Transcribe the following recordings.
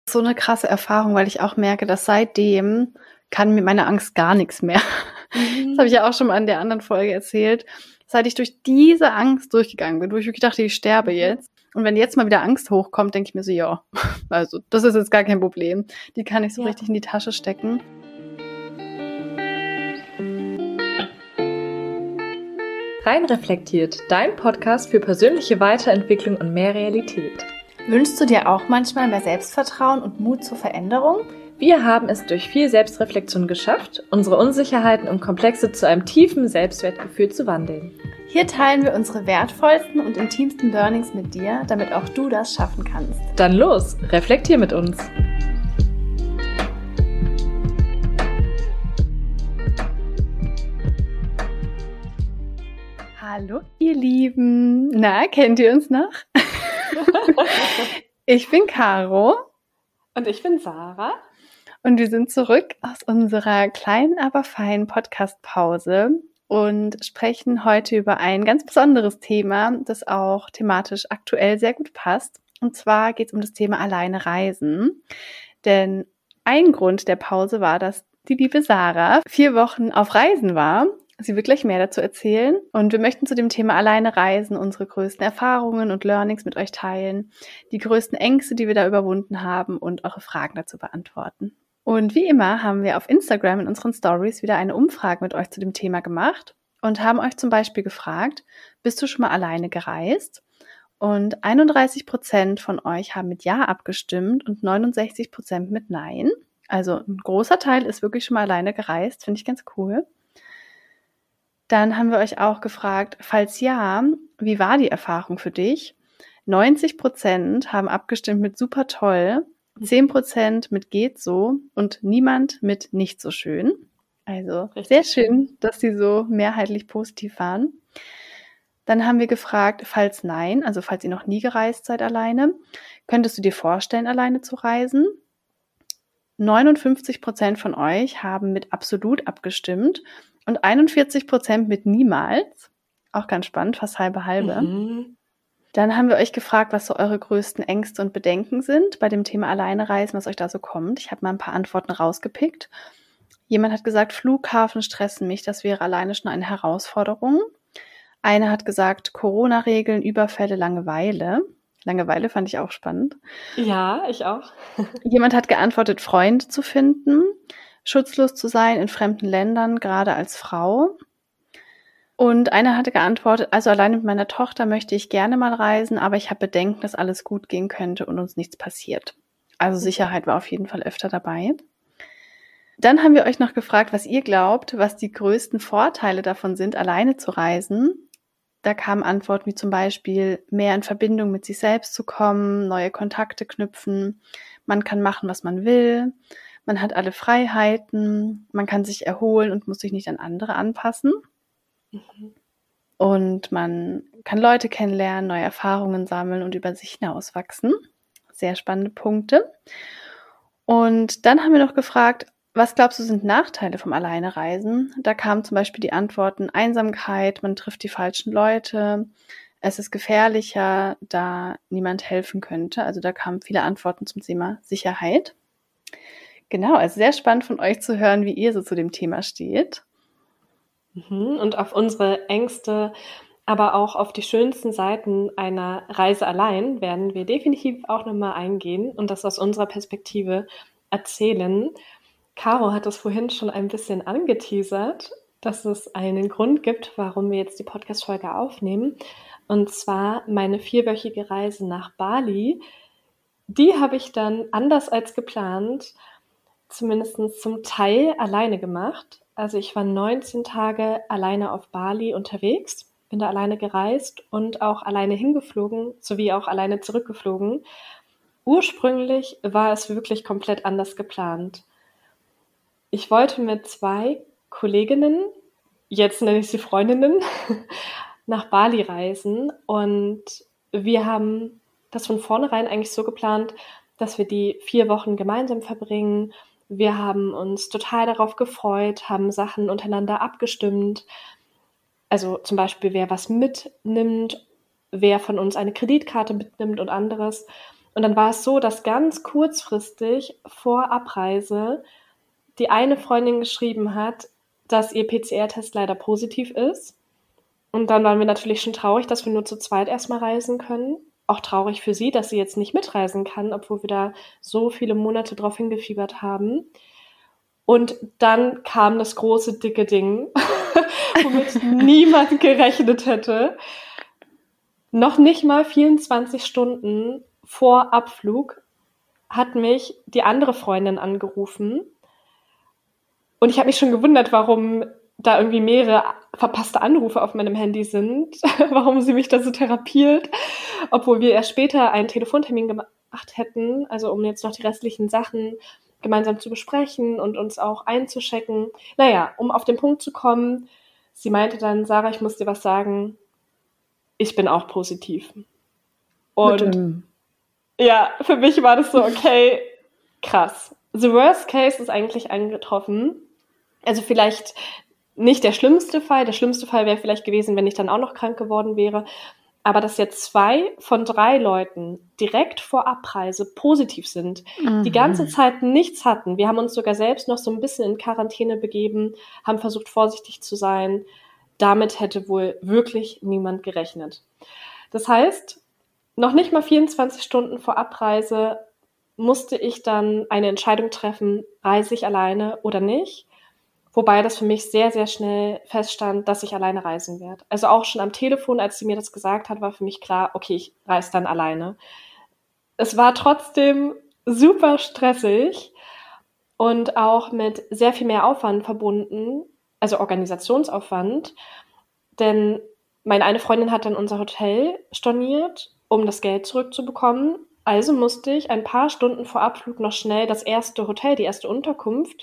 So eine krasse Erfahrung, weil ich auch merke, dass seitdem kann mir meine Angst gar nichts mehr. Das habe ich ja auch schon mal in der anderen Folge erzählt. Seit ich durch diese Angst durchgegangen bin, wo ich wirklich dachte, ich sterbe jetzt. Und wenn jetzt mal wieder Angst hochkommt, denke ich mir so, ja, also das ist jetzt gar kein Problem. Die kann ich so richtig in die Tasche stecken. Rein reflektiert, dein Podcast für persönliche Weiterentwicklung und mehr Realität. Wünschst du dir auch manchmal mehr Selbstvertrauen und Mut zur Veränderung? Wir haben es durch viel Selbstreflexion geschafft, unsere Unsicherheiten und Komplexe zu einem tiefen Selbstwertgefühl zu wandeln. Hier teilen wir unsere wertvollsten und intimsten Learnings mit dir, damit auch du das schaffen kannst. Dann los, reflektier mit uns! Hallo ihr Lieben! Na, kennt ihr uns noch? Ich bin Caro. Und ich bin Sarah. Und wir sind zurück aus unserer kleinen, aber feinen Podcast-Pause und sprechen heute über ein ganz besonderes Thema, das auch thematisch aktuell sehr gut passt. Und zwar geht es um das Thema alleine reisen. Denn ein Grund der Pause war, dass die liebe Sarah 4 Wochen auf Reisen war. Sie wird gleich mehr dazu erzählen. Und wir möchten zu dem Thema alleine reisen unsere größten Erfahrungen und Learnings mit euch teilen, die größten Ängste, die wir da überwunden haben und eure Fragen dazu beantworten. Und wie immer haben wir auf Instagram in unseren Stories wieder eine Umfrage mit euch zu dem Thema gemacht und haben euch zum Beispiel gefragt, bist du schon mal alleine gereist? Und 31% von euch haben mit Ja abgestimmt und 69% mit Nein. Also ein großer Teil ist wirklich schon mal alleine gereist, finde ich ganz cool. Dann haben wir euch auch gefragt, falls ja, wie war die Erfahrung für dich? 90% haben abgestimmt mit super toll, 10% mit geht so und niemand mit nicht so schön. Also richtig sehr schön, dass die so mehrheitlich positiv waren. Dann haben wir gefragt, falls nein, also falls ihr noch nie gereist seid alleine, könntest du dir vorstellen, alleine zu reisen? 59% von euch haben mit absolut abgestimmt und 41% mit niemals. Auch ganz spannend, fast halbe. Dann haben wir euch gefragt, was so eure größten Ängste und Bedenken sind bei dem Thema alleine reisen, was euch da so kommt. Ich habe mal ein paar Antworten rausgepickt. Jemand hat gesagt, Flughafen stressen mich, das wäre alleine schon eine Herausforderung. Eine hat gesagt, Corona-Regeln, Überfälle, Langeweile. Langeweile fand ich auch spannend. Ja, ich auch. Jemand hat geantwortet, Freunde zu finden, schutzlos zu sein in fremden Ländern, gerade als Frau. Und einer hatte geantwortet, also alleine mit meiner Tochter möchte ich gerne mal reisen, aber ich habe Bedenken, dass alles gut gehen könnte und uns nichts passiert. Also Sicherheit war auf jeden Fall öfter dabei. Dann haben wir euch noch gefragt, was ihr glaubt, was die größten Vorteile davon sind, alleine zu reisen. Da kamen Antworten wie zum Beispiel, mehr in Verbindung mit sich selbst zu kommen, neue Kontakte knüpfen, man kann machen, was man will, man hat alle Freiheiten, man kann sich erholen und muss sich nicht an andere anpassen. Und man kann Leute kennenlernen, neue Erfahrungen sammeln und über sich hinauswachsen. Sehr spannende Punkte. Und dann haben wir noch gefragt, was glaubst du sind Nachteile vom Alleinereisen? Da kamen zum Beispiel die Antworten Einsamkeit, man trifft die falschen Leute, es ist gefährlicher, da niemand helfen könnte. Also da kamen viele Antworten zum Thema Sicherheit. Genau, also sehr spannend von euch zu hören, wie ihr so zu dem Thema steht. Und auf unsere Ängste, aber auch auf die schönsten Seiten einer Reise allein werden wir definitiv auch nochmal eingehen und das aus unserer Perspektive erzählen. Caro hat es vorhin schon ein bisschen angeteasert, dass es einen Grund gibt, warum wir jetzt die Podcast-Folge aufnehmen. Und zwar meine 4-wöchige Reise nach Bali. Die habe ich dann anders als geplant, zumindest zum Teil alleine gemacht. Also ich war 19 Tage alleine auf Bali unterwegs, bin da alleine gereist und auch alleine hingeflogen, sowie auch alleine zurückgeflogen. Ursprünglich war es wirklich komplett anders geplant. Ich wollte mit 2 Kolleginnen, jetzt nenne ich sie Freundinnen, nach Bali reisen und wir haben das von vornherein eigentlich so geplant, dass wir die 4 Wochen gemeinsam verbringen. Wir haben uns total darauf gefreut, haben Sachen untereinander abgestimmt. Also zum Beispiel, wer was mitnimmt, wer von uns eine Kreditkarte mitnimmt und anderes. Und dann war es so, dass ganz kurzfristig vor Abreise die eine Freundin geschrieben hat, dass ihr PCR-Test leider positiv ist. Und dann waren wir natürlich schon traurig, dass wir nur zu zweit erstmal reisen können. Auch traurig für sie, dass sie jetzt nicht mitreisen kann, obwohl wir da so viele Monate drauf hingefiebert haben. Und dann kam das große, dicke Ding, womit niemand gerechnet hätte. Noch nicht mal 24 Stunden vor Abflug hat mich die andere Freundin angerufen. Und ich habe mich schon gewundert, warum da irgendwie mehrere verpasste Anrufe auf meinem Handy sind, warum sie mich da so therapiert, obwohl wir erst später einen Telefontermin gemacht hätten, also um jetzt noch die restlichen Sachen gemeinsam zu besprechen und uns auch einzuchecken. Naja, um auf den Punkt zu kommen, sie meinte dann, Sarah, ich muss dir was sagen, ich bin auch positiv. Und ja, für mich war das so, okay, krass. The worst case ist eigentlich eingetroffen. Also vielleicht nicht der schlimmste Fall. Der schlimmste Fall wäre vielleicht gewesen, wenn ich dann auch noch krank geworden wäre. Aber dass jetzt 2 von 3 Leuten direkt vor Abreise positiv sind, die ganze Zeit nichts hatten. Wir haben uns sogar selbst noch so ein bisschen in Quarantäne begeben, haben versucht, vorsichtig zu sein. Damit hätte wohl wirklich niemand gerechnet. Das heißt, noch nicht mal 24 Stunden vor Abreise musste ich dann eine Entscheidung treffen, reise ich alleine oder nicht. Wobei das für mich sehr, sehr schnell feststand, dass ich alleine reisen werde. Also auch schon am Telefon, als sie mir das gesagt hat, war für mich klar, okay, ich reise dann alleine. Es war trotzdem super stressig und auch mit sehr viel mehr Aufwand verbunden, also Organisationsaufwand. Denn meine eine Freundin hat dann unser Hotel storniert, um das Geld zurückzubekommen. Also musste ich ein paar Stunden vor Abflug noch schnell das erste Hotel, die erste Unterkunft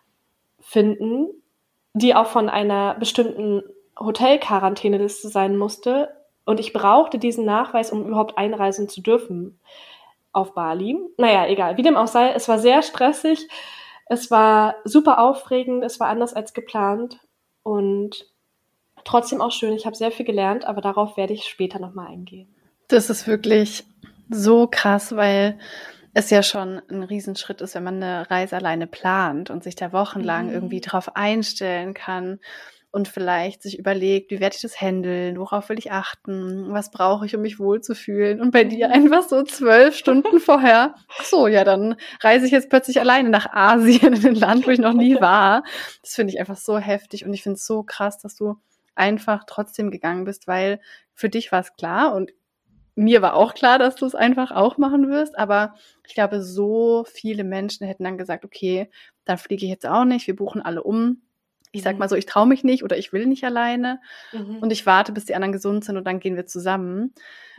finden, die auch von einer bestimmten Hotelquarantäneliste sein musste. Und ich brauchte diesen Nachweis, um überhaupt einreisen zu dürfen auf Bali. Naja, egal. Wie dem auch sei, es war sehr stressig. Es war super aufregend. Es war anders als geplant. Und trotzdem auch schön. Ich habe sehr viel gelernt, aber darauf werde ich später nochmal eingehen. Das ist wirklich so krass, weil es ja schon ein Riesenschritt ist, wenn man eine Reise alleine plant und sich da wochenlang irgendwie drauf einstellen kann und vielleicht sich überlegt, wie werde ich das handeln, worauf will ich achten, was brauche ich, um mich wohlzufühlen. Und bei dir einfach so 12 Stunden vorher, ach so, ja, dann reise ich jetzt plötzlich alleine nach Asien, in ein Land, wo ich noch nie war. Das finde ich einfach so heftig und ich finde es so krass, dass du einfach trotzdem gegangen bist, weil für dich war es klar und mir war auch klar, dass du es einfach auch machen wirst, aber ich glaube, so viele Menschen hätten dann gesagt, okay, dann fliege ich jetzt auch nicht, wir buchen alle um. Ich sag mal so, ich traue mich nicht oder ich will nicht alleine und ich warte, bis die anderen gesund sind und dann gehen wir zusammen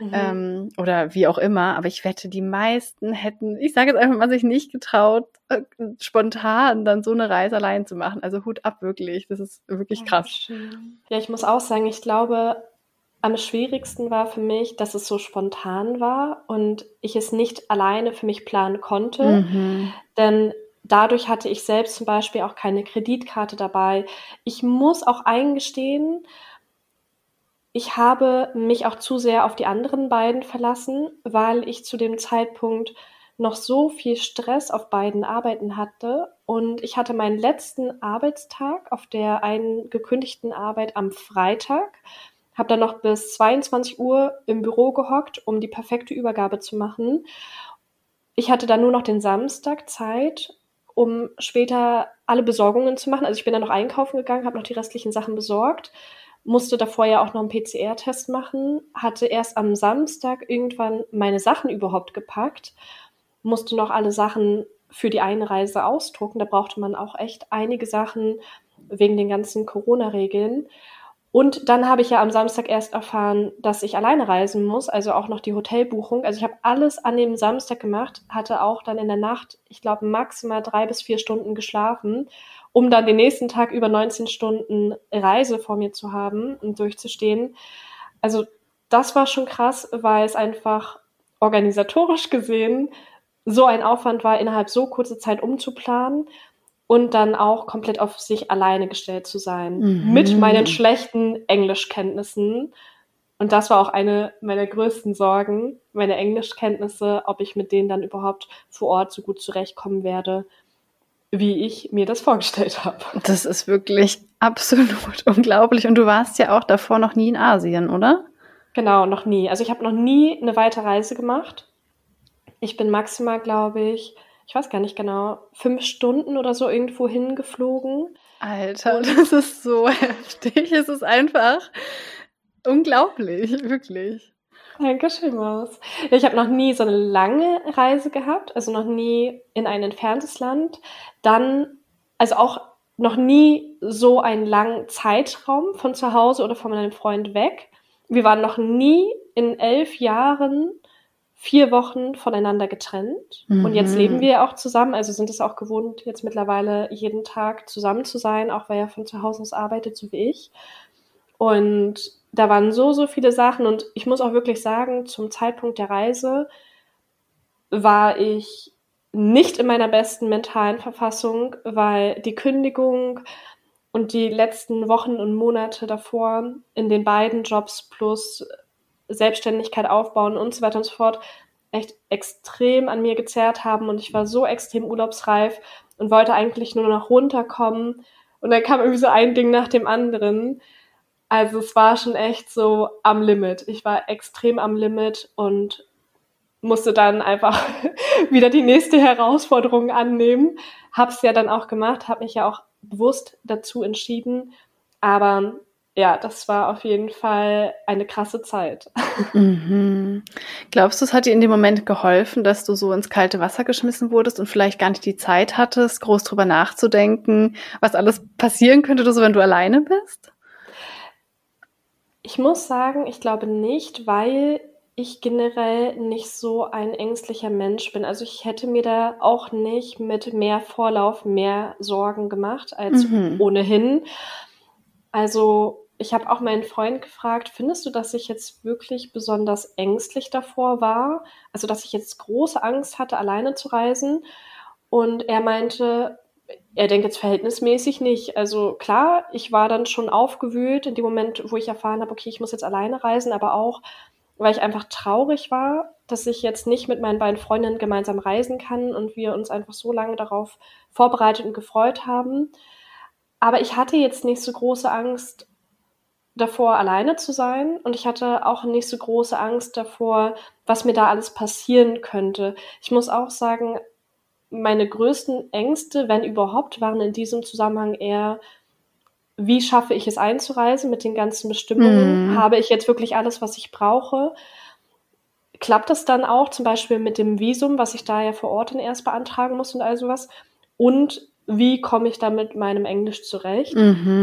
oder wie auch immer. Aber ich wette, die meisten hätten, ich sage jetzt einfach mal, sich nicht getraut, spontan dann so eine Reise allein zu machen. Also Hut ab, wirklich. Das ist wirklich krass. Ja, ich muss auch sagen, ich glaube, am schwierigsten war für mich, dass es so spontan war und ich es nicht alleine für mich planen konnte. Denn dadurch hatte ich selbst zum Beispiel auch keine Kreditkarte dabei. Ich muss auch eingestehen, ich habe mich auch zu sehr auf die anderen beiden verlassen, weil ich zu dem Zeitpunkt noch so viel Stress auf beiden Arbeiten hatte. Und ich hatte meinen letzten Arbeitstag auf der einen gekündigten Arbeit am Freitag. Habe dann noch bis 22 Uhr im Büro gehockt, um die perfekte Übergabe zu machen. Ich hatte dann nur noch den Samstag Zeit, um später alle Besorgungen zu machen. Also ich bin dann noch einkaufen gegangen, habe noch die restlichen Sachen besorgt, musste davor ja auch noch einen PCR-Test machen, hatte erst am Samstag irgendwann meine Sachen überhaupt gepackt, musste noch alle Sachen für die Einreise ausdrucken. Da brauchte man auch echt einige Sachen wegen den ganzen Corona-Regeln. Und dann habe ich ja am Samstag erst erfahren, dass ich alleine reisen muss, also auch noch die Hotelbuchung. Also ich habe alles an dem Samstag gemacht, hatte auch dann in der Nacht, ich glaube, maximal 3 bis 4 Stunden geschlafen, um dann den nächsten Tag über 19 Stunden Reise vor mir zu haben und durchzustehen. Also das war schon krass, weil es einfach organisatorisch gesehen so ein Aufwand war, innerhalb so kurzer Zeit umzuplanen. Und dann auch komplett auf sich alleine gestellt zu sein. Mit meinen schlechten Englischkenntnissen. Und das war auch eine meiner größten Sorgen, meine Englischkenntnisse, ob ich mit denen dann überhaupt vor Ort so gut zurechtkommen werde, wie ich mir das vorgestellt habe. Das ist wirklich absolut unglaublich. Und du warst ja auch davor noch nie in Asien, oder? Genau, noch nie. Also ich habe noch nie eine weite Reise gemacht. Ich bin maximal, glaube ich weiß gar nicht genau, 5 Stunden oder so irgendwo hingeflogen. Alter, das ist so heftig. Es ist einfach unglaublich, wirklich. Dankeschön, Maus. Ja, ich habe noch nie so eine lange Reise gehabt, also noch nie in ein entferntes Land. Dann, also auch noch nie so einen langen Zeitraum von zu Hause oder von meinem Freund weg. Wir waren noch nie in 11 Jahren 4 Wochen voneinander getrennt. Und jetzt leben wir ja auch zusammen, also sind es auch gewohnt, jetzt mittlerweile jeden Tag zusammen zu sein, auch weil er von zu Hause aus arbeitet, so wie ich. Und da waren so viele Sachen. Und ich muss auch wirklich sagen, zum Zeitpunkt der Reise war ich nicht in meiner besten mentalen Verfassung, weil die Kündigung und die letzten Wochen und Monate davor in den beiden Jobs plus Selbstständigkeit aufbauen und so weiter und so fort echt extrem an mir gezerrt haben. Und ich war so extrem urlaubsreif und wollte eigentlich nur noch runterkommen. Und dann kam irgendwie so ein Ding nach dem anderen. Also es war schon echt so am Limit. Ich war extrem am Limit und musste dann einfach wieder die nächste Herausforderung annehmen. Hab's ja dann auch gemacht, habe mich ja auch bewusst dazu entschieden. Aber ja, das war auf jeden Fall eine krasse Zeit. Glaubst du, es hat dir in dem Moment geholfen, dass du so ins kalte Wasser geschmissen wurdest und vielleicht gar nicht die Zeit hattest, groß drüber nachzudenken, was alles passieren könnte oder so, wenn du alleine bist? Ich muss sagen, ich glaube nicht, weil ich generell nicht so ein ängstlicher Mensch bin. Also ich hätte mir da auch nicht mit mehr Vorlauf mehr Sorgen gemacht als ohnehin. Also ich habe auch meinen Freund gefragt, findest du, dass ich jetzt wirklich besonders ängstlich davor war? Also dass ich jetzt große Angst hatte, alleine zu reisen? Und er meinte, er denkt jetzt verhältnismäßig nicht. Also klar, ich war dann schon aufgewühlt in dem Moment, wo ich erfahren habe, okay, ich muss jetzt alleine reisen, aber auch, weil ich einfach traurig war, dass ich jetzt nicht mit meinen beiden Freundinnen gemeinsam reisen kann und wir uns einfach so lange darauf vorbereitet und gefreut haben. Aber ich hatte jetzt nicht so große Angst davor, alleine zu sein, und ich hatte auch nicht so große Angst davor, was mir da alles passieren könnte. Ich muss auch sagen, meine größten Ängste, wenn überhaupt, waren in diesem Zusammenhang eher, wie schaffe ich es einzureisen mit den ganzen Bestimmungen? Habe ich jetzt wirklich alles, was ich brauche? Klappt das dann auch zum Beispiel mit dem Visum, was ich da ja vor Ort dann erst beantragen muss und all sowas? Und wie komme ich da mit meinem Englisch zurecht?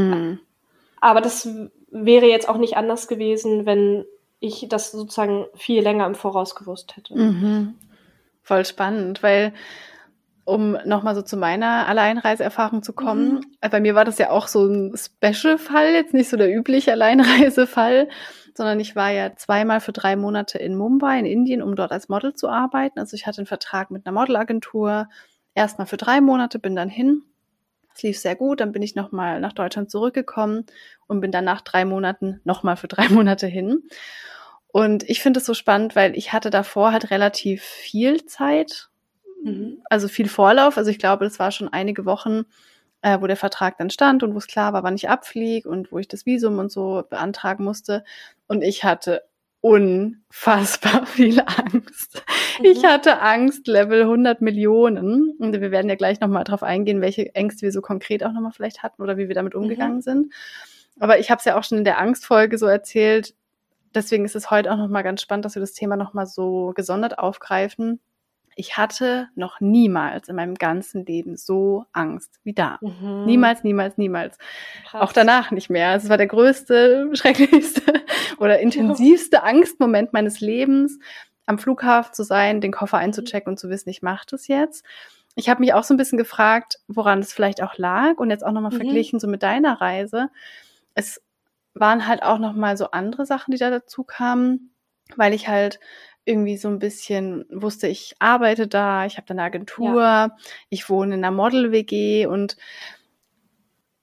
Aber das wäre jetzt auch nicht anders gewesen, wenn ich das sozusagen viel länger im Voraus gewusst hätte. Voll spannend, weil um nochmal so zu meiner Alleinreiseerfahrung zu kommen, bei mir war das ja auch so ein Special-Fall, jetzt nicht so der übliche Alleinreisefall, sondern ich war ja 2-mal für 3 Monate in Mumbai in Indien, um dort als Model zu arbeiten. Also ich hatte einen Vertrag mit einer Modelagentur, erstmal für 3 Monate, bin dann hin. Es lief sehr gut, dann bin ich nochmal nach Deutschland zurückgekommen und bin dann nach 3 Monaten nochmal für 3 Monate hin. Und ich finde es so spannend, weil ich hatte davor halt relativ viel Zeit, also viel Vorlauf. Also ich glaube, das war schon einige Wochen, wo der Vertrag dann stand und wo es klar war, wann ich abfliege und wo ich das Visum und so beantragen musste. Und ich hatte unfassbar viel Angst. Ich hatte Angst, Level 100 Millionen. Und wir werden ja gleich nochmal drauf eingehen, welche Ängste wir so konkret auch nochmal vielleicht hatten oder wie wir damit umgegangen sind. Aber ich habe es ja auch schon in der Angstfolge so erzählt. Deswegen ist es heute auch nochmal ganz spannend, dass wir das Thema nochmal so gesondert aufgreifen. Ich hatte noch niemals in meinem ganzen Leben so Angst wie da. Niemals, niemals, niemals. Krass. Auch danach nicht mehr. Es war der größte, schrecklichste oder intensivste Angstmoment meines Lebens, am Flughafen zu sein, den Koffer einzuchecken und zu wissen, ich mache das jetzt. Ich habe mich auch so ein bisschen gefragt, woran es vielleicht auch lag und jetzt auch nochmal verglichen so mit deiner Reise. Es waren halt auch nochmal so andere Sachen, die da dazu kamen, weil ich halt irgendwie so ein bisschen wusste, ich arbeite da, ich habe da eine Agentur, ich wohne in einer Model-WG und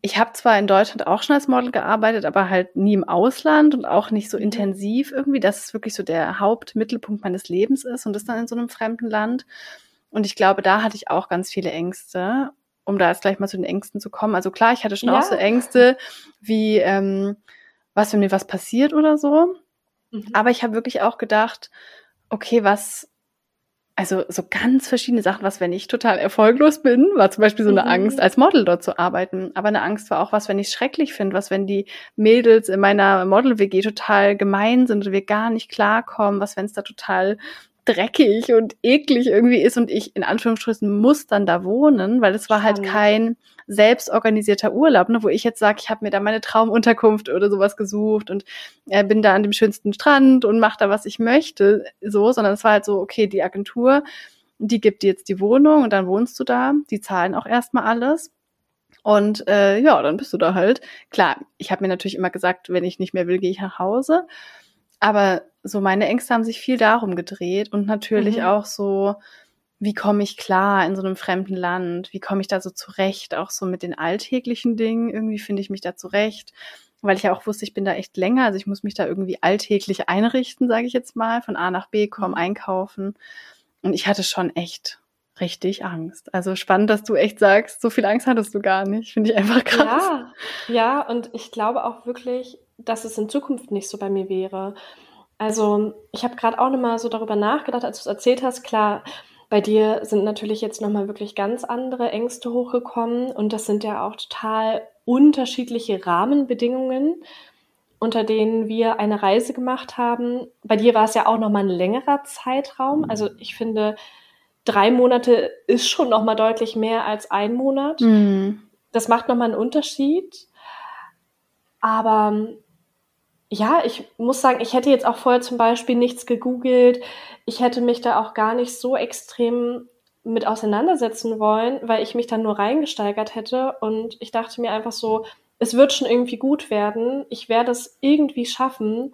ich habe zwar in Deutschland auch schon als Model gearbeitet, aber halt nie im Ausland und auch nicht so intensiv irgendwie, dass es wirklich so der Hauptmittelpunkt meines Lebens ist und das dann in so einem fremden Land. Und ich glaube, da hatte ich auch ganz viele Ängste, um da jetzt gleich mal zu den Ängsten zu kommen. Also klar, ich hatte schon auch so Ängste wie, was, wenn mir was passiert oder so. Aber ich habe wirklich auch gedacht, okay, also so ganz verschiedene Sachen, was, wenn ich total erfolglos bin, war zum Beispiel so eine Angst, als Model dort zu arbeiten. Aber eine Angst war auch, was, wenn ich es schrecklich finde, was, wenn die Mädels in meiner Model-WG total gemein sind oder wir gar nicht klarkommen, was, wenn es da total dreckig und eklig irgendwie ist und ich in Anführungsstrichen muss dann da wohnen, weil es war halt kein selbstorganisierter Urlaub, ne, wo ich jetzt sage, ich habe mir da meine Traumunterkunft oder sowas gesucht und bin da an dem schönsten Strand und mache da, was ich möchte, so, sondern es war halt so, okay, die Agentur, die gibt dir jetzt die Wohnung und dann wohnst du da, die zahlen auch erstmal alles. Und ja, dann bist du da halt. Klar, ich habe mir natürlich immer gesagt, wenn ich nicht mehr will, gehe ich nach Hause. Aber so meine Ängste haben sich viel darum gedreht und natürlich auch so, wie komme ich klar in so einem fremden Land? Wie komme ich da so zurecht? Auch so mit den alltäglichen Dingen. Irgendwie finde ich mich da zurecht, weil ich ja auch wusste, ich bin da echt länger. Also ich muss mich da irgendwie alltäglich einrichten, sage ich jetzt mal, von A nach B kommen, einkaufen. Und ich hatte schon echt richtig Angst. Also spannend, dass du echt sagst, so viel Angst hattest du gar nicht. Finde ich einfach krass. Ja, und ich glaube auch wirklich, dass es in Zukunft nicht so bei mir wäre. Also ich habe gerade auch nochmal so darüber nachgedacht, als du es erzählt hast. Klar, bei dir sind natürlich jetzt nochmal wirklich ganz andere Ängste hochgekommen und das sind ja auch total unterschiedliche Rahmenbedingungen, unter denen wir eine Reise gemacht haben. Bei dir war es ja auch nochmal ein längerer Zeitraum. Also ich finde, 3 Monate ist schon nochmal deutlich mehr als 1 Monat. Das macht nochmal einen Unterschied. Aber ja, ich muss sagen, ich hätte jetzt auch vorher zum Beispiel nichts gegoogelt. Ich hätte mich da auch gar nicht so extrem mit auseinandersetzen wollen, weil ich mich dann nur reingesteigert hätte. Und ich dachte mir einfach so, es wird schon irgendwie gut werden. Ich werde es irgendwie schaffen.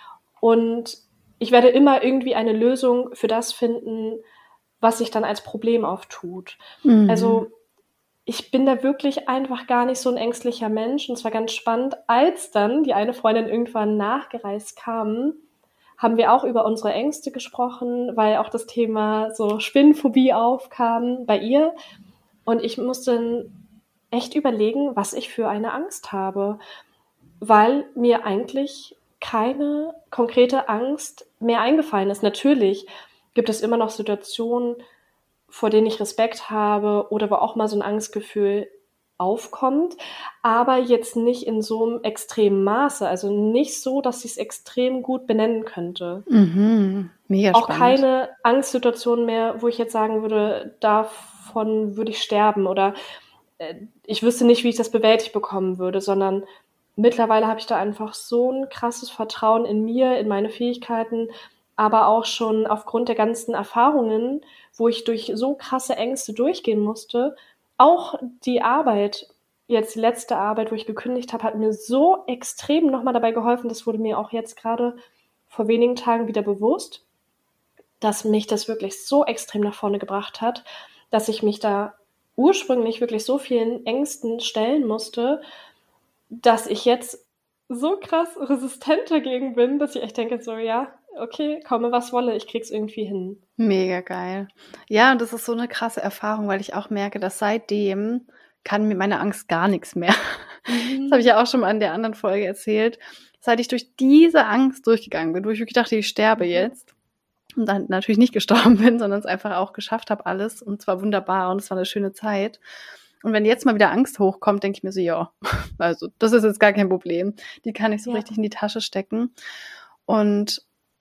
Und ich werde immer irgendwie eine Lösung für das finden, was sich dann als Problem auftut. Also ich bin da wirklich einfach gar nicht so ein ängstlicher Mensch. Und es war ganz spannend, als dann die eine Freundin irgendwann nachgereist kam, haben wir auch über unsere Ängste gesprochen, weil auch das Thema so Spinnenphobie aufkam bei ihr. Und ich musste dann echt überlegen, was ich für eine Angst habe, weil mir eigentlich keine konkrete Angst mehr eingefallen ist. Natürlich gibt es immer noch Situationen, vor denen ich Respekt habe oder wo auch mal so ein Angstgefühl aufkommt, aber jetzt nicht in so einem extremen Maße. Also nicht so, dass ich es extrem gut benennen könnte. Mega Auch spannend. keine Angstsituation mehr, wo ich jetzt sagen würde, davon würde ich sterben oder ich wüsste nicht, wie ich das bewältigt bekommen würde, sondern mittlerweile habe ich da einfach so ein krasses Vertrauen in mir, in meine Fähigkeiten, aber auch schon aufgrund der ganzen Erfahrungen, wo ich durch so krasse Ängste durchgehen musste. Auch die Arbeit, jetzt die letzte Arbeit, wo ich gekündigt habe, hat mir so extrem nochmal dabei geholfen. Das wurde mir auch jetzt gerade vor wenigen Tagen wieder bewusst, dass mich das wirklich so extrem nach vorne gebracht hat, dass ich mich da ursprünglich wirklich so vielen Ängsten stellen musste, dass ich jetzt so krass resistent dagegen bin, dass ich echt denke so, ja, okay, komme was wolle, ich krieg's irgendwie hin. Mega geil. Ja, und das ist so eine krasse Erfahrung, weil ich auch merke, dass seitdem kann mir meine Angst gar nichts mehr. Das habe ich ja auch schon mal in der anderen Folge erzählt. Seit ich durch diese Angst durchgegangen bin, wo ich wirklich dachte, ich sterbe jetzt und dann natürlich nicht gestorben bin, sondern es einfach auch geschafft habe alles und zwar wunderbar und es war eine schöne Zeit. Und wenn jetzt mal wieder Angst hochkommt, denke ich mir so, ja, also das ist jetzt gar kein Problem. Die kann ich so richtig in die Tasche stecken. Und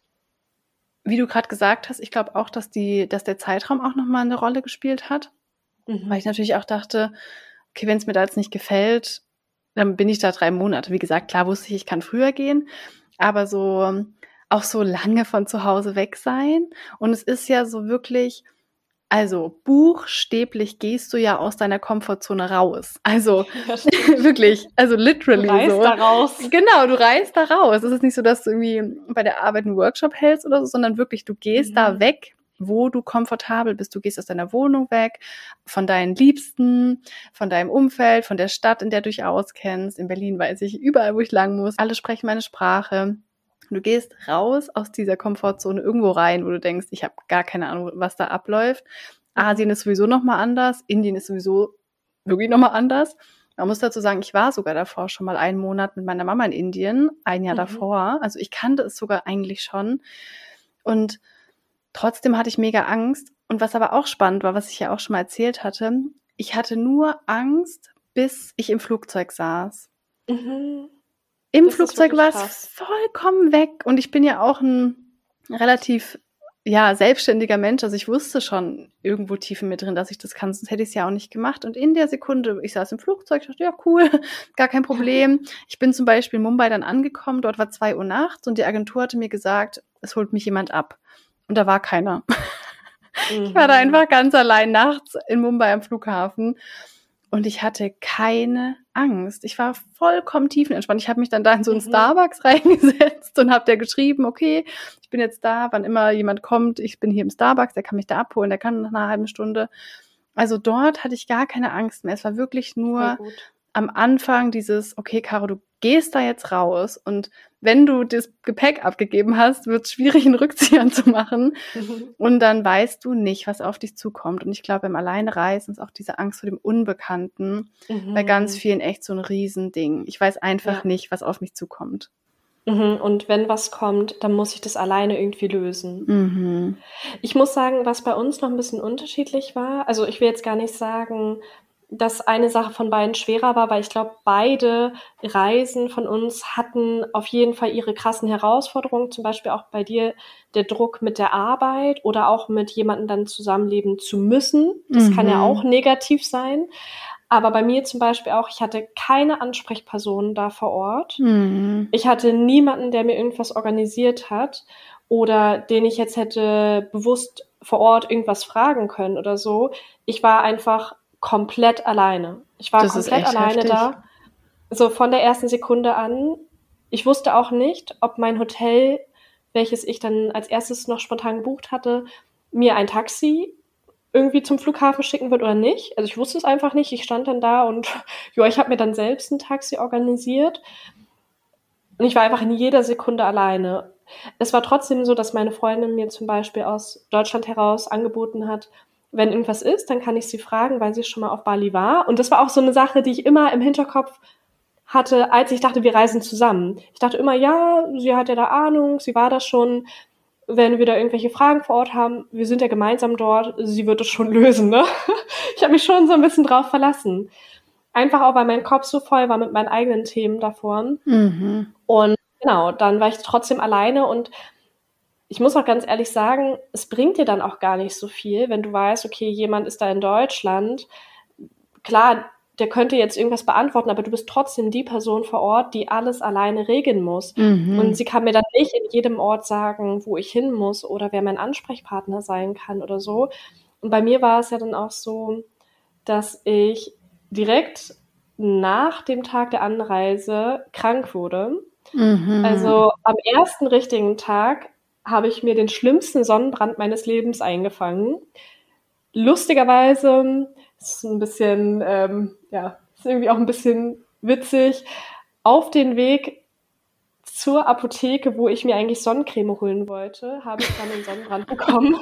wie du gerade gesagt hast, ich glaube auch, dass der Zeitraum auch nochmal eine Rolle gespielt hat. Weil ich natürlich auch dachte, okay, wenn es mir da jetzt nicht gefällt, dann bin ich da 3 Monate. Wie gesagt, klar wusste ich kann früher gehen, aber so auch so lange von zu Hause weg sein. Und es ist ja so wirklich, also buchstäblich gehst du ja aus deiner Komfortzone raus. Also wirklich, also literally du reist so. Da raus. Genau, du reist da raus. Es ist nicht so, dass du irgendwie bei der Arbeit einen Workshop hältst oder so, sondern wirklich, du gehst da weg, wo du komfortabel bist. Du gehst aus deiner Wohnung weg, von deinen Liebsten, von deinem Umfeld, von der Stadt, in der du dich auskennst. In Berlin weiß ich überall, wo ich lang muss. Alle sprechen meine Sprache. Du gehst raus aus dieser Komfortzone irgendwo rein, wo du denkst, ich habe gar keine Ahnung, was da abläuft. Asien ist sowieso nochmal anders. Indien ist sowieso wirklich nochmal anders. Man muss dazu sagen, ich war sogar davor schon mal 1 Monat mit meiner Mama in Indien, 1 Jahr davor. Also ich kannte es sogar eigentlich schon. Und trotzdem hatte ich mega Angst. Und was aber auch spannend war, was ich ja auch schon mal erzählt hatte, ich hatte nur Angst, bis ich im Flugzeug saß. Mhm. Im Das ist Flugzeug wirklich war es krass. vollkommen weg. Und ich bin ja auch ein relativ selbstständiger Mensch. Also ich wusste schon irgendwo tief in mir drin, dass ich das kann, sonst hätte ich es ja auch nicht gemacht. Und in der Sekunde, ich saß im Flugzeug, ich dachte, ja cool, gar kein Problem. Ich bin zum Beispiel in Mumbai dann angekommen, dort war 2 Uhr nachts und die Agentur hatte mir gesagt, es holt mich jemand ab. Und da war keiner. Ich war da einfach ganz allein nachts in Mumbai am Flughafen. Und ich hatte keine Angst. Ich war vollkommen tiefenentspannt. Ich habe mich dann da in so einen Starbucks reingesetzt und habe der geschrieben, okay, ich bin jetzt da, wann immer jemand kommt, ich bin hier im Starbucks, der kann mich da abholen, der kann nach einer halben Stunde. Also dort hatte ich gar keine Angst mehr. Es war wirklich nur am Anfang dieses, okay, Caro, du gehst da jetzt raus und wenn du das Gepäck abgegeben hast, wird es schwierig, einen Rückzieher zu machen. Und dann weißt du nicht, was auf dich zukommt. Und ich glaube, beim Alleinreisen ist auch diese Angst vor dem Unbekannten bei ganz vielen echt so ein Riesending. Ich weiß einfach nicht, was auf mich zukommt. Und wenn was kommt, dann muss ich das alleine irgendwie lösen. Ich muss sagen, was bei uns noch ein bisschen unterschiedlich war, also ich will jetzt gar nicht sagen, dass eine Sache von beiden schwerer war, weil ich glaube, beide Reisen von uns hatten auf jeden Fall ihre krassen Herausforderungen, zum Beispiel auch bei dir der Druck mit der Arbeit oder auch mit jemandem dann zusammenleben zu müssen. Das kann ja auch negativ sein. Aber bei mir zum Beispiel auch, ich hatte keine Ansprechperson da vor Ort. Ich hatte niemanden, der mir irgendwas organisiert hat oder den ich jetzt hätte bewusst vor Ort irgendwas fragen können oder so. Ich war einfach komplett alleine. Ich war komplett alleine da. So von der ersten Sekunde an. Ich wusste auch nicht, ob mein Hotel, welches ich dann als erstes noch spontan gebucht hatte, mir ein Taxi irgendwie zum Flughafen schicken wird oder nicht. Also ich wusste es einfach nicht. Ich stand dann da und ich habe mir dann selbst ein Taxi organisiert. Und ich war einfach in jeder Sekunde alleine. Es war trotzdem so, dass meine Freundin mir zum Beispiel aus Deutschland heraus angeboten hat, wenn irgendwas ist, dann kann ich sie fragen, weil sie schon mal auf Bali war. Und das war auch so eine Sache, die ich immer im Hinterkopf hatte, als ich dachte, wir reisen zusammen. Ich dachte immer, ja, sie hat ja da Ahnung, sie war da schon. Wenn wir da irgendwelche Fragen vor Ort haben, wir sind ja gemeinsam dort, sie wird es schon lösen, ne? Ich habe mich schon so ein bisschen drauf verlassen. Einfach auch, weil mein Kopf so voll war mit meinen eigenen Themen davor. Und genau, dann war ich trotzdem alleine und ich muss auch ganz ehrlich sagen, es bringt dir dann auch gar nicht so viel, wenn du weißt, okay, jemand ist da in Deutschland. Klar, der könnte jetzt irgendwas beantworten, aber du bist trotzdem die Person vor Ort, die alles alleine regeln muss. Und sie kann mir dann nicht in jedem Ort sagen, wo ich hin muss oder wer mein Ansprechpartner sein kann oder so. Und bei mir war es ja dann auch so, dass ich direkt nach dem Tag der Anreise krank wurde. Also am ersten richtigen Tag habe ich mir den schlimmsten Sonnenbrand meines Lebens eingefangen. Lustigerweise ist ein bisschen, ist irgendwie auch ein bisschen witzig. Auf den Weg zur Apotheke, wo ich mir eigentlich Sonnencreme holen wollte, habe ich dann einen Sonnenbrand bekommen.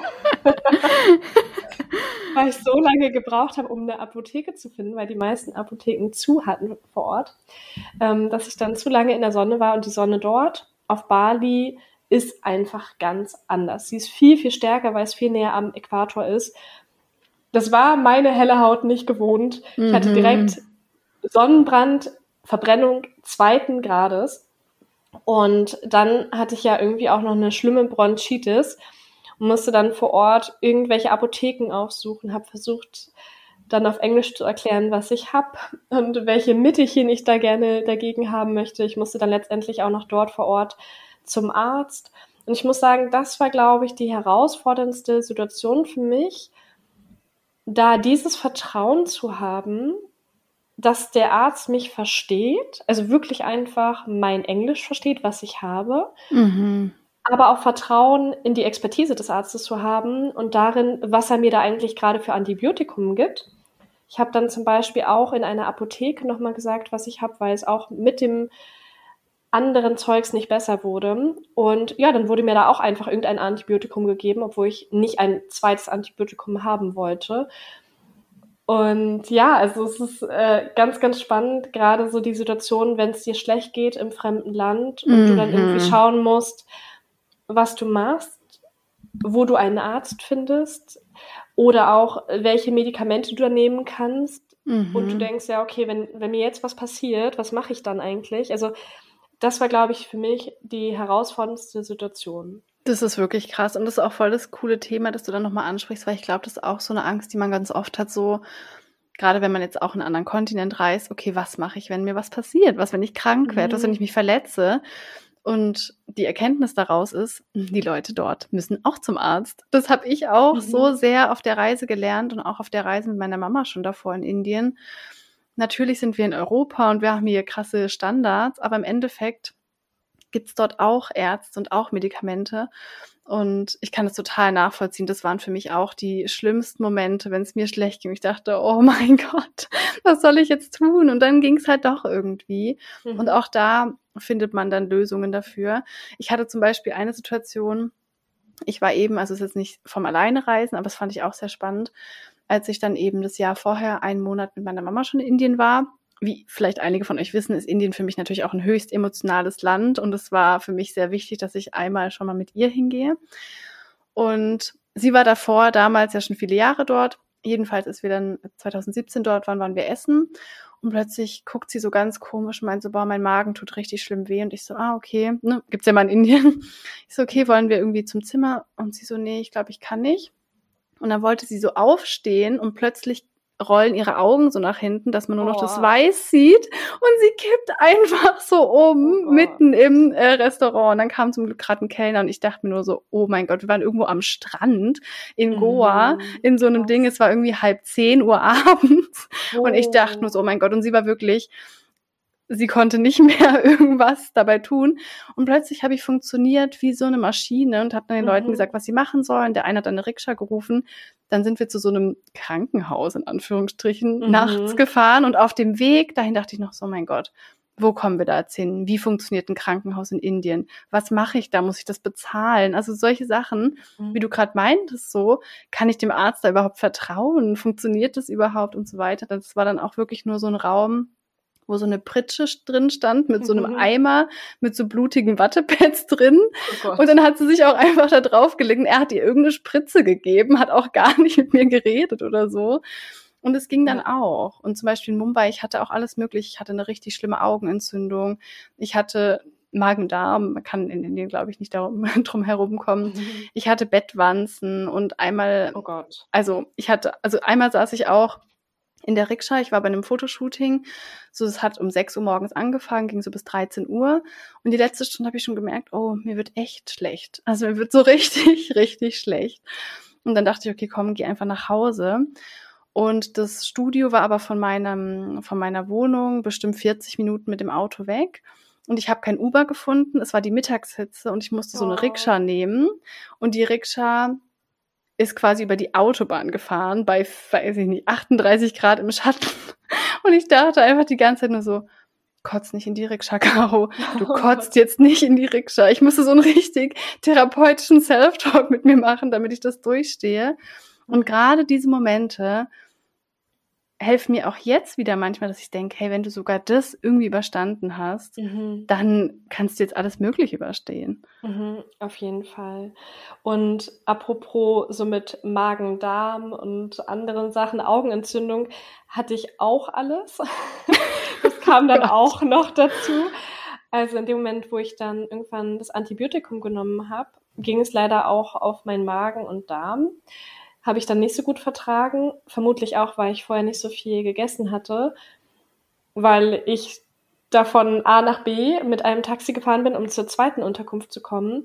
Weil ich so lange gebraucht habe, um eine Apotheke zu finden, weil die meisten Apotheken zu hatten vor Ort, dass ich dann zu lange in der Sonne war und die Sonne dort auf Bali ist einfach ganz anders. Sie ist viel, viel stärker, weil es viel näher am Äquator ist. Das war meine helle Haut nicht gewohnt. Ich hatte direkt Sonnenbrand, Verbrennung 2. Grades. Und dann hatte ich ja irgendwie auch noch eine schlimme Bronchitis und musste dann vor Ort irgendwelche Apotheken aufsuchen, habe versucht, dann auf Englisch zu erklären, was ich habe und welche Mittelchen ich da gerne dagegen haben möchte. Ich musste dann letztendlich auch noch dort vor Ort zum Arzt. Und ich muss sagen, das war, glaube ich, die herausforderndste Situation für mich, da dieses Vertrauen zu haben, dass der Arzt mich versteht, also wirklich einfach mein Englisch versteht, was ich habe. aber auch Vertrauen in die Expertise des Arztes zu haben und darin, was er mir da eigentlich gerade für Antibiotikum gibt. Ich habe dann zum Beispiel auch in einer Apotheke nochmal gesagt, was ich habe, weil es auch mit dem anderen Zeugs nicht besser wurde. Und ja, dann wurde mir da auch einfach irgendein Antibiotikum gegeben, obwohl ich nicht ein zweites Antibiotikum haben wollte. Und ja, also es ist ganz, ganz spannend, gerade so die Situation, wenn es dir schlecht geht im fremden Land und du dann irgendwie schauen musst, was du machst, wo du einen Arzt findest oder auch welche Medikamente du da nehmen kannst. Und du denkst ja, okay, wenn mir jetzt was passiert, was mache ich dann eigentlich? Also das war, glaube ich, für mich die herausforderndste Situation. Das ist wirklich krass und das ist auch voll das coole Thema, das du dann nochmal ansprichst, weil ich glaube, das ist auch so eine Angst, die man ganz oft hat, so gerade wenn man jetzt auch in einen anderen Kontinent reist, okay, was mache ich, wenn mir was passiert? Was, wenn ich krank werde? Was, wenn ich mich verletze? Und die Erkenntnis daraus ist, die Leute dort müssen auch zum Arzt. Das habe ich auch so sehr auf der Reise gelernt und auch auf der Reise mit meiner Mama schon davor in Indien. Natürlich sind wir in Europa und wir haben hier krasse Standards, aber im Endeffekt gibt's dort auch Ärzte und auch Medikamente. Und ich kann das total nachvollziehen. Das waren für mich auch die schlimmsten Momente, wenn es mir schlecht ging. Ich dachte, oh mein Gott, was soll ich jetzt tun? Und dann ging's halt doch irgendwie. Und auch da findet man dann Lösungen dafür. Ich hatte zum Beispiel eine Situation, ich war eben, also es ist jetzt nicht vom Alleinereisen, aber das fand ich auch sehr spannend, als ich dann eben das Jahr vorher einen Monat mit meiner Mama schon in Indien war. Wie vielleicht einige von euch wissen, ist Indien für mich natürlich auch ein höchst emotionales Land und es war für mich sehr wichtig, dass ich einmal schon mal mit ihr hingehe. Und sie war davor, damals ja schon viele Jahre dort. Jedenfalls, als wir dann 2017 dort waren wir essen und plötzlich guckt sie so ganz komisch und meint so, boah, mein Magen tut richtig schlimm weh. Und ich so, okay, ne, gibt's ja mal in Indien. Ich so, okay, wollen wir irgendwie zum Zimmer? Und sie so, nee, ich glaube, ich kann nicht. Und dann wollte sie so aufstehen und plötzlich rollen ihre Augen so nach hinten, dass man nur noch das Weiß sieht und sie kippt einfach so mitten im Restaurant. Und dann kam zum Glück gerade ein Kellner und ich dachte mir nur so, oh mein Gott, wir waren irgendwo am Strand in Goa in so einem Ding, es war irgendwie 9:30 abends und ich dachte nur so, oh mein Gott, und sie war wirklich, sie konnte nicht mehr irgendwas dabei tun. Und plötzlich habe ich funktioniert wie so eine Maschine und habe dann den Leuten gesagt, was sie machen sollen. Der eine hat dann eine Rikscha gerufen. Dann sind wir zu so einem Krankenhaus, in Anführungsstrichen, nachts gefahren. Und auf dem Weg dahin dachte ich noch so, mein Gott, wo kommen wir da jetzt hin? Wie funktioniert ein Krankenhaus in Indien? Was mache ich da? Muss ich das bezahlen? Also solche Sachen, wie du gerade meintest, so, kann ich dem Arzt da überhaupt vertrauen? Funktioniert das überhaupt und so weiter? Das war dann auch wirklich nur so ein Raum, wo so eine Pritsche drin stand mit so einem Eimer, mit so blutigen Wattepads drin. Und dann hat sie sich auch einfach da draufgelegt und er hat ihr irgendeine Spritze gegeben, hat auch gar nicht mit mir geredet oder so. Und es ging dann auch. Und zum Beispiel in Mumbai, ich hatte auch alles mögliche. Ich hatte eine richtig schlimme Augenentzündung. Ich hatte Magen-Darm, man kann in Indien, glaube ich, nicht drum herumkommen. Ich hatte Bettwanzen und einmal, also einmal saß ich auch in der Rikscha, ich war bei einem Fotoshooting, so es hat um 6 Uhr morgens angefangen, ging so bis 13 Uhr und die letzte Stunde habe ich schon gemerkt, oh, mir wird echt schlecht. Also mir wird so richtig, richtig schlecht. Und dann dachte ich, okay, komm, geh einfach nach Hause. Und das Studio war aber von meiner Wohnung bestimmt 40 Minuten mit dem Auto weg. Und ich habe kein Uber gefunden, es war die Mittagshitze und ich musste so eine Rikscha nehmen. Und die Rikscha ist quasi über die Autobahn gefahren bei, weiß ich nicht, 38 Grad im Schatten. Und ich dachte einfach die ganze Zeit nur so, kotz nicht in die Rikscha, Caro. Du kotzt jetzt nicht in die Rikscha. Ich musste so einen richtig therapeutischen Self-Talk mit mir machen, damit ich das durchstehe. Und gerade diese Momente helfen mir auch jetzt wieder manchmal, dass ich denke, hey, wenn du sogar das irgendwie überstanden hast, dann kannst du jetzt alles Mögliche überstehen. Auf jeden Fall. Und apropos so mit Magen-Darm und anderen Sachen, Augenentzündung, hatte ich auch alles. Das kam dann auch noch dazu. Also in dem Moment, wo ich dann irgendwann das Antibiotikum genommen habe, ging es leider auch auf meinen Magen und Darm. Habe ich dann nicht so gut vertragen. Vermutlich auch, weil ich vorher nicht so viel gegessen hatte, weil ich da von A nach B mit einem Taxi gefahren bin, um zur zweiten Unterkunft zu kommen.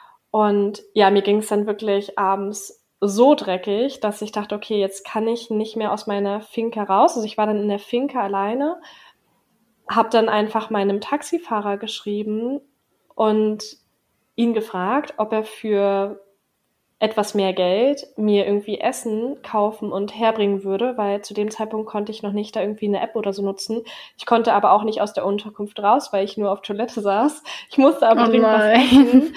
Und ja, mir ging es dann wirklich abends so dreckig, dass ich dachte, okay, jetzt kann ich nicht mehr aus meiner Finca raus. Also ich war dann in der Finca alleine, habe dann einfach meinem Taxifahrer geschrieben und ihn gefragt, ob er für etwas mehr Geld mir irgendwie Essen kaufen und herbringen würde, weil zu dem Zeitpunkt konnte ich noch nicht da irgendwie eine App oder so nutzen. Ich konnte aber auch nicht aus der Unterkunft raus, weil ich nur auf Toilette saß. Ich musste aber dringend was essen.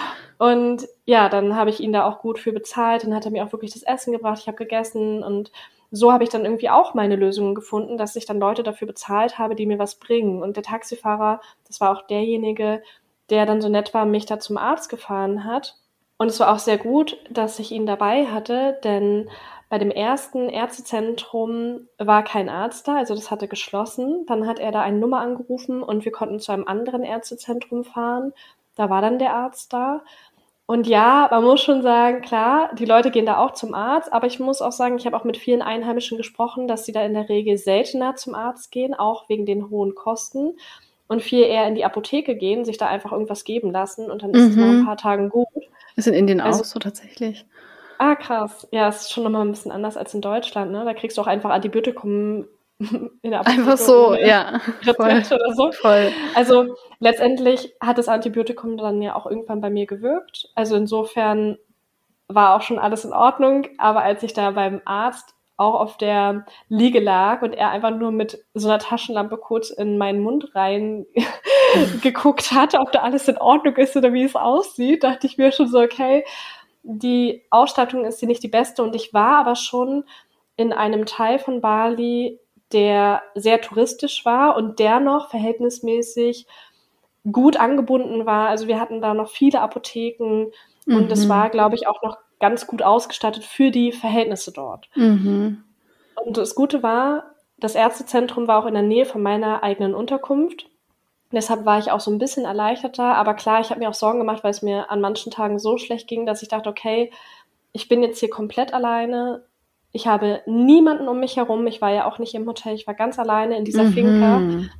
Und ja, dann habe ich ihn da auch gut für bezahlt. Dann hat er mir auch wirklich das Essen gebracht. Ich habe gegessen und so habe ich dann irgendwie auch meine Lösungen gefunden, dass ich dann Leute dafür bezahlt habe, die mir was bringen. Und der Taxifahrer, das war auch derjenige, der dann so nett war, mich da zum Arzt gefahren hat. Und es war auch sehr gut, dass ich ihn dabei hatte, denn bei dem ersten Ärztezentrum war kein Arzt da, also das hatte geschlossen. Dann hat er da eine Nummer angerufen und wir konnten zu einem anderen Ärztezentrum fahren. Da war dann der Arzt da. Und ja, man muss schon sagen, klar, die Leute gehen da auch zum Arzt, aber ich muss auch sagen, ich habe auch mit vielen Einheimischen gesprochen, dass sie da in der Regel seltener zum Arzt gehen, auch wegen den hohen Kosten und viel eher in die Apotheke gehen, sich da einfach irgendwas geben lassen und dann ist es nach ein paar Tagen gut. Ist in Indien auch so tatsächlich? Ah, krass. Ja, es ist schon nochmal ein bisschen anders als in Deutschland, ne? Da kriegst du auch einfach Antibiotikum in der Apotheke. Einfach so, ja. Rezept oder so. Voll. Also letztendlich hat das Antibiotikum dann ja auch irgendwann bei mir gewirkt. Also insofern war auch schon alles in Ordnung. Aber als ich da beim Arzt auch auf der Liege lag und er einfach nur mit so einer Taschenlampe kurz in meinen Mund rein geguckt hat, ob da alles in Ordnung ist oder wie es aussieht, dachte ich mir schon so, okay, die Ausstattung ist hier nicht die beste. Und ich war aber schon in einem Teil von Bali, der sehr touristisch war und der noch verhältnismäßig gut angebunden war. Also wir hatten da noch viele Apotheken und es war, glaube ich, auch noch ganz gut ausgestattet für die Verhältnisse dort. Und das Gute war, das Ärztezentrum war auch in der Nähe von meiner eigenen Unterkunft. Deshalb war ich auch so ein bisschen erleichterter. Aber klar, ich habe mir auch Sorgen gemacht, weil es mir an manchen Tagen so schlecht ging, dass ich dachte, okay, ich bin jetzt hier komplett alleine. Ich habe niemanden um mich herum. Ich war ja auch nicht im Hotel. Ich war ganz alleine in dieser Finca.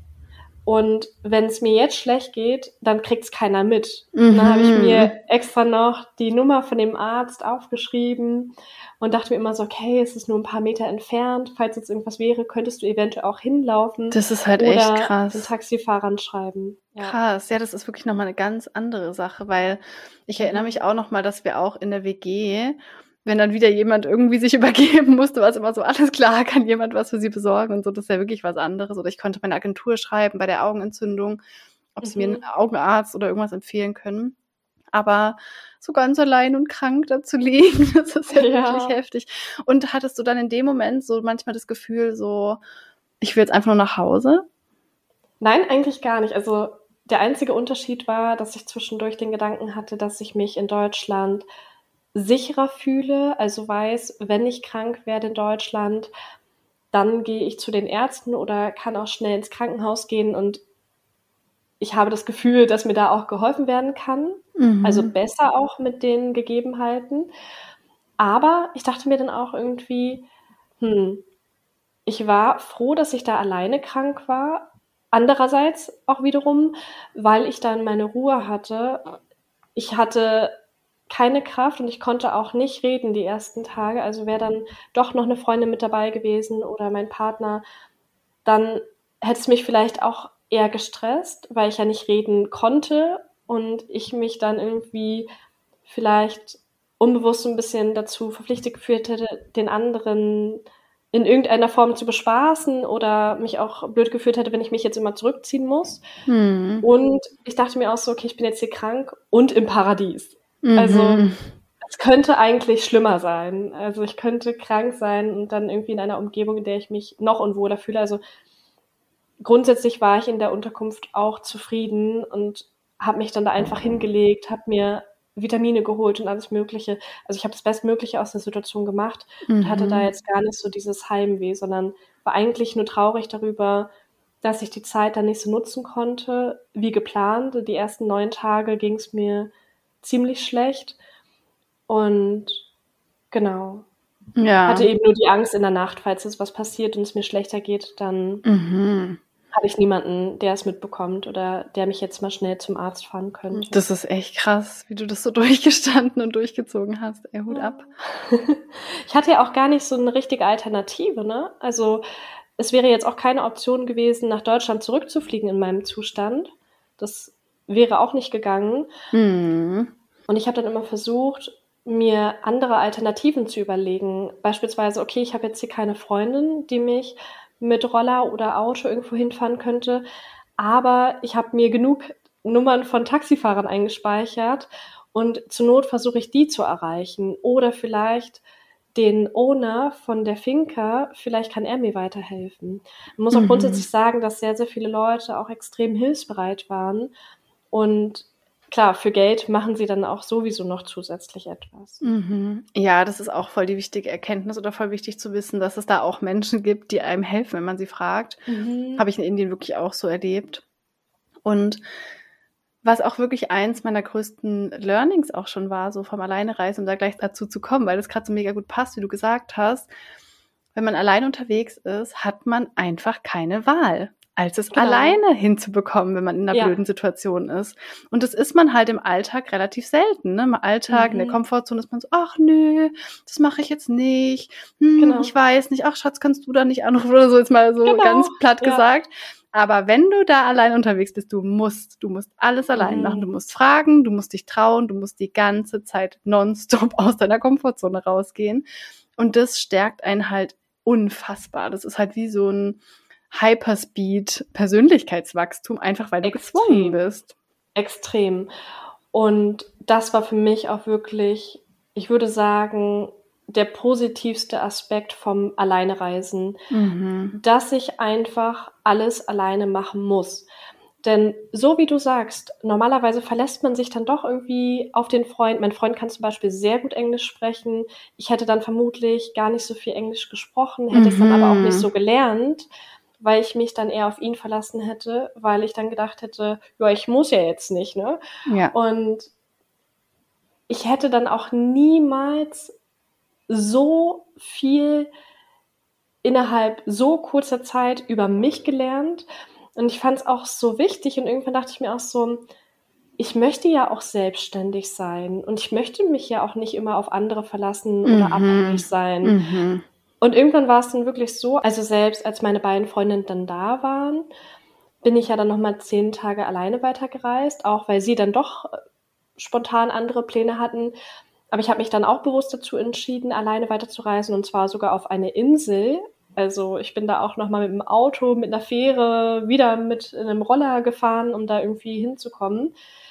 Und wenn es mir jetzt schlecht geht, dann kriegt es keiner mit. Und dann habe ich mir extra noch die Nummer von dem Arzt aufgeschrieben und dachte mir immer so, okay, es ist nur ein paar Meter entfernt. Falls jetzt irgendwas wäre, könntest du eventuell auch hinlaufen. Das ist halt echt krass. Oder den Taxifahrern schreiben. Ja. Krass, ja, das ist wirklich nochmal eine ganz andere Sache, weil ich erinnere mich auch nochmal, dass wir auch in der WG, wenn dann wieder jemand irgendwie sich übergeben musste, war es immer so, alles klar, kann jemand was für sie besorgen und so, das ist ja wirklich was anderes. Oder ich konnte meine Agentur schreiben bei der Augenentzündung, ob sie mir einen Augenarzt oder irgendwas empfehlen können. Aber so ganz allein und krank da zu liegen, das ist ja wirklich heftig. Und hattest du dann in dem Moment so manchmal das Gefühl, so, ich will jetzt einfach nur nach Hause? Nein, eigentlich gar nicht. Also der einzige Unterschied war, dass ich zwischendurch den Gedanken hatte, dass ich mich in Deutschland sicherer fühle, also weiß, wenn ich krank werde in Deutschland, dann gehe ich zu den Ärzten oder kann auch schnell ins Krankenhaus gehen und ich habe das Gefühl, dass mir da auch geholfen werden kann, also besser auch mit den Gegebenheiten. Aber ich dachte mir dann auch irgendwie, ich war froh, dass ich da alleine krank war. Andererseits auch wiederum, weil ich dann meine Ruhe hatte. Ich hatte keine Kraft und ich konnte auch nicht reden die ersten Tage. Also wäre dann doch noch eine Freundin mit dabei gewesen oder mein Partner, dann hätte es mich vielleicht auch eher gestresst, weil ich ja nicht reden konnte und ich mich dann irgendwie vielleicht unbewusst so ein bisschen dazu verpflichtet gefühlt hätte, den anderen in irgendeiner Form zu bespaßen oder mich auch blöd gefühlt hätte, wenn ich mich jetzt immer zurückziehen muss. Und ich dachte mir auch so, okay, ich bin jetzt hier krank und im Paradies. Also es könnte eigentlich schlimmer sein. Also ich könnte krank sein und dann irgendwie in einer Umgebung, in der ich mich noch unwohler fühle. Also grundsätzlich war ich in der Unterkunft auch zufrieden und habe mich dann da einfach hingelegt, habe mir Vitamine geholt und alles Mögliche. Also ich habe das Bestmögliche aus der Situation gemacht und hatte da jetzt gar nicht so dieses Heimweh, sondern war eigentlich nur traurig darüber, dass ich die Zeit dann nicht so nutzen konnte, wie geplant. Die ersten 9 Tage ging es mir ziemlich schlecht und genau. Hatte eben nur die Angst in der Nacht, falls jetzt was passiert und es mir schlechter geht, dann habe ich niemanden, der es mitbekommt oder der mich jetzt mal schnell zum Arzt fahren könnte. Das ist echt krass, wie du das so durchgestanden und durchgezogen hast. Ey, Hut ab. Ich hatte ja auch gar nicht so eine richtige Alternative, ne? Also es wäre jetzt auch keine Option gewesen, nach Deutschland zurückzufliegen in meinem Zustand. Das wäre auch nicht gegangen. Mhm. Und ich habe dann immer versucht, mir andere Alternativen zu überlegen. Beispielsweise, okay, ich habe jetzt hier keine Freundin, die mich mit Roller oder Auto irgendwo hinfahren könnte, aber ich habe mir genug Nummern von Taxifahrern eingespeichert und zur Not versuche ich, die zu erreichen. Oder vielleicht den Owner von der Finca, vielleicht kann er mir weiterhelfen. Man muss auch grundsätzlich sagen, dass sehr, sehr viele Leute auch extrem hilfsbereit waren. Und klar, für Geld machen sie dann auch sowieso noch zusätzlich etwas. Ja, das ist auch voll die wichtige Erkenntnis oder voll wichtig zu wissen, dass es da auch Menschen gibt, die einem helfen, wenn man sie fragt. Habe ich in Indien wirklich auch so erlebt. Und was auch wirklich eins meiner größten Learnings auch schon war, so vom Alleinereisen, um da gleich dazu zu kommen, weil das gerade so mega gut passt, wie du gesagt hast. Wenn man allein unterwegs ist, hat man einfach keine Wahl, als es alleine hinzubekommen, wenn man in einer blöden Situation ist. Und das ist man halt im Alltag relativ selten. Ne? Im Alltag, in der Komfortzone ist man so, ach nö, das mache ich jetzt nicht. Ich weiß nicht, ach Schatz, kannst du da nicht anrufen oder so, jetzt mal so ganz platt gesagt. Aber wenn du da allein unterwegs bist, du musst alles allein machen. Du musst fragen, du musst dich trauen, du musst die ganze Zeit nonstop aus deiner Komfortzone rausgehen. Und das stärkt einen halt unfassbar. Das ist halt wie so ein Hyperspeed-Persönlichkeitswachstum, einfach weil du gezwungen bist. Extrem. Und das war für mich auch wirklich, ich würde sagen, der positivste Aspekt vom Alleinereisen, dass ich einfach alles alleine machen muss. Denn so wie du sagst, normalerweise verlässt man sich dann doch irgendwie auf den Freund. Mein Freund kann zum Beispiel sehr gut Englisch sprechen. Ich hätte dann vermutlich gar nicht so viel Englisch gesprochen, hätte es dann aber auch nicht so gelernt, weil ich mich dann eher auf ihn verlassen hätte, weil ich dann gedacht hätte, ja, ich muss ja jetzt nicht, ne? Ja. Und ich hätte dann auch niemals so viel innerhalb so kurzer Zeit über mich gelernt. Und ich fand es auch so wichtig und irgendwann dachte ich mir auch so, ich möchte ja auch selbstständig sein und ich möchte mich ja auch nicht immer auf andere verlassen oder abhängig sein. Und irgendwann war es dann wirklich so, also selbst als meine beiden Freundinnen dann da waren, bin ich ja dann nochmal 10 Tage alleine weitergereist, auch weil sie dann doch spontan andere Pläne hatten. Aber ich habe mich dann auch bewusst dazu entschieden, alleine weiterzureisen und zwar sogar auf eine Insel. Also ich bin da auch nochmal mit dem Auto, mit einer Fähre, wieder mit einem Roller gefahren, um da irgendwie hinzukommen.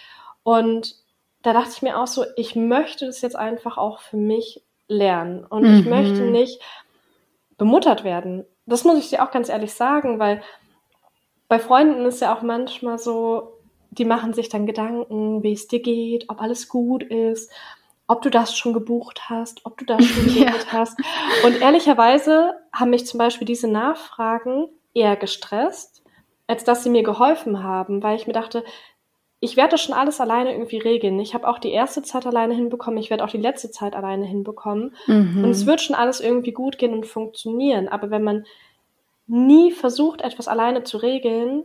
Und da dachte ich mir auch so, ich möchte das jetzt einfach auch für mich lernen. Und ich möchte nicht bemuttert werden. Das muss ich dir auch ganz ehrlich sagen, weil bei Freunden ist ja auch manchmal so, die machen sich dann Gedanken, wie es dir geht, ob alles gut ist, ob du das schon gebucht hast, ob du das schon geredet hast. Und ehrlicherweise haben mich zum Beispiel diese Nachfragen eher gestresst, als dass sie mir geholfen haben, weil ich mir dachte, ich werde das schon alles alleine irgendwie regeln. Ich habe auch die erste Zeit alleine hinbekommen, ich werde auch die letzte Zeit alleine hinbekommen. Und es wird schon alles irgendwie gut gehen und funktionieren. Aber wenn man nie versucht, etwas alleine zu regeln,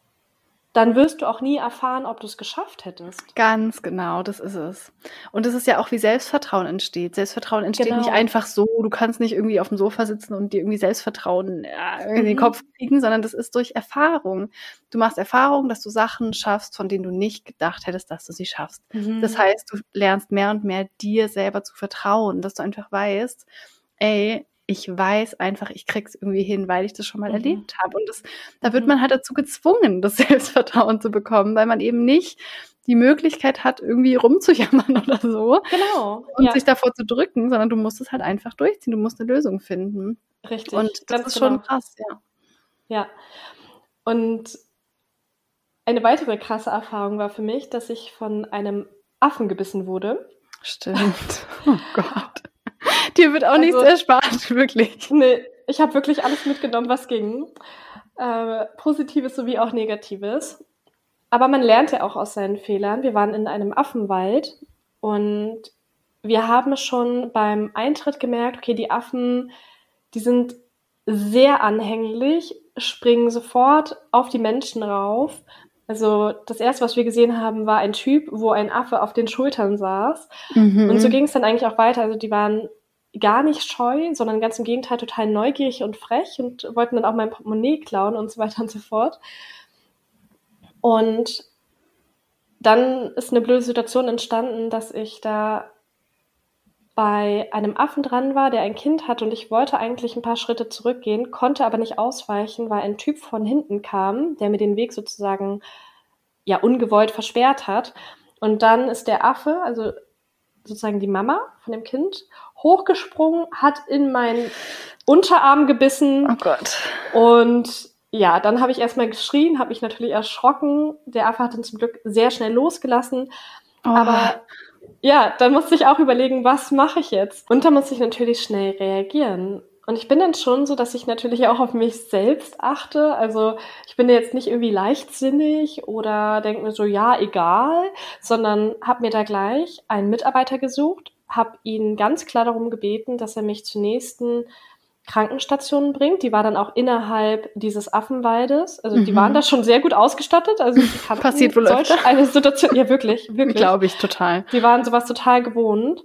dann wirst du auch nie erfahren, ob du es geschafft hättest. Ganz genau, das ist es. Und es ist ja auch, wie Selbstvertrauen entsteht. Selbstvertrauen entsteht nicht einfach so, du kannst nicht irgendwie auf dem Sofa sitzen und dir irgendwie Selbstvertrauen in den Kopf kriegen, sondern das ist durch Erfahrung. Du machst Erfahrung, dass du Sachen schaffst, von denen du nicht gedacht hättest, dass du sie schaffst. Das heißt, du lernst mehr und mehr dir selber zu vertrauen, dass du einfach weißt, ey, ich weiß einfach, ich krieg's irgendwie hin, weil ich das schon mal erlebt habe. Und da wird man halt dazu gezwungen, das Selbstvertrauen zu bekommen, weil man eben nicht die Möglichkeit hat, irgendwie rumzujammern oder so. Genau. Und sich davor zu drücken, sondern du musst es halt einfach durchziehen. Du musst eine Lösung finden. Richtig. Und das ist schon krass, ja. Ja. Und eine weitere krasse Erfahrung war für mich, dass ich von einem Affen gebissen wurde. Stimmt. Oh Gott. Dir wird auch nichts erspart, wirklich. Nee, ich habe wirklich alles mitgenommen, was ging. Positives sowie auch Negatives. Aber man lernt ja auch aus seinen Fehlern. Wir waren in einem Affenwald und wir haben schon beim Eintritt gemerkt, okay, die Affen, die sind sehr anhänglich, springen sofort auf die Menschen rauf. Also das erste, was wir gesehen haben, war ein Typ, wo ein Affe auf den Schultern saß. Und so ging es dann eigentlich auch weiter. Also die waren gar nicht scheu, sondern ganz im Gegenteil total neugierig und frech und wollten dann auch mein Portemonnaie klauen und so weiter und so fort. Und dann ist eine blöde Situation entstanden, dass ich da bei einem Affen dran war, der ein Kind hat und ich wollte eigentlich ein paar Schritte zurückgehen, konnte aber nicht ausweichen, weil ein Typ von hinten kam, der mir den Weg sozusagen ja ungewollt versperrt hat. Und dann ist der Affe, also sozusagen die Mama von dem Kind, hochgesprungen, hat in meinen Unterarm gebissen. Oh Gott. Und ja, dann habe ich erstmal geschrien, habe mich natürlich erschrocken. Der Affe hat dann zum Glück sehr schnell losgelassen. Oh. Aber ja, dann musste ich auch überlegen, was mache ich jetzt? Und da musste ich natürlich schnell reagieren. Und ich bin dann schon so, dass ich natürlich auch auf mich selbst achte. Also ich bin jetzt nicht irgendwie leichtsinnig oder denke mir so, ja, egal, sondern habe mir da gleich einen Mitarbeiter gesucht, habe ihn ganz klar darum gebeten, dass er mich zur nächsten Krankenstation bringt. Die war dann auch innerhalb dieses Affenwaldes. Also die waren da schon sehr gut ausgestattet. Also die kannten Passiert wohl solch öfter. eine Situation. Ja, wirklich, wirklich. Glaube ich total. Die waren sowas total gewohnt.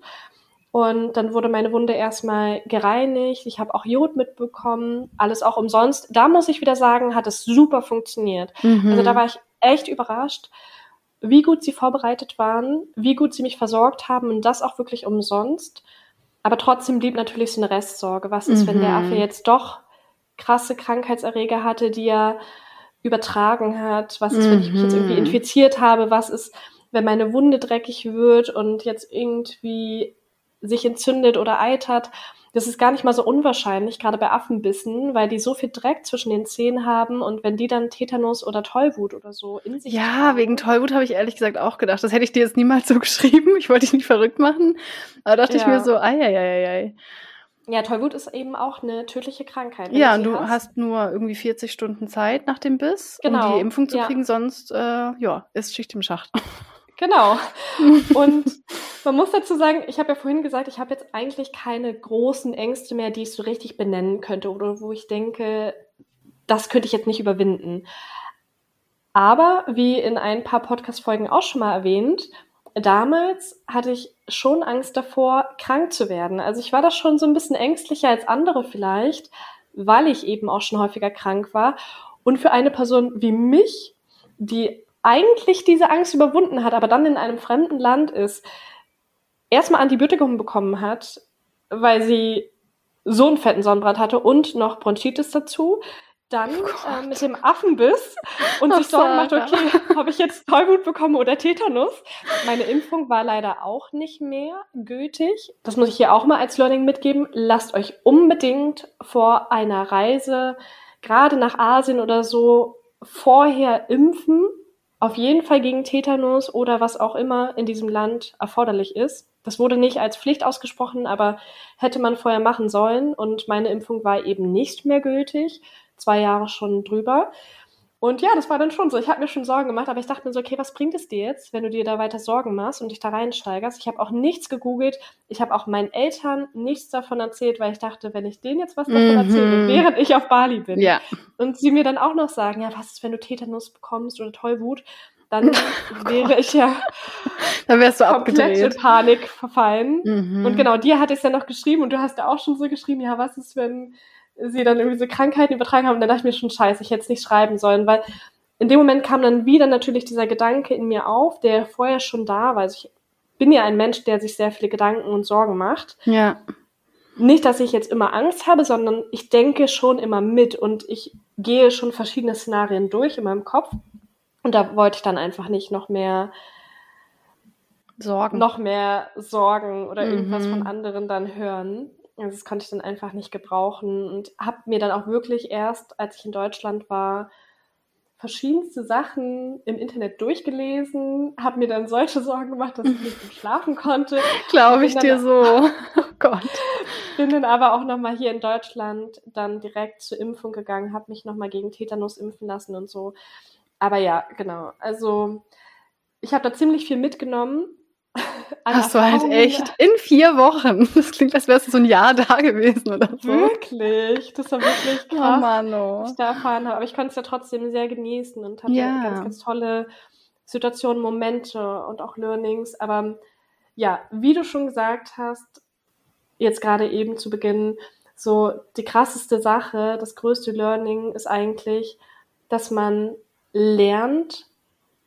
Und dann wurde meine Wunde erstmal gereinigt. Ich habe auch Jod mitbekommen. Alles auch umsonst. Da muss ich wieder sagen, hat es super funktioniert. Also da war ich echt überrascht, wie gut sie vorbereitet waren, wie gut sie mich versorgt haben und das auch wirklich umsonst. Aber trotzdem blieb natürlich so eine Restsorge. Was ist, wenn der Affe jetzt doch krasse Krankheitserreger hatte, die er übertragen hat? Was ist, wenn ich mich jetzt irgendwie infiziert habe? Was ist, wenn meine Wunde dreckig wird und jetzt irgendwie sich entzündet oder eitert? Das ist gar nicht mal so unwahrscheinlich, gerade bei Affenbissen, weil die so viel Dreck zwischen den Zähnen haben und wenn die dann Tetanus oder Tollwut oder so in sich Ja, tragen. wegen Tollwut habe ich ehrlich gesagt auch gedacht. Das hätte ich dir jetzt niemals so geschrieben. Ich wollte dich nicht verrückt machen. Aber dachte ich mir so, ei. Ja, Tollwut ist eben auch eine tödliche Krankheit. Ja, und du hast nur irgendwie 40 Stunden Zeit nach dem Biss, um Genau, die Impfung zu ja. kriegen, sonst ist Schicht im Schacht. Genau. Und man muss dazu sagen, ich habe ja vorhin gesagt, ich habe jetzt eigentlich keine großen Ängste mehr, die ich so richtig benennen könnte oder wo ich denke, das könnte ich jetzt nicht überwinden. Aber wie in ein paar Podcast-Folgen auch schon mal erwähnt, damals hatte ich schon Angst davor, krank zu werden. Also ich war da schon so ein bisschen ängstlicher als andere vielleicht, weil ich eben auch schon häufiger krank war. Und für eine Person wie mich, die eigentlich diese Angst überwunden hat, aber dann in einem fremden Land ist, erstmal Antibiotikum bekommen hat, weil sie so einen fetten Sonnenbrand hatte und noch Bronchitis dazu, dann mit dem Affenbiss und sich Sorgen macht, okay, habe ich jetzt Tollwut bekommen oder Tetanus? Meine Impfung war leider auch nicht mehr gültig. Das muss ich hier auch mal als Learning mitgeben. Lasst euch unbedingt vor einer Reise, gerade nach Asien oder so, vorher impfen. Auf jeden Fall gegen Tetanus oder was auch immer in diesem Land erforderlich ist. Das wurde nicht als Pflicht ausgesprochen, aber hätte man vorher machen sollen. Und meine Impfung war eben nicht mehr gültig. 2 Jahre schon drüber. Und ja, das war dann schon so. Ich habe mir schon Sorgen gemacht, aber ich dachte mir so, okay, was bringt es dir jetzt, wenn du dir da weiter Sorgen machst und dich da reinsteigerst? Ich habe auch nichts gegoogelt. Ich habe auch meinen Eltern nichts davon erzählt, weil ich dachte, wenn ich denen jetzt was davon erzähle, während ich auf Bali bin, Ja. und sie mir dann auch noch sagen, ja, was ist, wenn du Tetanus bekommst oder Tollwut, dann wäre ich ja Dann wärst du komplett abgedreht. in Panik verfallen. Und genau, dir hatte ich es ja noch geschrieben und du hast ja auch schon so geschrieben, ja, was ist, wenn sie dann irgendwie so Krankheiten übertragen haben? Und dann dachte ich mir schon, scheiße, ich hätte es nicht schreiben sollen, weil in dem Moment kam dann wieder natürlich dieser Gedanke in mir auf, der vorher schon da war. Also ich bin ja ein Mensch, der sich sehr viele Gedanken und Sorgen macht. Ja. Nicht, dass ich jetzt immer Angst habe, sondern ich denke schon immer mit und ich gehe schon verschiedene Szenarien durch in meinem Kopf. Und da wollte ich dann einfach nicht noch mehr Sorgen oder irgendwas von anderen dann hören. Also das konnte ich dann einfach nicht gebrauchen und habe mir dann auch wirklich erst, als ich in Deutschland war, verschiedenste Sachen im Internet durchgelesen, habe mir dann solche Sorgen gemacht, dass ich nicht gut schlafen konnte. Glaube ich dir so. Oh Gott. Bin dann aber auch nochmal hier in Deutschland dann direkt zur Impfung gegangen, habe mich nochmal gegen Tetanus impfen lassen und so. Aber ja, genau. Also ich habe da ziemlich viel mitgenommen. Hast du halt echt in 4 Wochen. Das klingt, als wärst du so ein Jahr da gewesen oder so. Wirklich? Das war wirklich krass, Oh Mann, oh. was ich da erfahren habe. Aber ich konnte es ja trotzdem sehr genießen und hatte Ja. ganz, ganz tolle Situationen, Momente und auch Learnings. Aber ja, wie du schon gesagt hast, jetzt gerade eben zu Beginn, so die krasseste Sache, das größte Learning ist eigentlich, dass man lernt,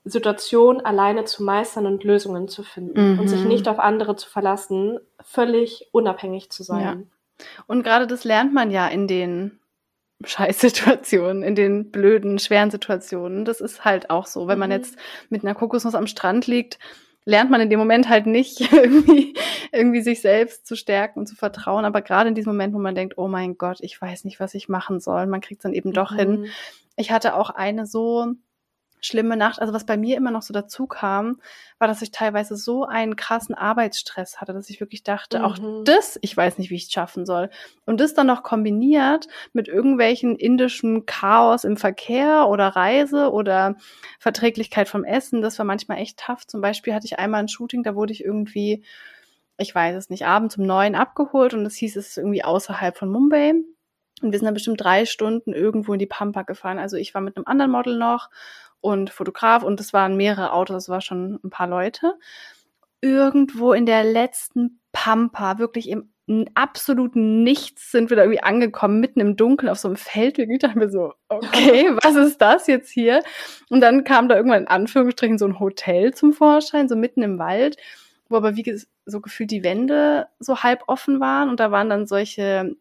Situation alleine zu meistern und Lösungen zu finden und sich nicht auf andere zu verlassen, völlig unabhängig zu sein. Ja. Und gerade das lernt man ja in den Scheißsituationen, in den blöden, schweren Situationen. Das ist halt auch so. Wenn man jetzt mit einer Kokosnuss am Strand liegt, lernt man in dem Moment halt nicht irgendwie sich selbst zu stärken und zu vertrauen. Aber gerade in diesem Moment, wo man denkt, oh mein Gott, ich weiß nicht, was ich machen soll, man kriegt es dann eben doch hin. Ich hatte auch eine so schlimme Nacht, also was bei mir immer noch so dazu kam, war, dass ich teilweise so einen krassen Arbeitsstress hatte, dass ich wirklich dachte, auch das, ich weiß nicht, wie ich es schaffen soll. Und das dann noch kombiniert mit irgendwelchen indischen Chaos im Verkehr oder Reise oder Verträglichkeit vom Essen, das war manchmal echt tough. Zum Beispiel hatte ich einmal ein Shooting, da wurde ich irgendwie, ich weiß es nicht, abends um 9 abgeholt und es hieß, es ist irgendwie außerhalb von Mumbai. Und wir sind dann bestimmt 3 Stunden irgendwo in die Pampa gefahren. Also ich war mit einem anderen Model noch und Fotograf und es waren mehrere Autos, es war schon ein paar Leute. Irgendwo in der letzten Pampa, wirklich im absoluten Nichts sind wir da irgendwie angekommen, mitten im Dunkeln auf so einem Feldweg. Ich dachte mir so, okay, was ist das jetzt hier? Und dann kam da irgendwann in Anführungsstrichen so ein Hotel zum Vorschein, so mitten im Wald, wo aber so gefühlt die Wände so halb offen waren und da waren dann solche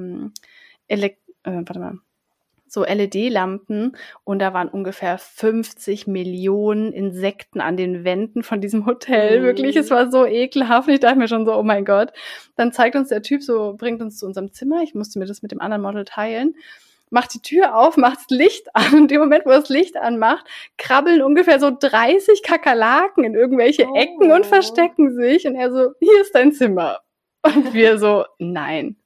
so LED-Lampen und da waren ungefähr 50 Millionen Insekten an den Wänden von diesem Hotel. Wirklich, es war so ekelhaft. Ich dachte mir schon so, oh mein Gott. Dann zeigt uns der Typ so, bringt uns zu unserem Zimmer. Ich musste mir das mit dem anderen Model teilen. Macht die Tür auf, macht das Licht an. Und in dem Moment, wo er das Licht anmacht, krabbeln ungefähr so 30 Kakerlaken in irgendwelche Ecken und verstecken sich. Und er so, hier ist dein Zimmer. Und wir so, nein.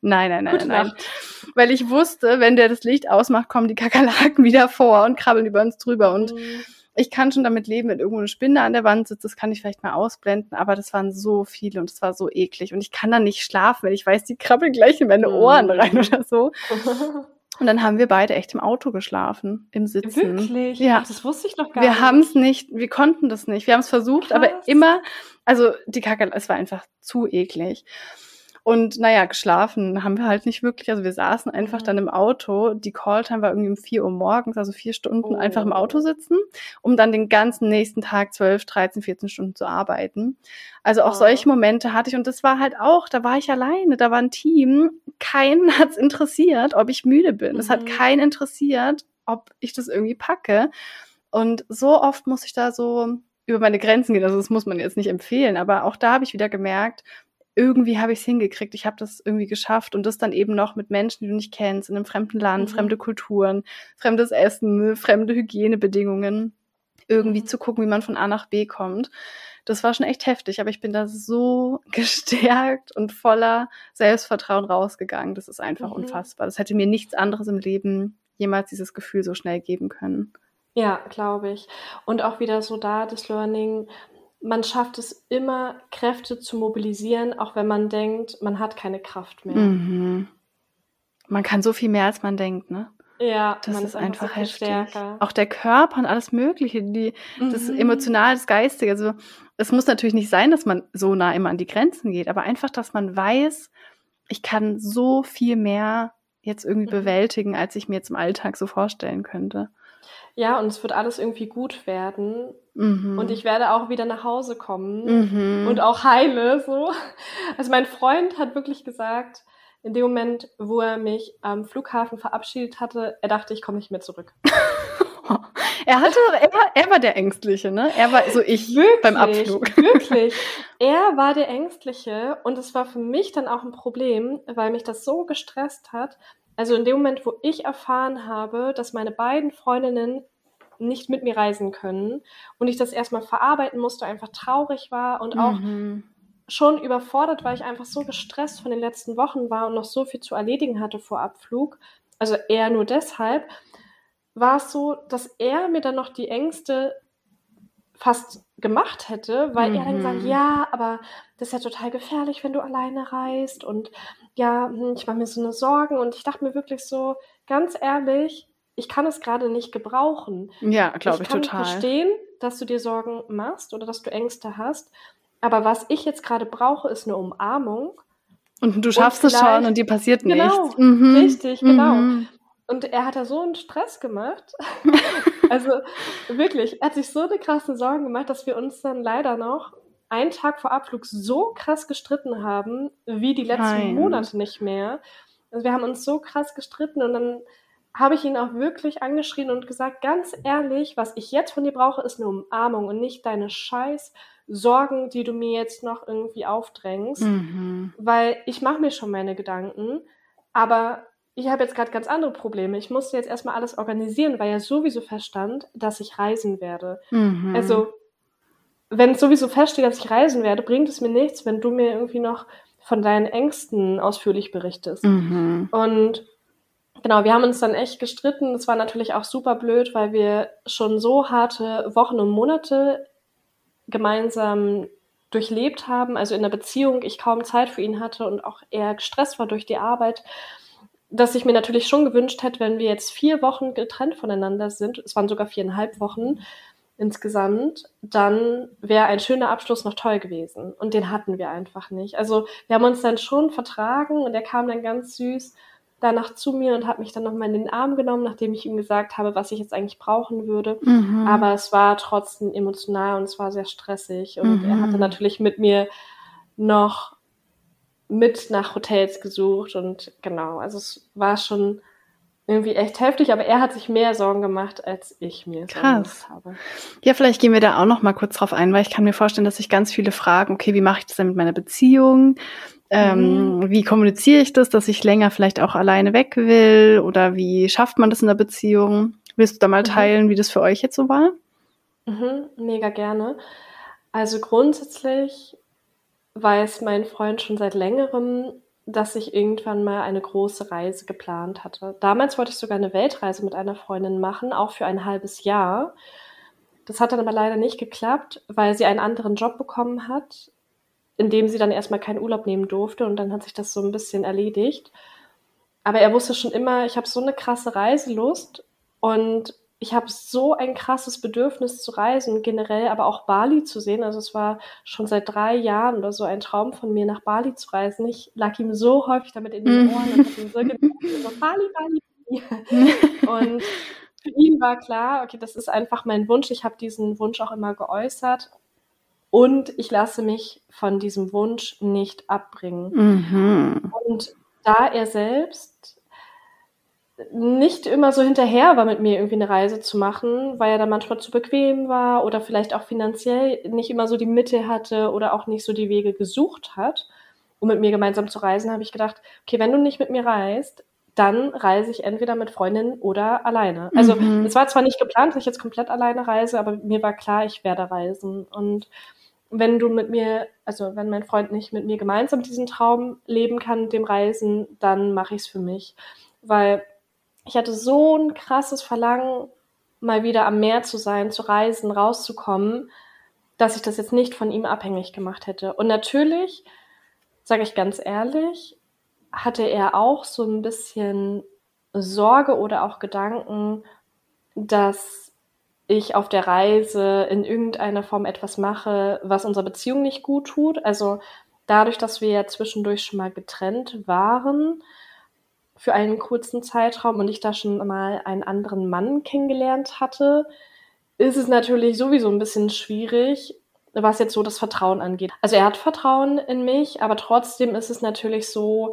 Weil ich wusste, wenn der das Licht ausmacht, kommen die Kakerlaken wieder vor und krabbeln über uns drüber. Und ich kann schon damit leben, wenn irgendwo eine Spinne an der Wand sitzt, das kann ich vielleicht mal ausblenden, aber das waren so viele und es war so eklig. Und ich kann dann nicht schlafen, wenn ich weiß, die krabbeln gleich in meine Ohren rein oder so. Und dann haben wir beide echt im Auto geschlafen, im Sitzen. Wirklich? Ja. Ach, das wusste ich noch gar nicht. Wir haben es nicht, wir konnten das nicht. Wir haben es versucht, aber immer, also die Kakerlaken, es war einfach zu eklig. Und naja, geschlafen haben wir halt nicht wirklich. Also wir saßen einfach dann im Auto. Die Calltime war irgendwie um 4 Uhr morgens, also 4 Stunden einfach im Auto sitzen, um dann den ganzen nächsten Tag 12, 13, 14 Stunden zu arbeiten. Also auch solche Momente hatte ich. Und das war halt auch, da war ich alleine, da war ein Team. Keinen hat's interessiert, ob ich müde bin. Es hat keinen interessiert, ob ich das irgendwie packe. Und so oft muss ich da so über meine Grenzen gehen. Also das muss man jetzt nicht empfehlen. Aber auch da habe ich wieder gemerkt, irgendwie habe ich es hingekriegt, ich habe das irgendwie geschafft und das dann eben noch mit Menschen, die du nicht kennst, in einem fremden Land, fremde Kulturen, fremdes Essen, fremde Hygienebedingungen, irgendwie zu gucken, wie man von A nach B kommt. Das war schon echt heftig, aber ich bin da so gestärkt und voller Selbstvertrauen rausgegangen. Das ist einfach unfassbar. Das hätte mir nichts anderes im Leben jemals dieses Gefühl so schnell geben können. Ja, glaube ich. Und auch wieder so da das Learning, man schafft es immer, Kräfte zu mobilisieren, auch wenn man denkt, man hat keine Kraft mehr. Man kann so viel mehr, als man denkt, ne? Ja, das man ist einfach so heftig. Stärker. Auch der Körper und alles Mögliche, das Emotionale, das Geistige. Also es muss natürlich nicht sein, dass man so nah immer an die Grenzen geht, aber einfach, dass man weiß, ich kann so viel mehr jetzt irgendwie bewältigen, als ich mir jetzt im Alltag so vorstellen könnte. Ja, und es wird alles irgendwie gut werden. Und ich werde auch wieder nach Hause kommen und auch heile. So. Also mein Freund hat wirklich gesagt, in dem Moment, wo er mich am Flughafen verabschiedet hatte, er dachte, ich komme nicht mehr zurück. Er war der Ängstliche, ne? Er war so ich wirklich, beim Abflug. Wirklich. Er war der Ängstliche und es war für mich dann auch ein Problem, weil mich das so gestresst hat. Also in dem Moment, wo ich erfahren habe, dass meine beiden Freundinnen nicht mit mir reisen können und ich das erstmal verarbeiten musste, einfach traurig war und auch schon überfordert, weil ich einfach so gestresst von den letzten Wochen war und noch so viel zu erledigen hatte vor Abflug, also eher nur deshalb, war es so, dass er mir dann noch die Ängste fast gemacht hätte, weil er dann gesagt, ja, aber das ist ja total gefährlich, wenn du alleine reist und ja, ich mache mir so eine Sorgen und ich dachte mir wirklich so, ganz ehrlich, ich kann es gerade nicht gebrauchen. Ja, glaube ich total. Ich kann verstehen, dass du dir Sorgen machst oder dass du Ängste hast, aber was ich jetzt gerade brauche, ist eine Umarmung. Und du schaffst es schon und dir passiert nichts. Richtig, genau. Und er hat da so einen Stress gemacht. Also wirklich, er hat sich so eine krasse Sorgen gemacht, dass wir uns dann leider noch einen Tag vor Abflug so krass gestritten haben, wie die letzten Nein. Monate nicht mehr. Also wir haben uns so krass gestritten und dann habe ich ihn auch wirklich angeschrien und gesagt, ganz ehrlich, was ich jetzt von dir brauche, ist eine Umarmung und nicht deine scheiß Sorgen, die du mir jetzt noch irgendwie aufdrängst, weil ich mache mir schon meine Gedanken, aber ich habe jetzt gerade ganz andere Probleme. Ich musste jetzt erstmal alles organisieren, weil ja sowieso feststand, dass ich reisen werde. Also wenn es sowieso feststeht, dass ich reisen werde, bringt es mir nichts, wenn du mir irgendwie noch von deinen Ängsten ausführlich berichtest. Und genau, wir haben uns dann echt gestritten. Das war natürlich auch super blöd, weil wir schon so harte Wochen und Monate gemeinsam durchlebt haben, also in der Beziehung ich kaum Zeit für ihn hatte und auch er gestresst war durch die Arbeit, dass ich mir natürlich schon gewünscht hätte, wenn wir jetzt 4 Wochen getrennt voneinander sind, es waren sogar 4,5 Wochen insgesamt, dann wäre ein schöner Abschluss noch toll gewesen. Und den hatten wir einfach nicht. Also wir haben uns dann schon vertragen und er kam dann ganz süß danach zu mir und hat mich dann nochmal in den Arm genommen, nachdem ich ihm gesagt habe, was ich jetzt eigentlich brauchen würde. Aber es war trotzdem emotional und es war sehr stressig. Und er hatte natürlich mit mir noch mit nach Hotels gesucht und genau, also es war schon irgendwie echt heftig, aber er hat sich mehr Sorgen gemacht, als ich mir Sorgen gemacht habe. Ja, vielleicht gehen wir da auch noch mal kurz drauf ein, weil ich kann mir vorstellen, dass sich ganz viele fragen, okay, wie mache ich das denn mit meiner Beziehung? Wie kommuniziere ich das, dass ich länger vielleicht auch alleine weg will? Oder wie schafft man das in der Beziehung? Willst du da mal teilen, wie das für euch jetzt so war? Mega gerne. Also grundsätzlich weiß mein Freund schon seit längerem, dass ich irgendwann mal eine große Reise geplant hatte. Damals wollte ich sogar eine Weltreise mit einer Freundin machen, auch für ein halbes Jahr. Das hat dann aber leider nicht geklappt, weil sie einen anderen Job bekommen hat, in dem sie dann erstmal keinen Urlaub nehmen durfte und dann hat sich das so ein bisschen erledigt. Aber er wusste schon immer, ich habe so eine krasse Reiselust und ich habe so ein krasses Bedürfnis zu reisen, generell aber auch Bali zu sehen. Also es war schon seit 3 Jahren oder so ein Traum von mir, nach Bali zu reisen. Ich lag ihm so häufig damit in den Ohren und habe ihm so gedacht, so Bali, Bali, Bali. Und für ihn war klar, okay, das ist einfach mein Wunsch. Ich habe diesen Wunsch auch immer geäußert. Und ich lasse mich von diesem Wunsch nicht abbringen. Und da er selbst nicht immer so hinterher war, mit mir irgendwie eine Reise zu machen, weil er dann manchmal zu bequem war oder vielleicht auch finanziell nicht immer so die Mitte hatte oder auch nicht so die Wege gesucht hat, um mit mir gemeinsam zu reisen, habe ich gedacht, okay, wenn du nicht mit mir reist, dann reise ich entweder mit Freundinnen oder alleine. Also es war zwar nicht geplant, dass ich jetzt komplett alleine reise, aber mir war klar, ich werde reisen. Und wenn du mit mir, also wenn mein Freund nicht mit mir gemeinsam diesen Traum leben kann, dem Reisen, dann mache ich es für mich. Weil ich hatte so ein krasses Verlangen, mal wieder am Meer zu sein, zu reisen, rauszukommen, dass ich das jetzt nicht von ihm abhängig gemacht hätte. Und natürlich, sage ich ganz ehrlich, hatte er auch so ein bisschen Sorge oder auch Gedanken, dass ich auf der Reise in irgendeiner Form etwas mache, was unserer Beziehung nicht gut tut. Also dadurch, dass wir ja zwischendurch schon mal getrennt waren für einen kurzen Zeitraum und ich da schon mal einen anderen Mann kennengelernt hatte, ist es natürlich sowieso ein bisschen schwierig, was jetzt so das Vertrauen angeht. Also er hat Vertrauen in mich, aber trotzdem ist es natürlich so,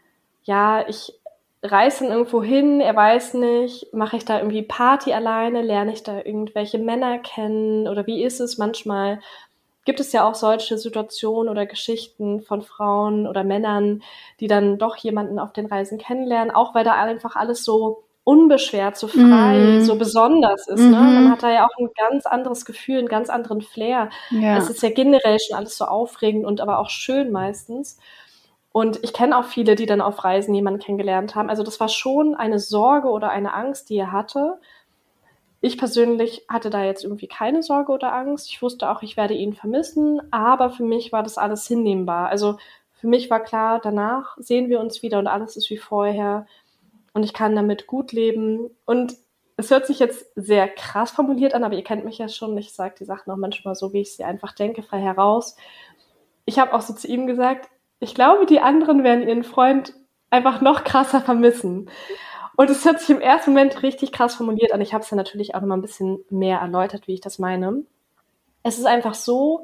ja, ich reise dann irgendwo hin, er weiß nicht, mache ich da irgendwie Party alleine, lerne ich da irgendwelche Männer kennen oder wie ist es? Manchmal gibt es ja auch solche Situationen oder Geschichten von Frauen oder Männern, die dann doch jemanden auf den Reisen kennenlernen, auch weil da einfach alles so unbeschwert, so frei, so besonders ist. Ne? Man hat da ja auch ein ganz anderes Gefühl, einen ganz anderen Flair. Ja. Es ist ja generell schon alles so aufregend und aber auch schön meistens. Und ich kenne auch viele, die dann auf Reisen jemanden kennengelernt haben. Also das war schon eine Sorge oder eine Angst, die er hatte. Ich persönlich hatte da jetzt irgendwie keine Sorge oder Angst. Ich wusste auch, ich werde ihn vermissen, aber für mich war das alles hinnehmbar. Also für mich war klar, danach sehen wir uns wieder und alles ist wie vorher und ich kann damit gut leben. Und es hört sich jetzt sehr krass formuliert an, aber ihr kennt mich ja schon. Ich sage die Sachen auch manchmal so, wie ich sie einfach denke, frei heraus. Ich habe auch so zu ihm gesagt, ich glaube, die anderen werden ihren Freund einfach noch krasser vermissen. Und es hat sich im ersten Moment richtig krass formuliert an. Ich habe es dann natürlich auch noch mal ein bisschen mehr erläutert, wie ich das meine. Es ist einfach so,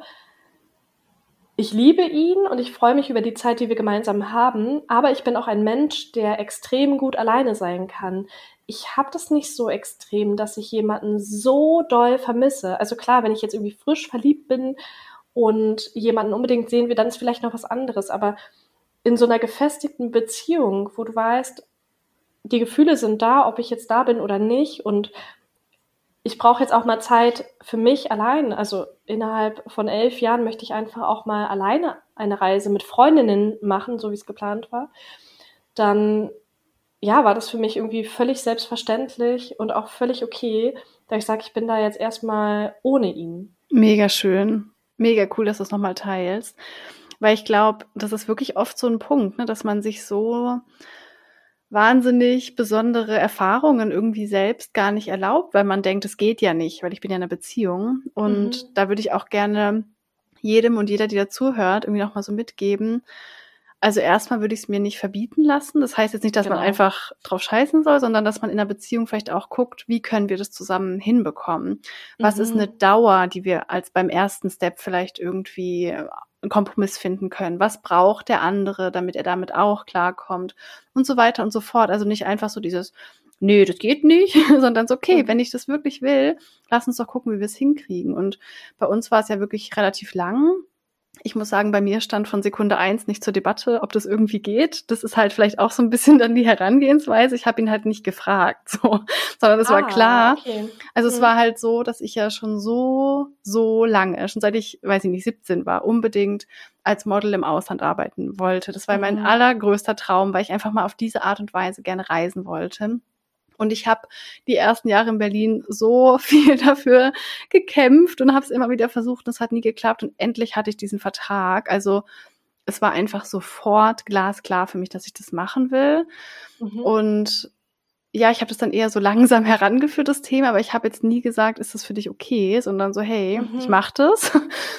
ich liebe ihn und ich freue mich über die Zeit, die wir gemeinsam haben, aber ich bin auch ein Mensch, der extrem gut alleine sein kann. Ich habe das nicht so extrem, dass ich jemanden so doll vermisse. Also klar, wenn ich jetzt irgendwie frisch verliebt bin und jemanden unbedingt sehen will, dann ist vielleicht noch was anderes. Aber in so einer gefestigten Beziehung, wo du weißt, die Gefühle sind da, ob ich jetzt da bin oder nicht, und ich brauche jetzt auch mal Zeit für mich allein. Also innerhalb von 11 Jahren möchte ich einfach auch mal alleine eine Reise mit Freundinnen machen, so wie es geplant war. Dann, ja, war das für mich irgendwie völlig selbstverständlich und auch völlig okay, da ich sage, ich bin da jetzt erstmal ohne ihn. Mega schön. Mega cool, dass du es nochmal teilst. Weil ich glaube, das ist wirklich oft so ein Punkt, ne, dass man sich so wahnsinnig besondere Erfahrungen irgendwie selbst gar nicht erlaubt, weil man denkt, es geht ja nicht, weil ich bin ja in einer Beziehung. Und da würde ich auch gerne jedem und jeder, die dazuhört, irgendwie noch mal so mitgeben. Also erstmal würde ich es mir nicht verbieten lassen. Das heißt jetzt nicht, dass man einfach drauf scheißen soll, sondern dass man in einer Beziehung vielleicht auch guckt, wie können wir das zusammen hinbekommen? Was ist eine Dauer, die wir als beim ersten Step vielleicht irgendwie einen Kompromiss finden können? Was braucht der andere, damit er damit auch klarkommt? Und so weiter und so fort. Also nicht einfach so dieses, nee, das geht nicht, sondern so, okay, wenn ich das wirklich will, lass uns doch gucken, wie wir es hinkriegen. Und bei uns war es ja wirklich relativ lang. Ich muss sagen, bei mir stand von Sekunde 1 nicht zur Debatte, ob das irgendwie geht. Das ist halt vielleicht auch so ein bisschen dann die Herangehensweise. Ich habe ihn halt nicht gefragt, so, sondern es war klar. Okay. Also es war halt so, dass ich ja schon so lange, schon seit ich, weiß ich nicht, 17 war, unbedingt als Model im Ausland arbeiten wollte. Das war mein allergrößter Traum, weil ich einfach mal auf diese Art und Weise gerne reisen wollte. Und ich habe die ersten Jahre in Berlin so viel dafür gekämpft und habe es immer wieder versucht. Und es hat nie geklappt. Und endlich hatte ich diesen Vertrag. Also es war einfach sofort glasklar für mich, dass ich das machen will. Und ja, ich habe das dann eher so langsam herangeführt, das Thema. Aber ich habe jetzt nie gesagt, ist das für dich okay? Sondern so, hey, ich mache das.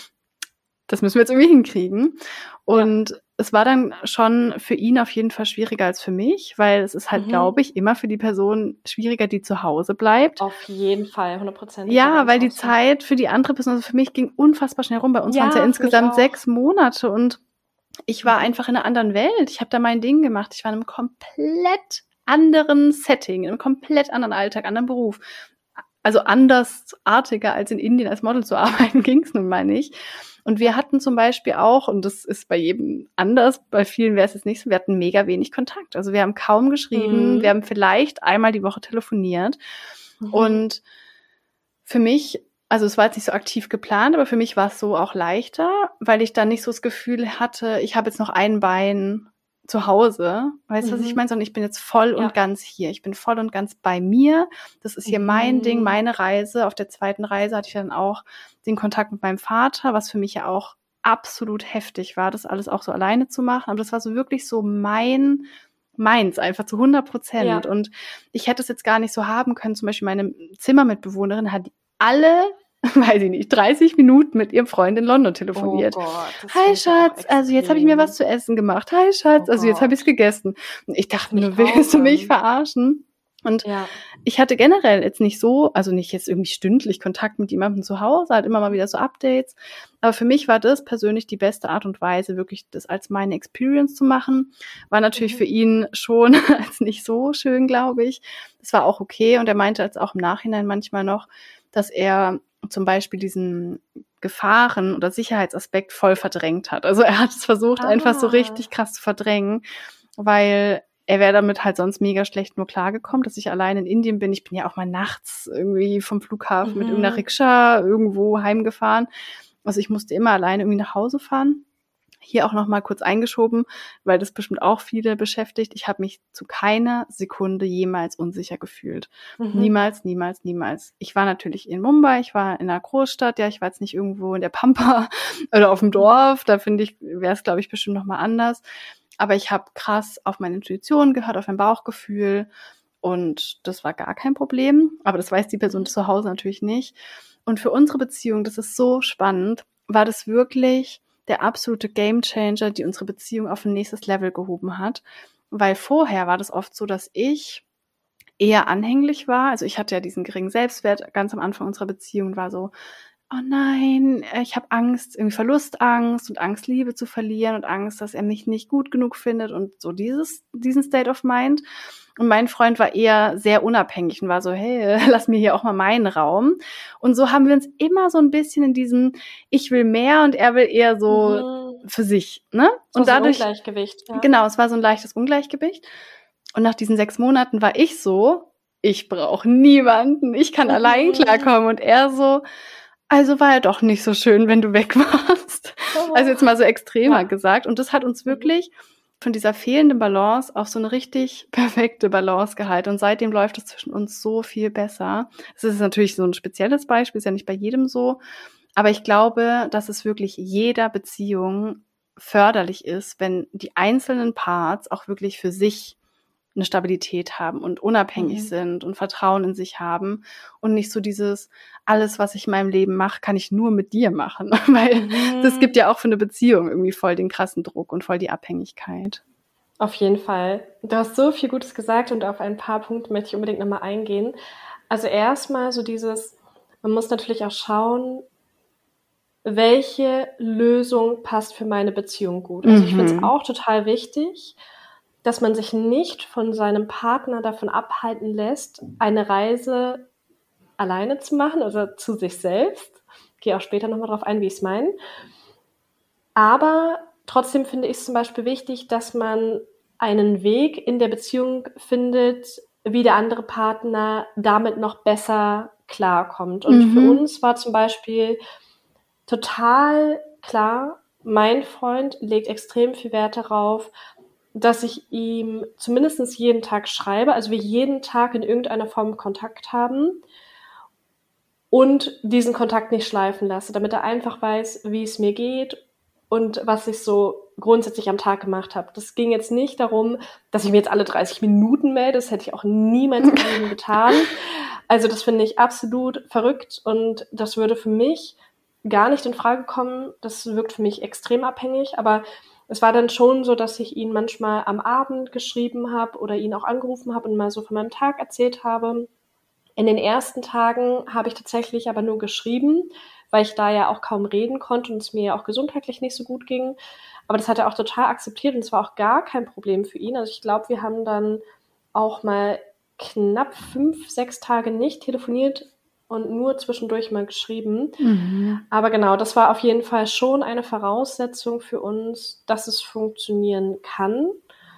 Das müssen wir jetzt irgendwie hinkriegen. Und es war dann schon für ihn auf jeden Fall schwieriger als für mich, weil es ist halt, glaube ich, immer für die Person schwieriger, die zu Hause bleibt. Auf jeden Fall, 100%. Ja, weil die Zeit für die andere Person, also für mich, ging unfassbar schnell rum. Bei uns waren es ja insgesamt 6 Monate und ich war einfach in einer anderen Welt. Ich habe da mein Ding gemacht. Ich war in einem komplett anderen Setting, in einem komplett anderen Alltag, anderen Beruf. Also andersartiger als in Indien als Model zu arbeiten, ging es nun mal nicht. Und wir hatten zum Beispiel auch, und das ist bei jedem anders, bei vielen wäre es jetzt nicht so, wir hatten mega wenig Kontakt. Also wir haben kaum geschrieben, wir haben vielleicht einmal die Woche telefoniert. Und für mich, also es war jetzt nicht so aktiv geplant, aber für mich war es so auch leichter, weil ich dann nicht so das Gefühl hatte, ich habe jetzt noch ein Bein zu Hause, weißt du, was ich meine? Sondern ich bin jetzt voll und ganz hier. Ich bin voll und ganz bei mir. Das ist hier mein Ding, meine Reise. Auf der zweiten Reise hatte ich dann auch den Kontakt mit meinem Vater, was für mich ja auch absolut heftig war, das alles auch so alleine zu machen. Aber das war so wirklich so meins, einfach zu 100%. Ja. Und ich hätte es jetzt gar nicht so haben können. Zum Beispiel meine Zimmermitbewohnerin hat alle, weiß ich nicht, 30 Minuten mit ihrem Freund in London telefoniert. Oh Gott, hi Schatz, also jetzt habe ich mir was zu essen gemacht. Hi Schatz, also jetzt habe ich es gegessen. Und ich dachte nur, willst du mich verarschen? Und ich hatte generell jetzt nicht so, also nicht jetzt irgendwie stündlich Kontakt mit jemandem zu Hause, halt immer mal wieder so Updates. Aber für mich war das persönlich die beste Art und Weise, wirklich das als meine Experience zu machen. War natürlich für ihn schon als nicht so schön, glaube ich. Das war auch okay. Und er meinte jetzt auch im Nachhinein manchmal noch, dass er zum Beispiel diesen Gefahren- oder Sicherheitsaspekt voll verdrängt hat. Also er hat es versucht, einfach so richtig krass zu verdrängen, weil er wäre damit halt sonst mega schlecht nur klargekommen, dass ich allein in Indien bin. Ich bin ja auch mal nachts irgendwie vom Flughafen mit irgendeiner Rikscha irgendwo heimgefahren. Also ich musste immer alleine irgendwie nach Hause fahren. Hier auch noch mal kurz eingeschoben, weil das bestimmt auch viele beschäftigt. Ich habe mich zu keiner Sekunde jemals unsicher gefühlt. Niemals, niemals, niemals. Ich war natürlich in Mumbai, ich war in einer Großstadt, ja, ich war jetzt nicht irgendwo in der Pampa oder auf dem Dorf. Da finde ich, wäre es, glaube ich, bestimmt noch mal anders. Aber ich habe krass auf meine Intuition gehört, auf mein Bauchgefühl und das war gar kein Problem. Aber das weiß die Person zu Hause natürlich nicht. Und für unsere Beziehung, das ist so spannend, war das wirklich der absolute Gamechanger, die unsere Beziehung auf ein nächstes Level gehoben hat. Weil vorher war das oft so, dass ich eher anhänglich war. Also ich hatte ja diesen geringen Selbstwert ganz am Anfang unserer Beziehung, war so, oh nein, ich habe Angst, irgendwie Verlustangst und Angst, Liebe zu verlieren und Angst, dass er mich nicht gut genug findet und so diesen State of Mind. Und mein Freund war eher sehr unabhängig und war so, hey, lass mir hier auch mal meinen Raum. Und so haben wir uns immer so ein bisschen in diesem, ich will mehr und er will eher so für sich, ne? Und dadurch, so ein Ungleichgewicht, ja. Genau, es war so ein leichtes Ungleichgewicht. Und nach diesen 6 Monaten war ich so, ich brauche niemanden, ich kann allein klarkommen. Und er so, also war ja doch nicht so schön, wenn du weg warst. Also jetzt mal so extremer gesagt. Und das hat uns wirklich von dieser fehlenden Balance auf so eine richtig perfekte Balance gehalten. Und seitdem läuft es zwischen uns so viel besser. Es ist natürlich so ein spezielles Beispiel, ist ja nicht bei jedem so. Aber ich glaube, dass es wirklich jeder Beziehung förderlich ist, wenn die einzelnen Parts auch wirklich für sich eine Stabilität haben und unabhängig sind und Vertrauen in sich haben und nicht so dieses, alles, was ich in meinem Leben mache, kann ich nur mit dir machen. Weil das gibt ja auch für eine Beziehung irgendwie voll den krassen Druck und voll die Abhängigkeit. Auf jeden Fall. Du hast so viel Gutes gesagt und auf ein paar Punkte möchte ich unbedingt nochmal eingehen. Also erstmal so dieses, man muss natürlich auch schauen, welche Lösung passt für meine Beziehung gut. Also ich finde es auch total wichtig, dass man sich nicht von seinem Partner davon abhalten lässt, eine Reise alleine zu machen, also zu sich selbst. Ich gehe auch später nochmal drauf ein, wie ich es meine. Aber trotzdem finde ich es zum Beispiel wichtig, dass man einen Weg in der Beziehung findet, wie der andere Partner damit noch besser klarkommt. Und für uns war zum Beispiel total klar, mein Freund legt extrem viel Wert darauf, dass ich ihm zumindest jeden Tag schreibe, also wir jeden Tag in irgendeiner Form Kontakt haben und diesen Kontakt nicht schleifen lasse, damit er einfach weiß, wie es mir geht und was ich so grundsätzlich am Tag gemacht habe. Das ging jetzt nicht darum, dass ich mir jetzt alle 30 Minuten melde, das hätte ich auch niemals im Leben getan. Also das finde ich absolut verrückt und das würde für mich gar nicht in Frage kommen. Das wirkt für mich extrem abhängig, aber es war dann schon so, dass ich ihn manchmal am Abend geschrieben habe oder ihn auch angerufen habe und mal so von meinem Tag erzählt habe. In den ersten Tagen habe ich tatsächlich aber nur geschrieben, weil ich da ja auch kaum reden konnte und es mir ja auch gesundheitlich nicht so gut ging. Aber das hat er auch total akzeptiert und es war auch gar kein Problem für ihn. Also ich glaube, wir haben dann auch mal knapp 5, 6 Tage nicht telefoniert und nur zwischendurch mal geschrieben. Aber genau, das war auf jeden Fall schon eine Voraussetzung für uns, dass es funktionieren kann.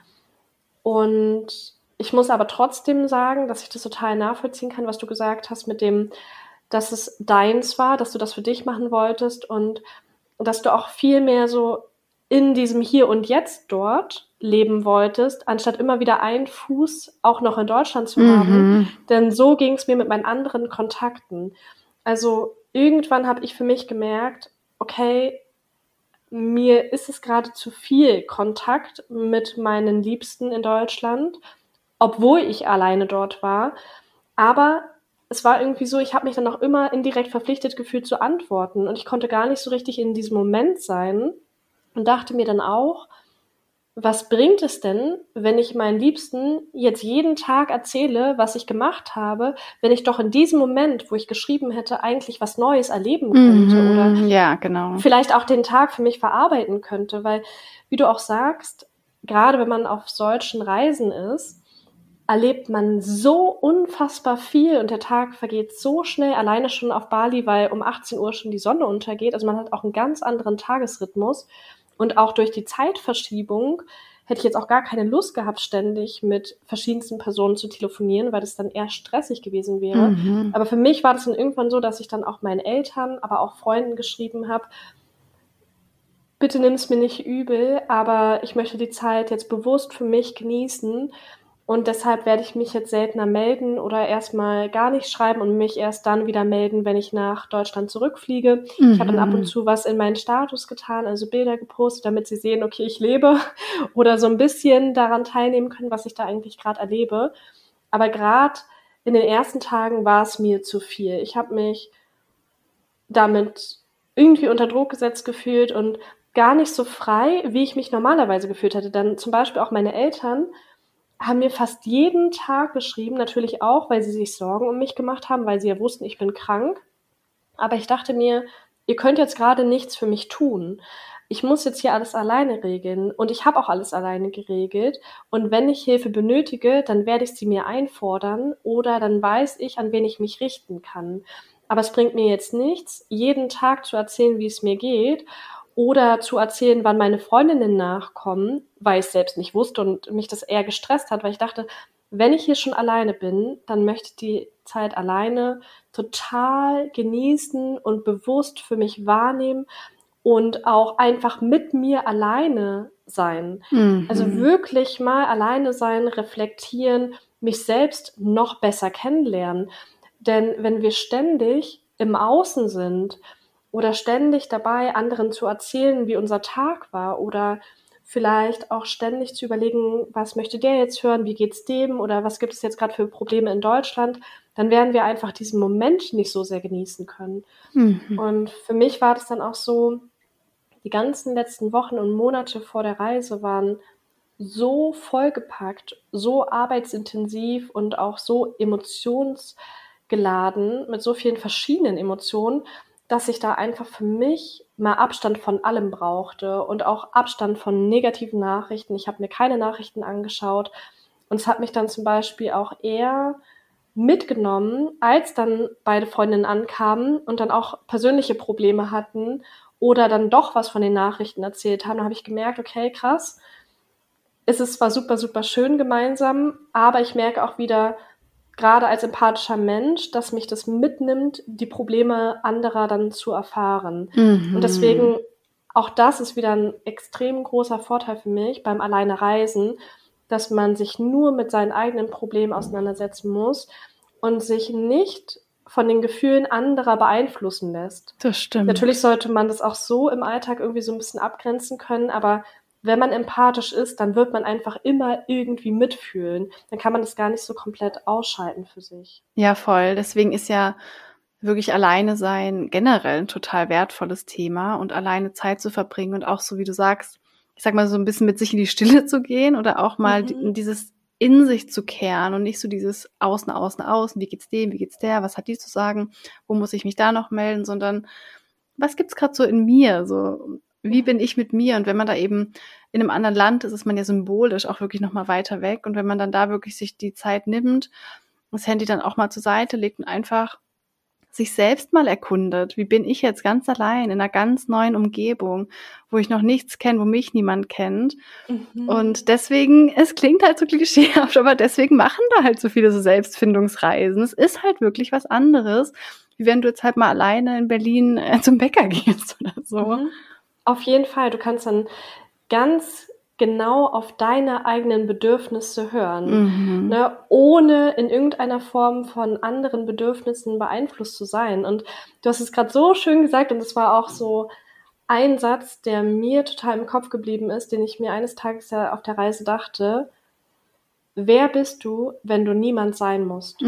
Und ich muss aber trotzdem sagen, dass ich das total nachvollziehen kann, was du gesagt hast mit dem, dass es deins war, dass du das für dich machen wolltest und dass du auch viel mehr so in diesem Hier und Jetzt dort leben wolltest, anstatt immer wieder einen Fuß auch noch in Deutschland zu haben. Denn so ging es mir mit meinen anderen Kontakten. Also irgendwann habe ich für mich gemerkt, okay, mir ist es gerade zu viel Kontakt mit meinen Liebsten in Deutschland, obwohl ich alleine dort war. Aber es war irgendwie so, ich habe mich dann auch immer indirekt verpflichtet gefühlt zu antworten und ich konnte gar nicht so richtig in diesem Moment sein und dachte mir dann auch, was bringt es denn, wenn ich meinen Liebsten jetzt jeden Tag erzähle, was ich gemacht habe, wenn ich doch in diesem Moment, wo ich geschrieben hätte, eigentlich was Neues erleben könnte oder Ja, genau. vielleicht auch den Tag für mich verarbeiten könnte, weil, wie du auch sagst, gerade wenn man auf solchen Reisen ist, erlebt man so unfassbar viel und der Tag vergeht so schnell, alleine schon auf Bali, weil um 18 Uhr schon die Sonne untergeht. Also man hat auch einen ganz anderen Tagesrhythmus und auch durch die Zeitverschiebung hätte ich jetzt auch gar keine Lust gehabt, ständig mit verschiedensten Personen zu telefonieren, weil das dann eher stressig gewesen wäre. Aber für mich war das dann irgendwann so, dass ich dann auch meinen Eltern, aber auch Freunden geschrieben habe, bitte nimm es mir nicht übel, aber ich möchte die Zeit jetzt bewusst für mich genießen. Und deshalb werde ich mich jetzt seltener melden oder erstmal gar nicht schreiben und mich erst dann wieder melden, wenn ich nach Deutschland zurückfliege. Ich habe dann ab und zu was in meinen Status getan, also Bilder gepostet, damit sie sehen, okay, ich lebe oder so ein bisschen daran teilnehmen können, was ich da eigentlich gerade erlebe. Aber gerade in den ersten Tagen war es mir zu viel. Ich habe mich damit irgendwie unter Druck gesetzt gefühlt und gar nicht so frei, wie ich mich normalerweise gefühlt hätte. Dann zum Beispiel auch meine Eltern haben mir fast jeden Tag geschrieben, natürlich auch, weil sie sich Sorgen um mich gemacht haben, weil sie ja wussten, ich bin krank. Aber ich dachte mir, ihr könnt jetzt gerade nichts für mich tun. Ich muss jetzt hier alles alleine regeln und ich habe auch alles alleine geregelt. Und wenn ich Hilfe benötige, dann werde ich sie mir einfordern oder dann weiß ich, an wen ich mich richten kann. Aber es bringt mir jetzt nichts, jeden Tag zu erzählen, wie es mir geht oder zu erzählen, wann meine Freundinnen nachkommen, weil ich es selbst nicht wusste und mich das eher gestresst hat, weil ich dachte, wenn ich hier schon alleine bin, dann möchte ich die Zeit alleine total genießen und bewusst für mich wahrnehmen und auch einfach mit mir alleine sein. Also wirklich mal alleine sein, reflektieren, mich selbst noch besser kennenlernen. Denn wenn wir ständig im Außen sind oder ständig dabei, anderen zu erzählen, wie unser Tag war oder vielleicht auch ständig zu überlegen, was möchte der jetzt hören, wie geht's dem oder was gibt es jetzt gerade für Probleme in Deutschland, dann werden wir einfach diesen Moment nicht so sehr genießen können. Und für mich war das dann auch so, die ganzen letzten Wochen und Monate vor der Reise waren so vollgepackt, so arbeitsintensiv und auch so emotionsgeladen mit so vielen verschiedenen Emotionen, dass ich da einfach für mich mal Abstand von allem brauchte und auch Abstand von negativen Nachrichten. Ich habe mir keine Nachrichten angeschaut und es hat mich dann zum Beispiel auch eher mitgenommen, als dann beide Freundinnen ankamen und dann auch persönliche Probleme hatten oder dann doch was von den Nachrichten erzählt haben. Da habe ich gemerkt, okay, krass, es ist zwar super, super schön gemeinsam, aber ich merke auch wieder, gerade als empathischer Mensch, dass mich das mitnimmt, die Probleme anderer dann zu erfahren. Und deswegen, auch das ist wieder ein extrem großer Vorteil für mich beim Alleine Reisen, dass man sich nur mit seinen eigenen Problemen auseinandersetzen muss und sich nicht von den Gefühlen anderer beeinflussen lässt. Das stimmt. Natürlich sollte man das auch so im Alltag irgendwie so ein bisschen abgrenzen können, aber wenn man empathisch ist, dann wird man einfach immer irgendwie mitfühlen. Dann kann man das gar nicht so komplett ausschalten für sich. Ja, voll. Deswegen ist ja wirklich alleine sein generell ein total wertvolles Thema und alleine Zeit zu verbringen und auch so, wie du sagst, ich sag mal, so ein bisschen mit sich in die Stille zu gehen oder auch mal dieses in sich zu kehren und nicht so dieses Außen, Außen, Außen, wie geht's dem, wie geht's der, was hat die zu sagen, wo muss ich mich da noch melden, sondern was gibt's gerade so in mir, so wie bin ich mit mir? Und wenn man da eben in einem anderen Land ist, ist man ja symbolisch auch wirklich noch mal weiter weg. Und wenn man dann da wirklich sich die Zeit nimmt, das Handy dann auch mal zur Seite legt und einfach sich selbst mal erkundet. Wie bin ich jetzt ganz allein in einer ganz neuen Umgebung, wo ich noch nichts kenne, wo mich niemand kennt? Und deswegen, es klingt halt so klischeehaft, aber deswegen machen da halt so viele so Selbstfindungsreisen. Es ist halt wirklich was anderes, wie wenn du jetzt halt mal alleine in Berlin zum Bäcker gehst oder so. Auf jeden Fall. Du kannst dann ganz genau auf deine eigenen Bedürfnisse hören, ne, ohne in irgendeiner Form von anderen Bedürfnissen beeinflusst zu sein. Und du hast es gerade so schön gesagt und es war auch so ein Satz, der mir total im Kopf geblieben ist, den ich mir eines Tages ja auf der Reise dachte. Wer bist du, wenn du niemand sein musst?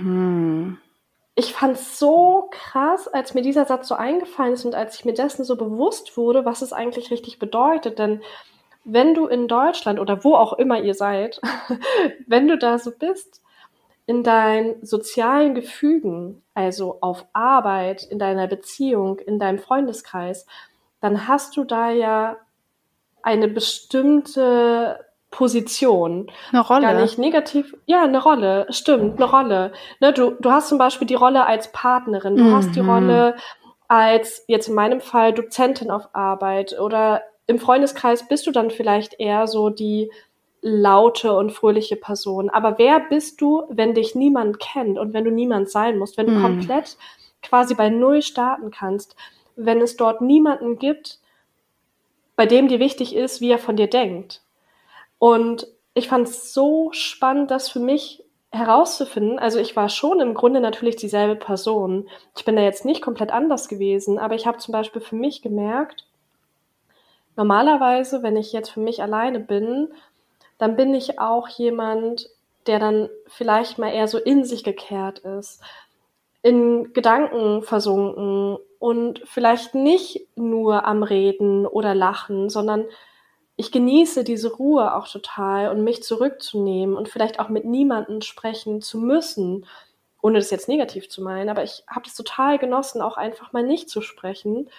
Ich fand's so krass, als mir dieser Satz so eingefallen ist und als ich mir dessen so bewusst wurde, was es eigentlich richtig bedeutet. Denn wenn du in Deutschland oder wo auch immer ihr seid, wenn du da so bist, in deinen sozialen Gefügen, also auf Arbeit, in deiner Beziehung, in deinem Freundeskreis, dann hast du da ja eine bestimmte Position. Eine Rolle. Gar nicht negativ. Ja, eine Rolle. Stimmt, eine Rolle. Ne, du hast zum Beispiel die Rolle als Partnerin. Du hast die Rolle als, jetzt in meinem Fall, Dozentin auf Arbeit. Oder im Freundeskreis bist du dann vielleicht eher so die laute und fröhliche Person. Aber wer bist du, wenn dich niemand kennt und wenn du niemand sein musst? Wenn du komplett quasi bei Null starten kannst? Wenn es dort niemanden gibt, bei dem dir wichtig ist, wie er von dir denkt. Und ich fand es so spannend, das für mich herauszufinden. Also ich war schon im Grunde natürlich dieselbe Person. Ich bin da jetzt nicht komplett anders gewesen, aber ich habe zum Beispiel für mich gemerkt, normalerweise, wenn ich jetzt für mich alleine bin, dann bin ich auch jemand, der dann vielleicht mal eher so in sich gekehrt ist, in Gedanken versunken und vielleicht nicht nur am Reden oder Lachen, sondern ich genieße diese Ruhe auch total und mich zurückzunehmen und vielleicht auch mit niemandem sprechen zu müssen, ohne das jetzt negativ zu meinen, aber ich habe das total genossen, auch einfach mal nicht zu sprechen.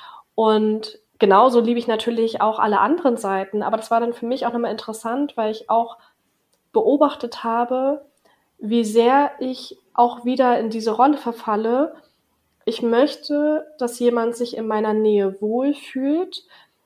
Und genauso liebe ich natürlich auch alle anderen Seiten, aber das war dann für mich auch nochmal interessant, weil ich auch beobachtet habe, wie sehr ich auch wieder in diese Rolle verfalle. Ich möchte, dass jemand sich in meiner Nähe wohlfühlt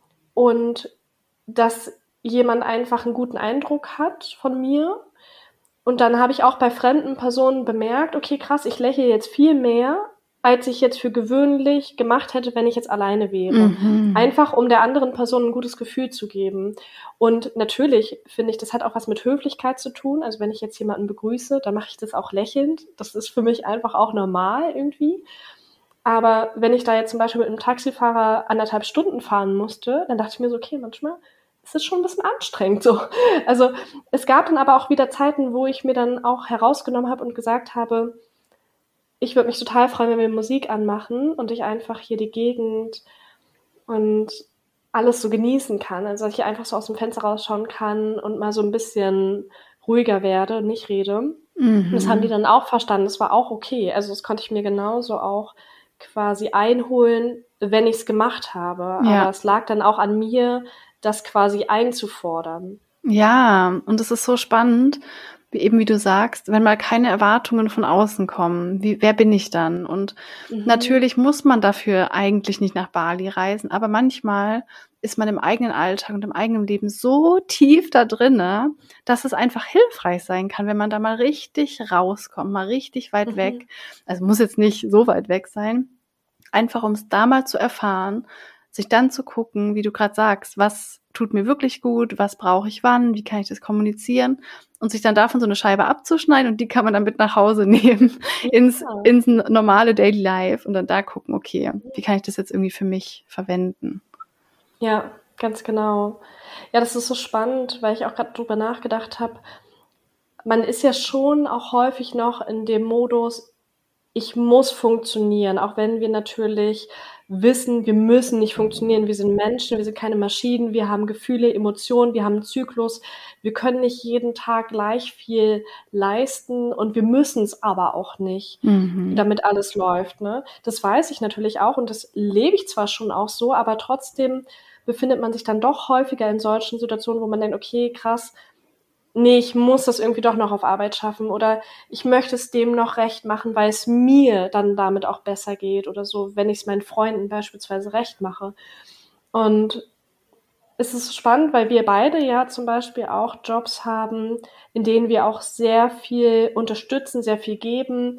und dass jemand einfach einen guten Eindruck hat von mir. Und dann habe ich auch bei fremden Personen bemerkt, okay, krass, ich lächle jetzt viel mehr, als ich jetzt für gewöhnlich gemacht hätte, wenn ich jetzt alleine wäre. Einfach, um der anderen Person ein gutes Gefühl zu geben. Und natürlich finde ich, das hat auch was mit Höflichkeit zu tun. Also wenn ich jetzt jemanden begrüße, dann mache ich das auch lächelnd. Das ist für mich einfach auch normal irgendwie. Aber wenn ich da jetzt zum Beispiel mit einem Taxifahrer 1,5 Stunden fahren musste, dann dachte ich mir so, okay, manchmal ist es schon ein bisschen anstrengend so. Also es gab dann aber auch wieder Zeiten, wo ich mir dann auch herausgenommen habe und gesagt habe, ich würde mich total freuen, wenn wir Musik anmachen und ich einfach hier die Gegend und alles so genießen kann. Also dass ich einfach so aus dem Fenster rausschauen kann und mal so ein bisschen ruhiger werde und nicht rede. Das haben die dann auch verstanden. Das war auch okay. Also das konnte ich mir genauso auch quasi einholen, wenn ich es gemacht habe. Ja. Aber es lag dann auch an mir, das quasi einzufordern. Ja, und es ist so spannend, wie du sagst, wenn mal keine Erwartungen von außen kommen, wer bin ich dann? Und natürlich muss man dafür eigentlich nicht nach Bali reisen, aber manchmal ist man im eigenen Alltag und im eigenen Leben so tief da drinne, dass es einfach hilfreich sein kann, wenn man da mal richtig rauskommt, mal richtig weit weg. Also muss jetzt nicht so weit weg sein, einfach um es da mal zu erfahren, sich dann zu gucken, wie du gerade sagst, was tut mir wirklich gut, was brauche ich wann, wie kann ich das kommunizieren und sich dann davon so eine Scheibe abzuschneiden und die kann man dann mit nach Hause nehmen ins normale Daily Life und dann da gucken, okay, wie kann ich das jetzt irgendwie für mich verwenden? Ja, ganz genau. Ja, das ist so spannend, weil ich auch gerade drüber nachgedacht habe. Man ist ja schon auch häufig noch in dem Modus, ich muss funktionieren, auch wenn wir natürlich wissen, wir müssen nicht funktionieren. Wir sind Menschen, wir sind keine Maschinen, wir haben Gefühle, Emotionen, wir haben einen Zyklus. Wir können nicht jeden Tag gleich viel leisten und wir müssen es aber auch nicht, damit alles läuft, ne? Das weiß ich natürlich auch und das lebe ich zwar schon auch so, aber trotzdem befindet man sich dann doch häufiger in solchen Situationen, wo man denkt, okay, krass, nee, ich muss das irgendwie doch noch auf Arbeit schaffen oder ich möchte es dem noch recht machen, weil es mir dann damit auch besser geht oder so, wenn ich es meinen Freunden beispielsweise recht mache. Und es ist spannend, weil wir beide ja zum Beispiel auch Jobs haben, in denen wir auch sehr viel unterstützen, sehr viel geben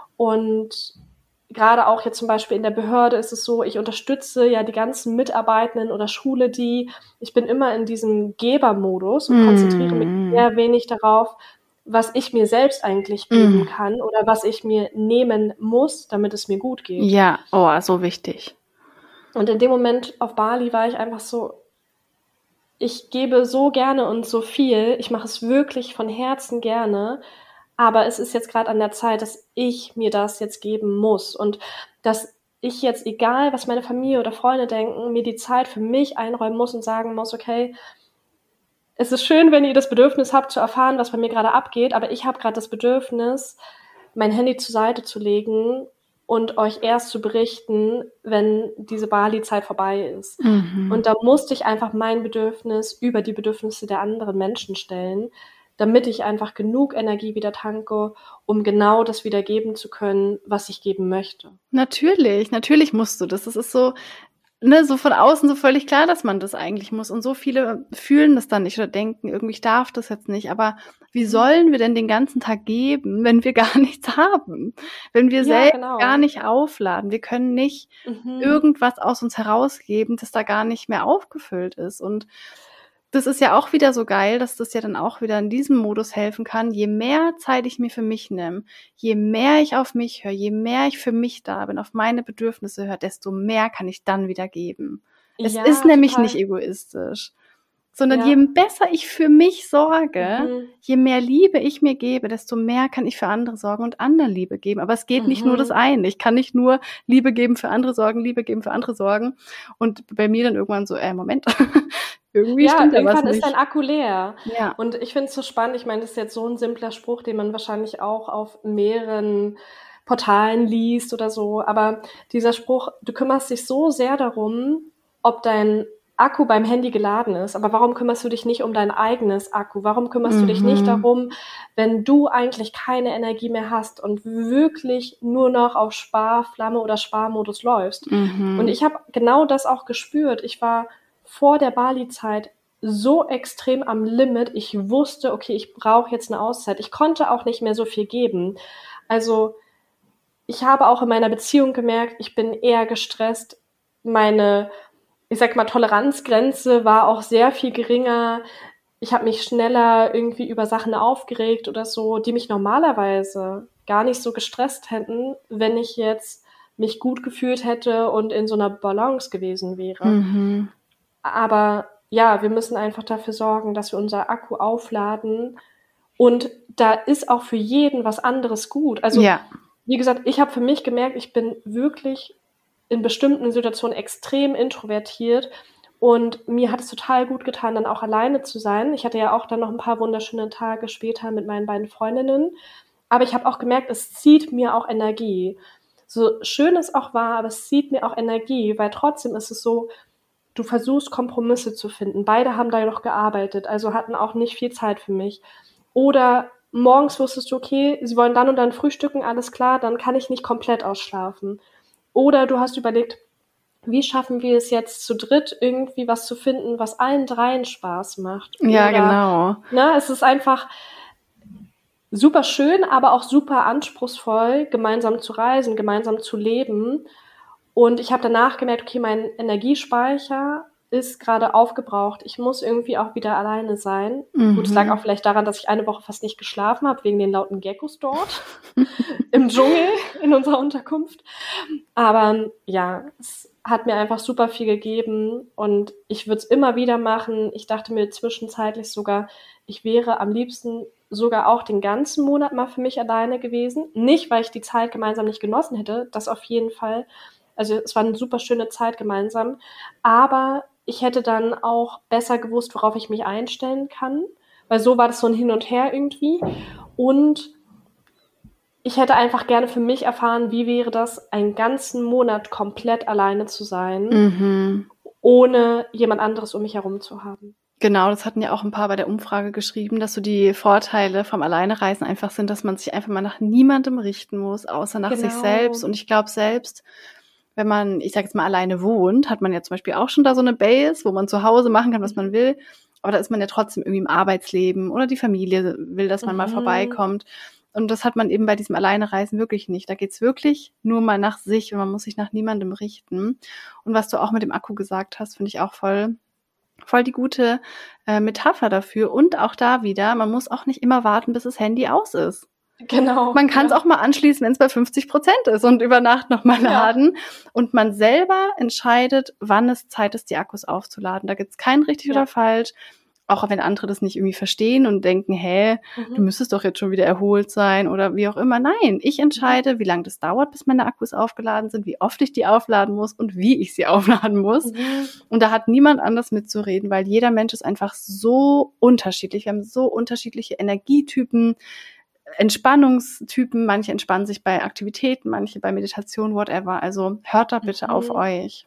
und gerade auch jetzt zum Beispiel in der Behörde ist es so, ich unterstütze ja die ganzen Mitarbeitenden oder schule die. Ich bin immer in diesem Gebermodus und konzentriere mich sehr wenig darauf, was ich mir selbst eigentlich geben kann oder was ich mir nehmen muss, damit es mir gut geht. Ja, oh, so wichtig. Und in dem Moment auf Bali war ich einfach so, ich gebe so gerne und so viel. Ich mache es wirklich von Herzen gerne. Aber es ist jetzt gerade an der Zeit, dass ich mir das jetzt geben muss und dass ich jetzt, egal was meine Familie oder Freunde denken, mir die Zeit für mich einräumen muss und sagen muss, okay, es ist schön, wenn ihr das Bedürfnis habt zu erfahren, was bei mir gerade abgeht, aber ich habe gerade das Bedürfnis, mein Handy zur Seite zu legen und euch erst zu berichten, wenn diese Bali-Zeit vorbei ist. Und da musste ich einfach mein Bedürfnis über die Bedürfnisse der anderen Menschen stellen, damit ich einfach genug Energie wieder tanke, um genau das wieder geben zu können, was ich geben möchte. Natürlich musst du das. Das ist so, ne, so von außen so völlig klar, dass man das eigentlich muss. Und so viele fühlen das dann nicht oder denken, irgendwie ich darf das jetzt nicht. Aber wie sollen wir denn den ganzen Tag geben, wenn wir gar nichts haben? Wenn wir selbst gar nicht aufladen. Wir können nicht irgendwas aus uns herausgeben, das da gar nicht mehr aufgefüllt ist. Und das ist ja auch wieder so geil, dass das ja dann auch wieder in diesem Modus helfen kann. Je mehr Zeit ich mir für mich nehme, je mehr ich auf mich höre, je mehr ich für mich da bin, auf meine Bedürfnisse höre, desto mehr kann ich dann wieder geben. Es ist nämlich nicht egoistisch, sondern je besser ich für mich sorge, je mehr Liebe ich mir gebe, desto mehr kann ich für andere sorgen und anderen Liebe geben. Aber es geht nicht nur das eine. Ich kann nicht nur Liebe geben für andere sorgen, Liebe geben für andere sorgen. Und bei mir dann irgendwann so, Moment, irgendwie Ja, stimmt da was irgendwann ist dein nicht. Akku leer. Ja. Und ich finde es so spannend. Ich meine, das ist jetzt so ein simpler Spruch, den man wahrscheinlich auch auf mehreren Portalen liest oder so. Aber dieser Spruch, du kümmerst dich so sehr darum, ob dein Akku beim Handy geladen ist. Aber warum kümmerst du dich nicht um dein eigenes Akku? Warum kümmerst du dich nicht darum, wenn du eigentlich keine Energie mehr hast und wirklich nur noch auf Sparflamme oder Sparmodus läufst? Und ich habe genau das auch gespürt. Ich war vor der Bali-Zeit so extrem am Limit. Ich wusste, okay, ich brauche jetzt eine Auszeit. Ich konnte auch nicht mehr so viel geben. Also ich habe auch in meiner Beziehung gemerkt, ich bin eher gestresst. Meine, ich sag mal, Toleranzgrenze war auch sehr viel geringer. Ich habe mich schneller irgendwie über Sachen aufgeregt oder so, die mich normalerweise gar nicht so gestresst hätten, wenn ich jetzt mich gut gefühlt hätte und in so einer Balance gewesen wäre. Aber ja, wir müssen einfach dafür sorgen, dass wir unser Akku aufladen. Und da ist auch für jeden was anderes gut. Also, Ja. wie gesagt, ich habe für mich gemerkt, ich bin wirklich in bestimmten Situationen extrem introvertiert. Und mir hat es total gut getan, dann auch alleine zu sein. Ich hatte ja auch dann noch ein paar wunderschöne Tage später mit meinen beiden Freundinnen. Aber ich habe auch gemerkt, es zieht mir auch Energie. So schön es auch war, aber es zieht mir auch Energie, weil trotzdem ist es so, du versuchst Kompromisse zu finden. Beide haben da noch gearbeitet, also hatten auch nicht viel Zeit für mich. Oder morgens wusstest du, okay, sie wollen dann und dann frühstücken, alles klar, dann kann ich nicht komplett ausschlafen. Oder du hast überlegt, wie schaffen wir es jetzt zu dritt irgendwie was zu finden, was allen dreien Spaß macht. Ja, Oder, genau. ne, es ist einfach super schön, aber auch super anspruchsvoll, gemeinsam zu reisen, gemeinsam zu leben. Und ich habe danach gemerkt, okay, mein Energiespeicher ist gerade aufgebraucht. Ich muss irgendwie auch wieder alleine sein. Gut, es lag auch vielleicht daran, dass ich eine Woche fast nicht geschlafen habe, wegen den lauten Geckos dort im Dschungel in unserer Unterkunft. Aber ja, es hat mir einfach super viel gegeben und ich würde es immer wieder machen. Ich dachte mir zwischenzeitlich sogar, ich wäre am liebsten sogar auch den ganzen Monat mal für mich alleine gewesen. Nicht, weil ich die Zeit gemeinsam nicht genossen hätte, das auf jeden Fall. Also es war eine super schöne Zeit gemeinsam, aber ich hätte dann auch besser gewusst, worauf ich mich einstellen kann, weil so war das so ein Hin und Her irgendwie. Und ich hätte einfach gerne für mich erfahren, wie wäre das, einen ganzen Monat komplett alleine zu sein, ohne jemand anderes um mich herum zu haben. Genau, das hatten ja auch ein paar bei der Umfrage geschrieben, dass so die Vorteile vom Alleinereisen einfach sind, dass man sich einfach mal nach niemandem richten muss, außer nach sich selbst. Und ich glaube, selbst wenn man, ich sage jetzt mal, alleine wohnt, hat man ja zum Beispiel auch schon da so eine Base, wo man zu Hause machen kann, was man will. Aber da ist man ja trotzdem irgendwie im Arbeitsleben oder die Familie will, dass man mal vorbeikommt. Und das hat man eben bei diesem Alleinereisen wirklich nicht. Da geht's wirklich nur mal nach sich und man muss sich nach niemandem richten. Und was du auch mit dem Akku gesagt hast, finde ich auch voll die gute Metapher dafür. Und auch da wieder, man muss auch nicht immer warten, bis das Handy aus ist. Genau. Man kann es auch mal anschließen, wenn es bei 50% ist und über Nacht nochmal laden. Und man selber entscheidet, wann es Zeit ist, die Akkus aufzuladen. Da gibt's kein richtig oder falsch. Auch wenn andere das nicht irgendwie verstehen und denken, du müsstest doch jetzt schon wieder erholt sein oder wie auch immer. Nein, ich entscheide, wie lange das dauert, bis meine Akkus aufgeladen sind, wie oft ich die aufladen muss und wie ich sie aufladen muss. Und da hat niemand anders mitzureden, weil jeder Mensch ist einfach so unterschiedlich. Wir haben so unterschiedliche Energietypen, Entspannungstypen. Manche entspannen sich bei Aktivitäten, manche bei Meditation, whatever. Also hört da bitte auf euch.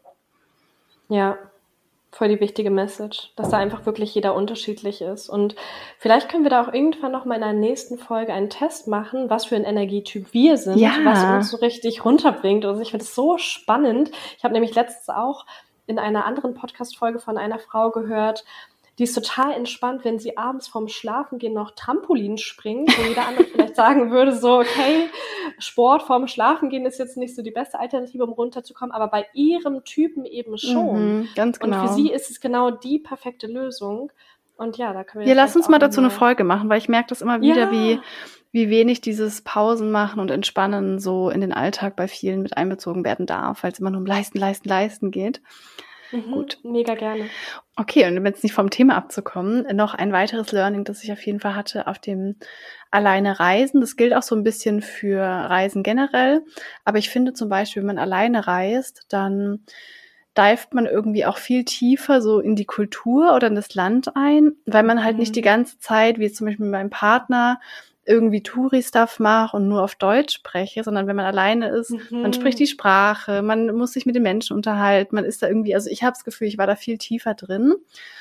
Ja. Voll die wichtige Message, dass da einfach wirklich jeder unterschiedlich ist. Und vielleicht können wir da auch irgendwann noch mal in einer nächsten Folge einen Test machen, was für ein Energietyp wir sind, was uns so richtig runterbringt. Also ich finde es so spannend. Ich habe nämlich letztens auch in einer anderen Podcast-Folge von einer Frau gehört, die ist total entspannt, wenn sie abends vorm Schlafengehen noch Trampolin springt, wo jeder andere vielleicht sagen würde, so, okay, Sport vorm Schlafengehen ist jetzt nicht so die beste Alternative, um runterzukommen, aber bei ihrem Typen eben schon. Ganz genau. Und für sie ist es genau die perfekte Lösung. Und ja, da können wir. Ja, lass uns mal dazu eine Folge machen, weil ich merke das immer wieder, wie wenig dieses Pausen machen und Entspannen so in den Alltag bei vielen mit einbezogen werden darf, weil es immer nur um Leisten geht. Gut. Mega gerne. Okay, und um jetzt nicht vom Thema abzukommen, noch ein weiteres Learning, das ich auf jeden Fall hatte auf dem alleine Reisen. Das gilt auch so ein bisschen für Reisen generell. Aber ich finde zum Beispiel, wenn man alleine reist, dann dived man irgendwie auch viel tiefer so in die Kultur oder in das Land ein, weil man halt nicht die ganze Zeit, wie jetzt zum Beispiel mit meinem Partner, irgendwie Touri-Stuff mache und nur auf Deutsch spreche, sondern wenn man alleine ist, man spricht die Sprache, man muss sich mit den Menschen unterhalten, man ist da irgendwie, also ich habe das Gefühl, ich war da viel tiefer drin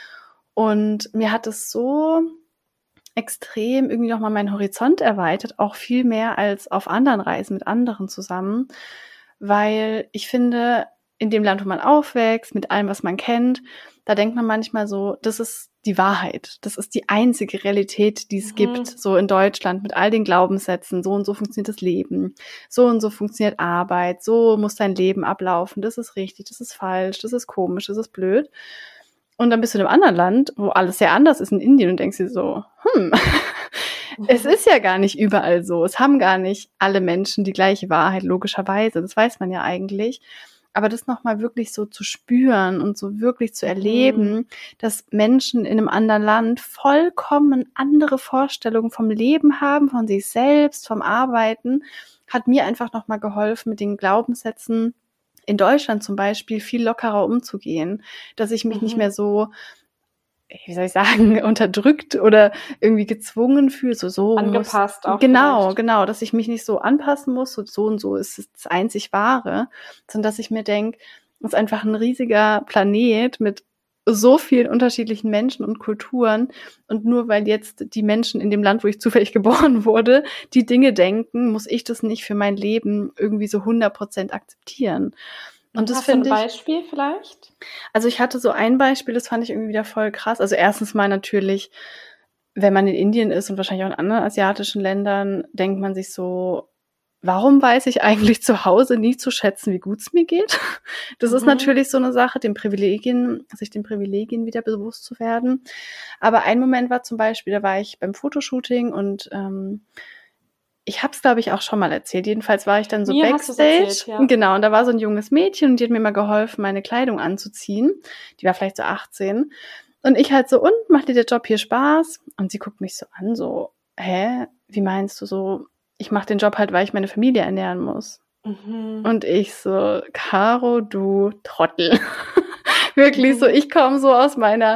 und mir hat es so extrem irgendwie nochmal meinen Horizont erweitert, auch viel mehr als auf anderen Reisen mit anderen zusammen, weil ich finde, in dem Land, wo man aufwächst, mit allem, was man kennt, da denkt man manchmal so, das ist die Wahrheit. Das ist die einzige Realität, die es gibt, so in Deutschland, mit all den Glaubenssätzen. So und so funktioniert das Leben. So und so funktioniert Arbeit. So muss dein Leben ablaufen. Das ist richtig, das ist falsch, das ist komisch, das ist blöd. Und dann bist du in einem anderen Land, wo alles sehr anders ist, in Indien, und denkst dir so, es ist ja gar nicht überall so. Es haben gar nicht alle Menschen die gleiche Wahrheit, logischerweise. Das weiß man ja eigentlich. Aber das nochmal wirklich so zu spüren und so wirklich zu erleben, dass Menschen in einem anderen Land vollkommen andere Vorstellungen vom Leben haben, von sich selbst, vom Arbeiten, hat mir einfach nochmal geholfen, mit den Glaubenssätzen in Deutschland zum Beispiel viel lockerer umzugehen, dass ich mich nicht mehr so, wie soll ich sagen, unterdrückt oder irgendwie gezwungen fühle, so angepasst muss, auch. Genau, dass ich mich nicht so anpassen muss, so und so ist das einzig Wahre, sondern dass ich mir denke, es ist einfach ein riesiger Planet mit so vielen unterschiedlichen Menschen und Kulturen, und nur weil jetzt die Menschen in dem Land, wo ich zufällig geboren wurde, die Dinge denken, muss ich das nicht für mein Leben irgendwie so 100% akzeptieren. Und das finde ich. Hast du ein Beispiel vielleicht? Also ich hatte so ein Beispiel, das fand ich irgendwie wieder voll krass. Also erstens mal natürlich, wenn man in Indien ist und wahrscheinlich auch in anderen asiatischen Ländern, denkt man sich so, warum weiß ich eigentlich zu Hause nie zu schätzen, wie gut es mir geht? Das ist natürlich so eine Sache, sich den Privilegien wieder bewusst zu werden. Aber ein Moment war zum Beispiel, da war ich beim Fotoshooting und ich habe es, glaube ich, auch schon mal erzählt. Jedenfalls war ich dann so Backstage. Erzählt, ja. Genau, und da war so ein junges Mädchen und die hat mir mal geholfen, meine Kleidung anzuziehen. Die war vielleicht so 18. Und ich halt so, und macht dir der Job hier Spaß? Und sie guckt mich so an, so, wie meinst du so? Ich mache den Job halt, weil ich meine Familie ernähren muss. Und ich so, Caro, du Trottel. Wirklich so, ich komme so aus meiner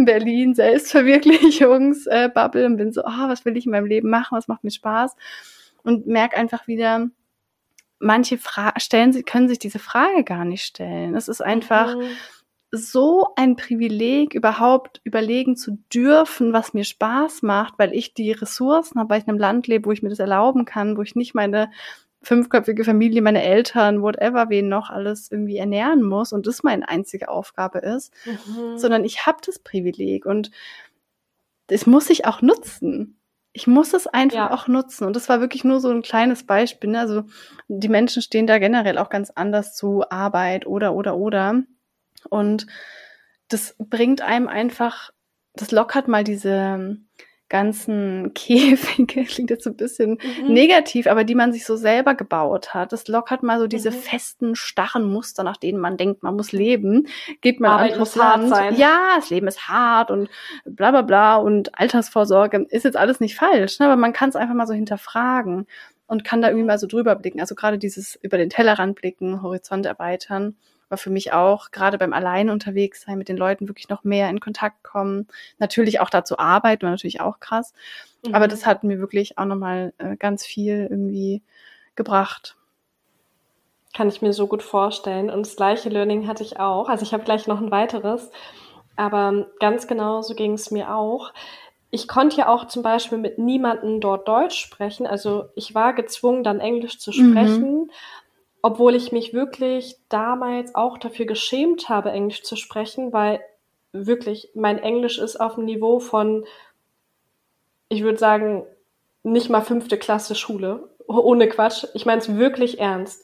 Berlin-Selbstverwirklichungs-Bubble und bin so, was will ich in meinem Leben machen, was macht mir Spaß? Und merke einfach wieder, manche können sich diese Frage gar nicht stellen. Es ist einfach so ein Privileg, überhaupt überlegen zu dürfen, was mir Spaß macht, weil ich die Ressourcen habe, weil ich in einem Land lebe, wo ich mir das erlauben kann, wo ich nicht meine 5-köpfige Familie, meine Eltern, whatever, wen noch alles irgendwie ernähren muss und das meine einzige Aufgabe ist, sondern ich habe das Privileg und das muss ich auch nutzen. Ich muss es einfach auch nutzen. Und das war wirklich nur so ein kleines Beispiel. Ne? Also die Menschen stehen da generell auch ganz anders zu Arbeit oder. Und das bringt einem einfach, das lockert mal diese ganzen Käfige, klingt jetzt so ein bisschen negativ, aber die man sich so selber gebaut hat. Das lockert mal so diese festen, starren Muster, nach denen man denkt, man muss leben. Geht man Arbeit muss hart sein. Ja, das Leben ist hart und bla bla bla und Altersvorsorge ist jetzt alles nicht falsch, ne? Aber man kann es einfach mal so hinterfragen und kann da irgendwie mal so drüber blicken. Also gerade dieses über den Tellerrand blicken, Horizont erweitern, war für mich auch, gerade beim Alleine unterwegs sein, mit den Leuten wirklich noch mehr in Kontakt kommen. Natürlich auch dazu arbeiten, war natürlich auch krass. Aber das hat mir wirklich auch nochmal ganz viel irgendwie gebracht. Kann ich mir so gut vorstellen. Und das gleiche Learning hatte ich auch. Also ich habe gleich noch ein weiteres. Aber ganz genau so ging es mir auch. Ich konnte ja auch zum Beispiel mit niemandem dort Deutsch sprechen. Also ich war gezwungen, dann Englisch zu sprechen. Obwohl ich mich wirklich damals auch dafür geschämt habe, Englisch zu sprechen, weil wirklich mein Englisch ist auf dem Niveau von, ich würde sagen, nicht mal 5. Klasse Schule. Ohne Quatsch. Ich meine es wirklich ernst.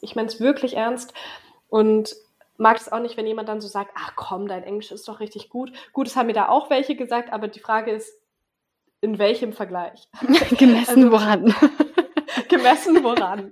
Und mag es auch nicht, wenn jemand dann so sagt, ach komm, dein Englisch ist doch richtig gut. Gut, es haben mir da auch welche gesagt, aber die Frage ist, in welchem Vergleich? Gemessen woran? Gemessen woran?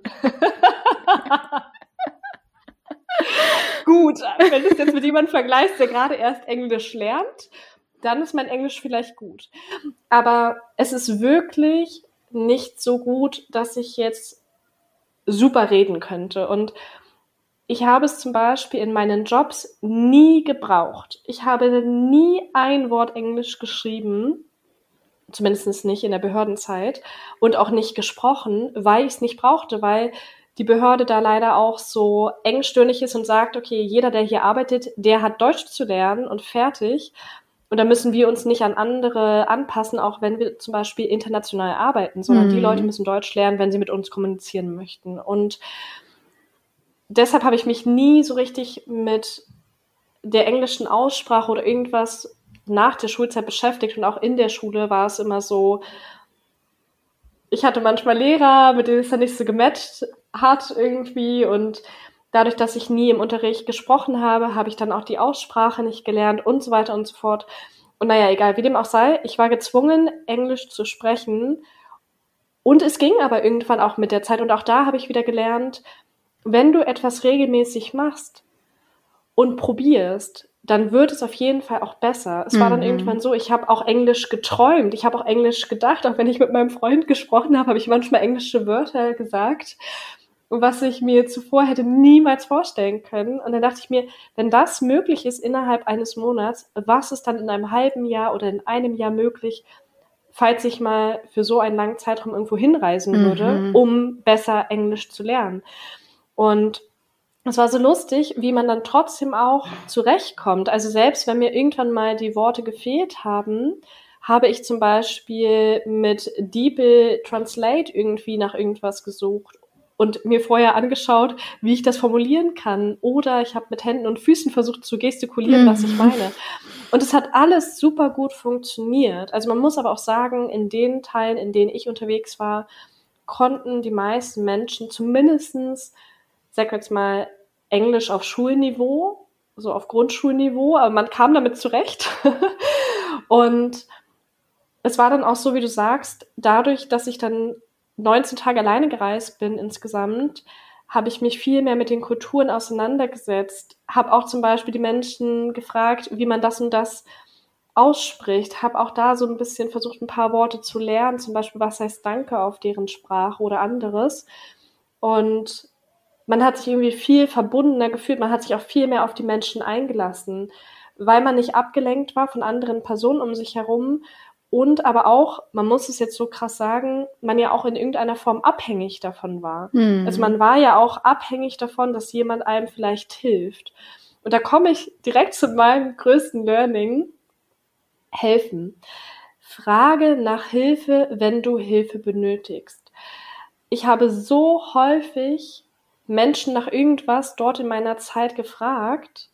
Gut, wenn du es jetzt mit jemandem vergleichst, der gerade erst Englisch lernt, dann ist mein Englisch vielleicht gut. Aber es ist wirklich nicht so gut, dass ich jetzt super reden könnte. Und ich habe es zum Beispiel in meinen Jobs nie gebraucht. Ich habe nie ein Wort Englisch geschrieben, zumindest nicht in der Behördenzeit, und auch nicht gesprochen, weil ich es nicht brauchte, weil die Behörde da leider auch so engstirnig ist und sagt, okay, jeder, der hier arbeitet, der hat Deutsch zu lernen und fertig. Und da müssen wir uns nicht an andere anpassen, auch wenn wir zum Beispiel international arbeiten, sondern die Leute müssen Deutsch lernen, wenn sie mit uns kommunizieren möchten. Und deshalb habe ich mich nie so richtig mit der englischen Aussprache oder irgendwas nach der Schulzeit beschäftigt. Und auch in der Schule war es immer so, ich hatte manchmal Lehrer, mit denen es dann nicht so gematcht hat irgendwie. Und dadurch, dass ich nie im Unterricht gesprochen habe, habe ich dann auch die Aussprache nicht gelernt und so weiter und so fort. Und naja, egal, wie dem auch sei, ich war gezwungen, Englisch zu sprechen. Und es ging aber irgendwann auch mit der Zeit. Und auch da habe ich wieder gelernt, wenn du etwas regelmäßig machst und probierst, dann wird es auf jeden Fall auch besser. Es war dann irgendwann so, ich habe auch Englisch geträumt, ich habe auch Englisch gedacht, auch wenn ich mit meinem Freund gesprochen habe, habe ich manchmal englische Wörter gesagt, was ich mir zuvor hätte niemals vorstellen können. Und dann dachte ich mir, wenn das möglich ist innerhalb eines Monats, was ist dann in einem halben Jahr oder in einem Jahr möglich, falls ich mal für so einen langen Zeitraum irgendwo hinreisen würde, um besser Englisch zu lernen. Und es war so lustig, wie man dann trotzdem auch zurechtkommt. Also selbst wenn mir irgendwann mal die Worte gefehlt haben, habe ich zum Beispiel mit DeepL Translate irgendwie nach irgendwas gesucht und mir vorher angeschaut, wie ich das formulieren kann. Oder ich habe mit Händen und Füßen versucht zu gestikulieren, was ich meine. Und es hat alles super gut funktioniert. Also man muss aber auch sagen, in den Teilen, in denen ich unterwegs war, konnten die meisten Menschen zumindestens, sag jetzt mal, Englisch auf Schulniveau, so auf Grundschulniveau, aber man kam damit zurecht. Und es war dann auch so, wie du sagst, dadurch, dass ich dann 19 Tage alleine gereist bin insgesamt, habe ich mich viel mehr mit den Kulturen auseinandergesetzt, habe auch zum Beispiel die Menschen gefragt, wie man das und das ausspricht, habe auch da so ein bisschen versucht, ein paar Worte zu lernen, zum Beispiel, was heißt Danke auf deren Sprache oder anderes. Und man hat sich irgendwie viel verbundener gefühlt, man hat sich auch viel mehr auf die Menschen eingelassen, weil man nicht abgelenkt war von anderen Personen um sich herum und aber auch, man muss es jetzt so krass sagen, man ja auch in irgendeiner Form abhängig davon war. Also man war ja auch abhängig davon, dass jemand einem vielleicht hilft. Und da komme ich direkt zu meinem größten Learning: helfen. Frage nach Hilfe, wenn du Hilfe benötigst. Ich habe so häufig Menschen nach irgendwas dort in meiner Zeit gefragt,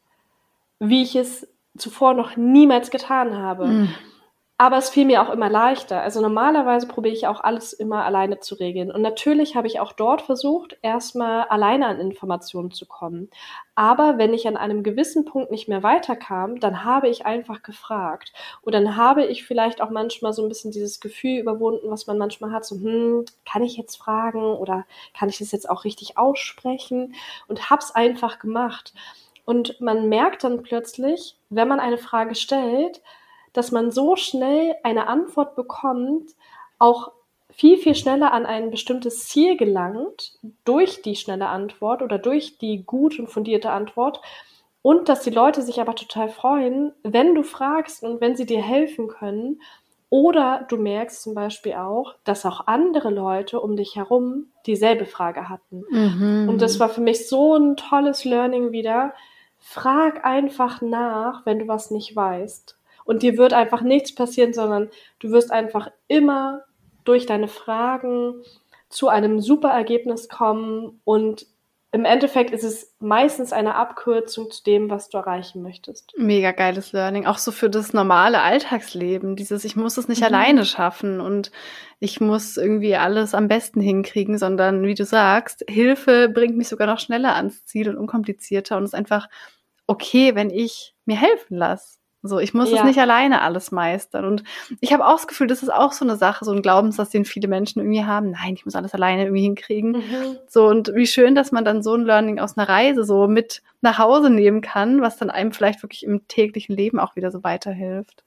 wie ich es zuvor noch niemals getan habe. Aber es fiel mir auch immer leichter. Also normalerweise probiere ich auch alles immer alleine zu regeln. Und natürlich habe ich auch dort versucht, erstmal alleine an Informationen zu kommen. Aber wenn ich an einem gewissen Punkt nicht mehr weiterkam, dann habe ich einfach gefragt. Und dann habe ich vielleicht auch manchmal so ein bisschen dieses Gefühl überwunden, was man manchmal hat, so, kann ich jetzt fragen oder kann ich das jetzt auch richtig aussprechen? Und hab's einfach gemacht. Und man merkt dann plötzlich, wenn man eine Frage stellt, dass man so schnell eine Antwort bekommt, auch viel, viel schneller an ein bestimmtes Ziel gelangt, durch die schnelle Antwort oder durch die gut und fundierte Antwort. Und dass die Leute sich aber total freuen, wenn du fragst und wenn sie dir helfen können. Oder du merkst zum Beispiel auch, dass auch andere Leute um dich herum dieselbe Frage hatten. Und das war für mich so ein tolles Learning wieder. Frag einfach nach, wenn du was nicht weißt. Und dir wird einfach nichts passieren, sondern du wirst einfach immer durch deine Fragen zu einem super Ergebnis kommen. Und im Endeffekt ist es meistens eine Abkürzung zu dem, was du erreichen möchtest. Mega geiles Learning. Auch so für das normale Alltagsleben. Ich muss es nicht alleine schaffen und ich muss irgendwie alles am besten hinkriegen, sondern wie du sagst, Hilfe bringt mich sogar noch schneller ans Ziel und unkomplizierter und ist einfach okay, wenn ich mir helfen lasse. So, ich muss es nicht alleine alles meistern. Und ich habe auch das Gefühl, das ist auch so eine Sache, so ein Glaubenssatz, den viele Menschen irgendwie haben. Nein, ich muss alles alleine irgendwie hinkriegen. So, und wie schön, dass man dann so ein Learning aus einer Reise so mit nach Hause nehmen kann, was dann einem vielleicht wirklich im täglichen Leben auch wieder so weiterhilft.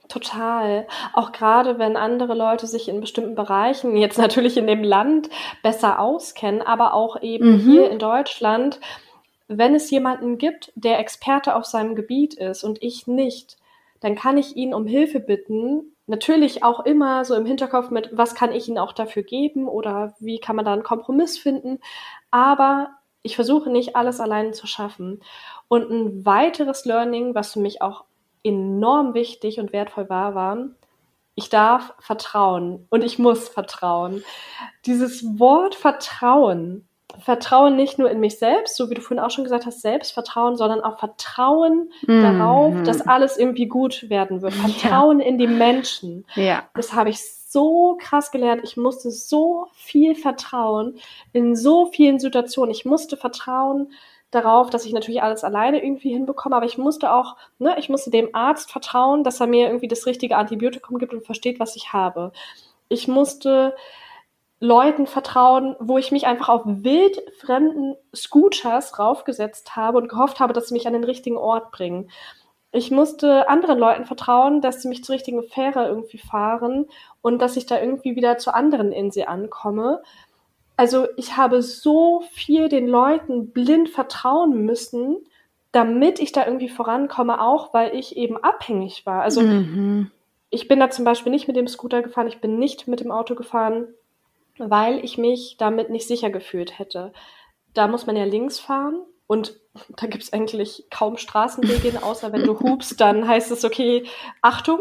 Total. Auch gerade, wenn andere Leute sich in bestimmten Bereichen, jetzt natürlich in dem Land, besser auskennen, aber auch eben hier in Deutschland. wenn es jemanden gibt, der Experte auf seinem Gebiet ist und ich nicht, dann kann ich ihn um Hilfe bitten. Natürlich auch immer so im Hinterkopf mit, was kann ich ihm auch dafür geben oder wie kann man da einen Kompromiss finden. Aber ich versuche nicht, alles alleine zu schaffen. Und ein weiteres Learning, was für mich auch enorm wichtig und wertvoll war, ich darf vertrauen und ich muss vertrauen. Dieses Wort Vertrauen nicht nur in mich selbst, so wie du vorhin auch schon gesagt hast, Selbstvertrauen, sondern auch Vertrauen darauf, dass alles irgendwie gut werden wird. Vertrauen in die Menschen. Ja. Das habe ich so krass gelernt. Ich musste so viel vertrauen in so vielen Situationen. Ich musste vertrauen darauf, dass ich natürlich alles alleine irgendwie hinbekomme, aber ich musste auch, ich musste dem Arzt vertrauen, dass er mir irgendwie das richtige Antibiotikum gibt und versteht, was ich habe. Ich musste Leuten vertrauen, wo ich mich einfach auf wildfremden Scooters raufgesetzt habe und gehofft habe, dass sie mich an den richtigen Ort bringen. Ich musste anderen Leuten vertrauen, dass sie mich zur richtigen Fähre irgendwie fahren und dass ich da irgendwie wieder zur anderen Insel ankomme. Also ich habe so viel den Leuten blind vertrauen müssen, damit ich da irgendwie vorankomme, auch weil ich eben abhängig war. Also ich bin da zum Beispiel nicht mit dem Scooter gefahren, ich bin nicht mit dem Auto gefahren, weil ich mich damit nicht sicher gefühlt hätte. Da muss man ja links fahren und da gibt es eigentlich kaum Straßenregeln, außer wenn du hupst, dann heißt es, okay, Achtung.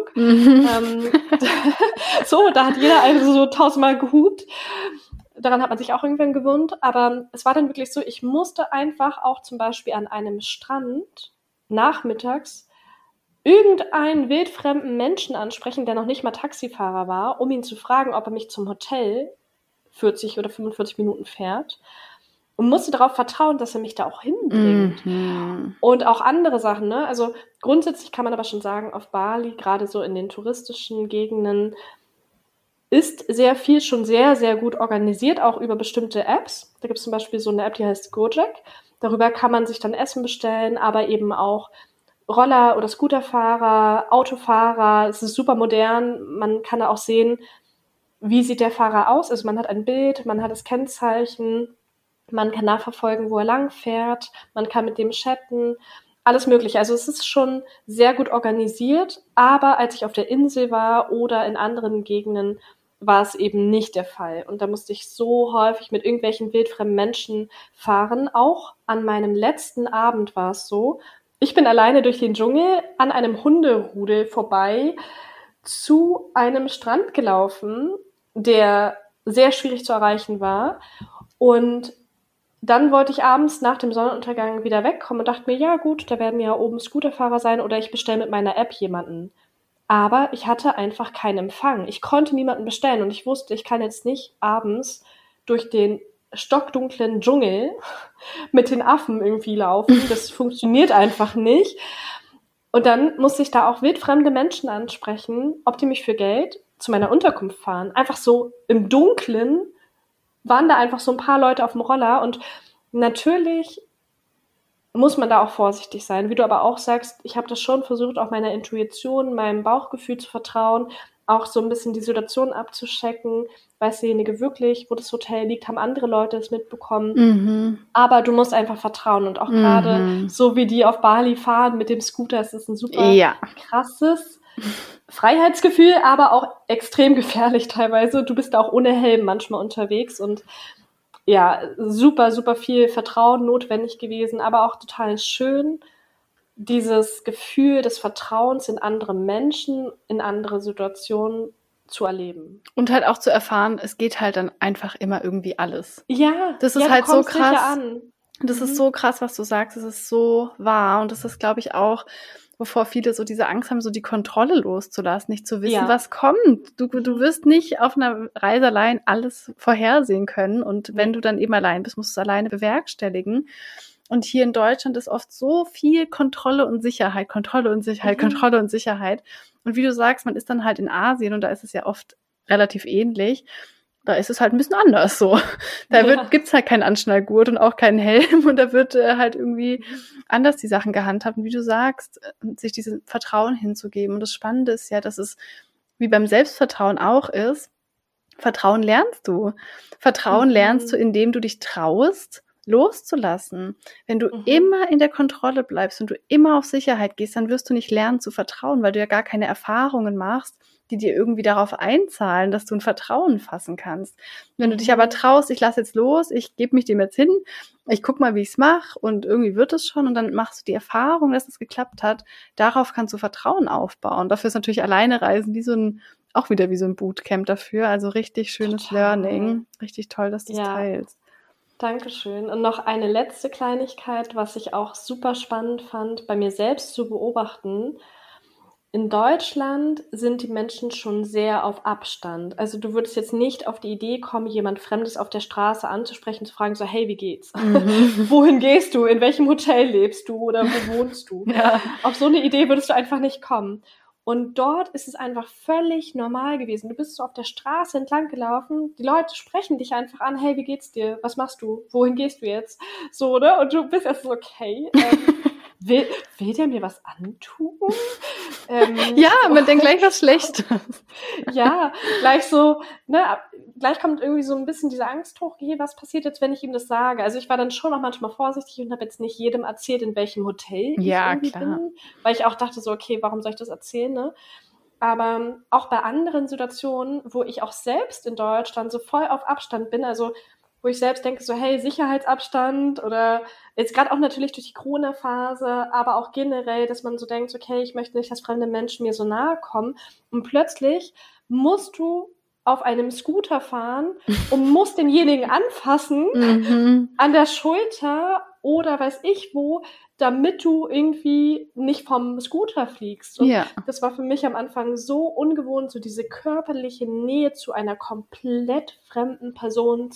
So, da hat jeder also so 1000-mal gehupt. Daran hat man sich auch irgendwann gewöhnt, aber es war dann wirklich so, ich musste einfach auch zum Beispiel an einem Strand nachmittags irgendeinen wildfremden Menschen ansprechen, der noch nicht mal Taxifahrer war, um ihn zu fragen, ob er mich zum Hotel 40 oder 45 Minuten fährt und musste darauf vertrauen, dass er mich da auch hinbringt. Und auch andere Sachen, ne? Also grundsätzlich kann man aber schon sagen, auf Bali, gerade so in den touristischen Gegenden, ist sehr viel schon sehr, sehr gut organisiert, auch über bestimmte Apps. Da gibt es zum Beispiel so eine App, die heißt Gojek. Darüber kann man sich dann Essen bestellen, aber eben auch Roller- oder Scooterfahrer, Autofahrer. Es ist super modern. Man kann da auch sehen, wie sieht der Fahrer aus. Also man hat ein Bild, man hat das Kennzeichen, man kann nachverfolgen, wo er lang fährt, man kann mit dem chatten, alles Mögliche. Also es ist schon sehr gut organisiert, aber als ich auf der Insel war oder in anderen Gegenden, war es eben nicht der Fall. Und da musste ich so häufig mit irgendwelchen wildfremden Menschen fahren. Auch an meinem letzten Abend war es so. Ich bin alleine durch den Dschungel an einem Hunderudel vorbei zu einem Strand gelaufen, der sehr schwierig zu erreichen war. Und dann wollte ich abends nach dem Sonnenuntergang wieder wegkommen und dachte mir, ja gut, da werden ja oben Scooterfahrer sein oder ich bestelle mit meiner App jemanden. Aber ich hatte einfach keinen Empfang. Ich konnte niemanden bestellen und ich wusste, ich kann jetzt nicht abends durch den stockdunklen Dschungel mit den Affen irgendwie laufen. Das funktioniert einfach nicht. Und dann musste ich da auch wildfremde Menschen ansprechen, ob die mich für Geld zu meiner Unterkunft fahren. Einfach so im Dunkeln waren da einfach so ein paar Leute auf dem Roller und natürlich muss man da auch vorsichtig sein. Wie du aber auch sagst, ich habe das schon versucht, auch meiner Intuition, meinem Bauchgefühl zu vertrauen, auch so ein bisschen die Situation abzuchecken. Weiß derjenige wirklich, wo das Hotel liegt? Haben andere Leute es mitbekommen? Aber du musst einfach vertrauen und auch gerade so wie die auf Bali fahren mit dem Scooter, es ist ein super krasses Freiheitsgefühl, aber auch extrem gefährlich teilweise. Du bist da auch ohne Helm manchmal unterwegs und ja, super, super viel Vertrauen notwendig gewesen, aber auch total schön, dieses Gefühl des Vertrauens in andere Menschen, in andere Situationen zu erleben. Und halt auch zu erfahren, es geht halt dann einfach immer irgendwie alles. Ja, das ist ja, halt so krass. Ja an. Das ist so krass, was du sagst. Es ist so wahr. Und das ist, glaube ich, auch, wovor viele so diese Angst haben, so die Kontrolle loszulassen, nicht zu wissen, was kommt. Du wirst nicht auf einer Reise allein alles vorhersehen können. Und wenn du dann eben allein bist, musst du es alleine bewerkstelligen. Und hier in Deutschland ist oft so viel Kontrolle und Sicherheit. Und wie du sagst, man ist dann halt in Asien und da ist es ja oft relativ ähnlich. Da ist es halt ein bisschen anders so. Da gibt's halt keinen Anschnallgurt und auch keinen Helm und da wird halt irgendwie anders die Sachen gehandhabt. Und wie du sagst, sich dieses Vertrauen hinzugeben. Und das Spannende ist ja, dass es wie beim Selbstvertrauen auch ist, Vertrauen lernst du. Vertrauen lernst du, indem du dich traust, loszulassen. Wenn du immer in der Kontrolle bleibst und du immer auf Sicherheit gehst, dann wirst du nicht lernen zu vertrauen, weil du ja gar keine Erfahrungen machst, die dir irgendwie darauf einzahlen, dass du ein Vertrauen fassen kannst. Wenn du dich aber traust, ich lasse jetzt los, ich gebe mich dem jetzt hin, ich guck mal, wie ich es mache und irgendwie wird es schon und dann machst du die Erfahrung, dass es geklappt hat, darauf kannst du Vertrauen aufbauen. Dafür ist natürlich alleine Reisen auch wieder wie so ein Bootcamp dafür, also richtig schönes Learning. Richtig toll, dass du es teilst. Dankeschön. Und noch eine letzte Kleinigkeit, was ich auch super spannend fand, bei mir selbst zu beobachten. In Deutschland sind die Menschen schon sehr auf Abstand. Also du würdest jetzt nicht auf die Idee kommen, jemand Fremdes auf der Straße anzusprechen, zu fragen so, hey, wie geht's? Wohin gehst du? In welchem Hotel lebst du? Oder wo wohnst du? Ja. Auf so eine Idee würdest du einfach nicht kommen. Und dort ist es einfach völlig normal gewesen. Du bist so auf der Straße entlang gelaufen, die Leute sprechen dich einfach an, hey, wie geht's dir? Was machst du? Wohin gehst du jetzt? So, ne? Und du bist erst so, okay, will der mir was antun? Ja, man denkt gleich was Schlechtes. Ja, gleich so, ne, gleich kommt irgendwie so ein bisschen diese Angst hoch, okay, was passiert jetzt, wenn ich ihm das sage? Also ich war dann schon auch manchmal vorsichtig und habe jetzt nicht jedem erzählt, in welchem Hotel ich irgendwie bin, weil ich auch dachte so, okay, warum soll ich das erzählen, ne? Aber auch bei anderen Situationen, wo ich auch selbst in Deutschland so voll auf Abstand bin, also wo ich selbst denke so, hey, Sicherheitsabstand oder jetzt gerade auch natürlich durch die Corona-Phase, aber auch generell, dass man so denkt, okay, ich möchte nicht, dass fremde Menschen mir so nahe kommen und plötzlich musst du auf einem Scooter fahren und musst denjenigen anfassen an der Schulter oder weiß ich wo, damit du irgendwie nicht vom Scooter fliegst. Und das war für mich am Anfang so ungewohnt, so diese körperliche Nähe zu einer komplett fremden Person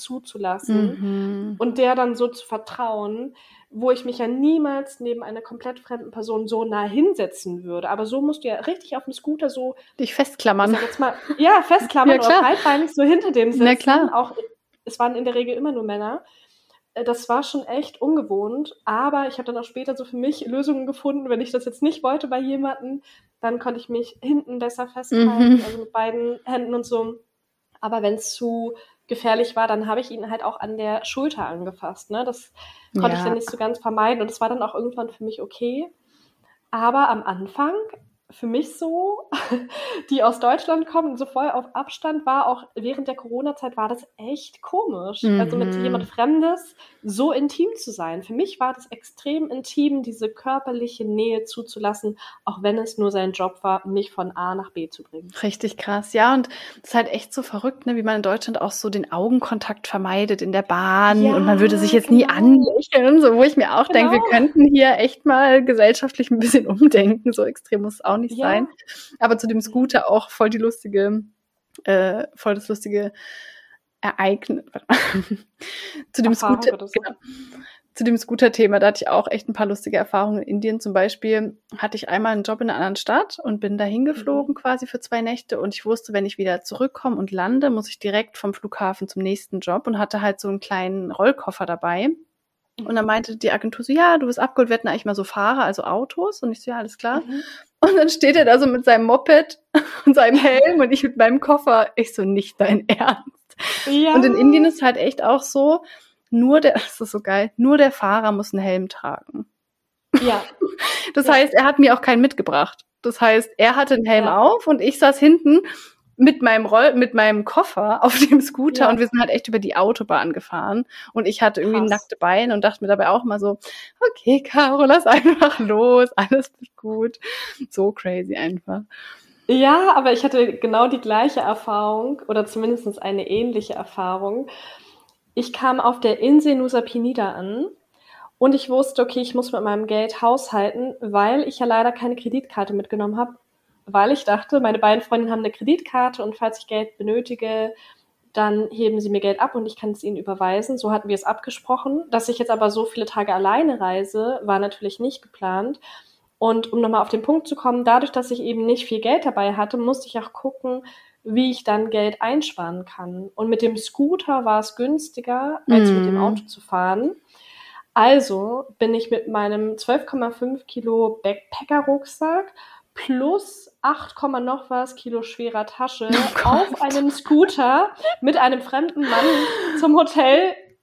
zuzulassen und der dann so zu vertrauen, wo ich mich ja niemals neben einer komplett fremden Person so nah hinsetzen würde. Aber so musst du ja richtig auf dem Scooter so dich festklammern. Sag jetzt mal, ja, festklammern oder breitbeinig so hinter dem sitzen. Na klar. Auch, es waren in der Regel immer nur Männer. Das war schon echt ungewohnt, aber ich habe dann auch später so für mich Lösungen gefunden, wenn ich das jetzt nicht wollte bei jemandem, dann konnte ich mich hinten besser festhalten, also mit beiden Händen und so. Aber wenn es zu gefährlich war, dann habe ich ihn halt auch an der Schulter angefasst. Ne? Das konnte ich dann nicht so ganz vermeiden und es war dann auch irgendwann für mich okay. Aber am Anfang für mich so, die aus Deutschland kommen, so voll auf Abstand war, auch während der Corona-Zeit war das echt komisch. Also mit jemand Fremdes so intim zu sein. Für mich war das extrem intim, diese körperliche Nähe zuzulassen, auch wenn es nur sein Job war, mich von A nach B zu bringen. Richtig krass, ja, und es ist halt echt so verrückt, ne, wie man in Deutschland auch so den Augenkontakt vermeidet in der Bahn und man würde sich jetzt nie anlächeln, so, wo ich mir auch denke, wir könnten hier echt mal gesellschaftlich ein bisschen umdenken, so extrem muss es auch nicht sein. Aber zu dem Scooter auch voll das lustige Ereignis. Zu dem Scooter, genau. Zu dem Scooter-Thema, da hatte ich auch echt ein paar lustige Erfahrungen. In Indien zum Beispiel hatte ich einmal einen Job in einer anderen Stadt und bin da hingeflogen quasi für 2 Nächte und ich wusste, wenn ich wieder zurückkomme und lande, muss ich direkt vom Flughafen zum nächsten Job und hatte halt so einen kleinen Rollkoffer dabei. Und dann meinte die Agentur so, ja, du bist abgeholt, wir hatten eigentlich mal so Fahrer, also Autos. Und ich so, ja, alles klar. Und dann steht er da so mit seinem Moped und seinem Helm und ich mit meinem Koffer. Ich so, nicht dein Ernst. Ja. Und in Indien ist halt echt auch so, das ist so geil, nur der Fahrer muss einen Helm tragen. Ja. Das heißt, er hat mir auch keinen mitgebracht. Das heißt, er hatte einen Helm auf und ich saß hinten mit meinem Koffer auf dem Scooter und wir sind halt echt über die Autobahn gefahren und ich hatte irgendwie nackte Beine und dachte mir dabei auch mal so, okay, Caro, lass einfach los, alles wird gut. So crazy einfach. Ja, aber ich hatte genau die gleiche Erfahrung oder zumindest eine ähnliche Erfahrung. Ich kam auf der Insel Nusa Penida an und ich wusste, okay, ich muss mit meinem Geld haushalten, weil ich ja leider keine Kreditkarte mitgenommen habe, weil ich dachte, meine beiden Freundinnen haben eine Kreditkarte und falls ich Geld benötige, dann heben sie mir Geld ab und ich kann es ihnen überweisen. So hatten wir es abgesprochen. Dass ich jetzt aber so viele Tage alleine reise, war natürlich nicht geplant. Und um nochmal auf den Punkt zu kommen, dadurch, dass ich eben nicht viel Geld dabei hatte, musste ich auch gucken, wie ich dann Geld einsparen kann. Und mit dem Scooter war es günstiger, als mit dem Auto zu fahren. Also bin ich mit meinem 12,5 Kilo Backpacker-Rucksack plus 8, noch was Kilo schwerer Tasche auf einem Scooter mit einem fremden Mann zum Hotel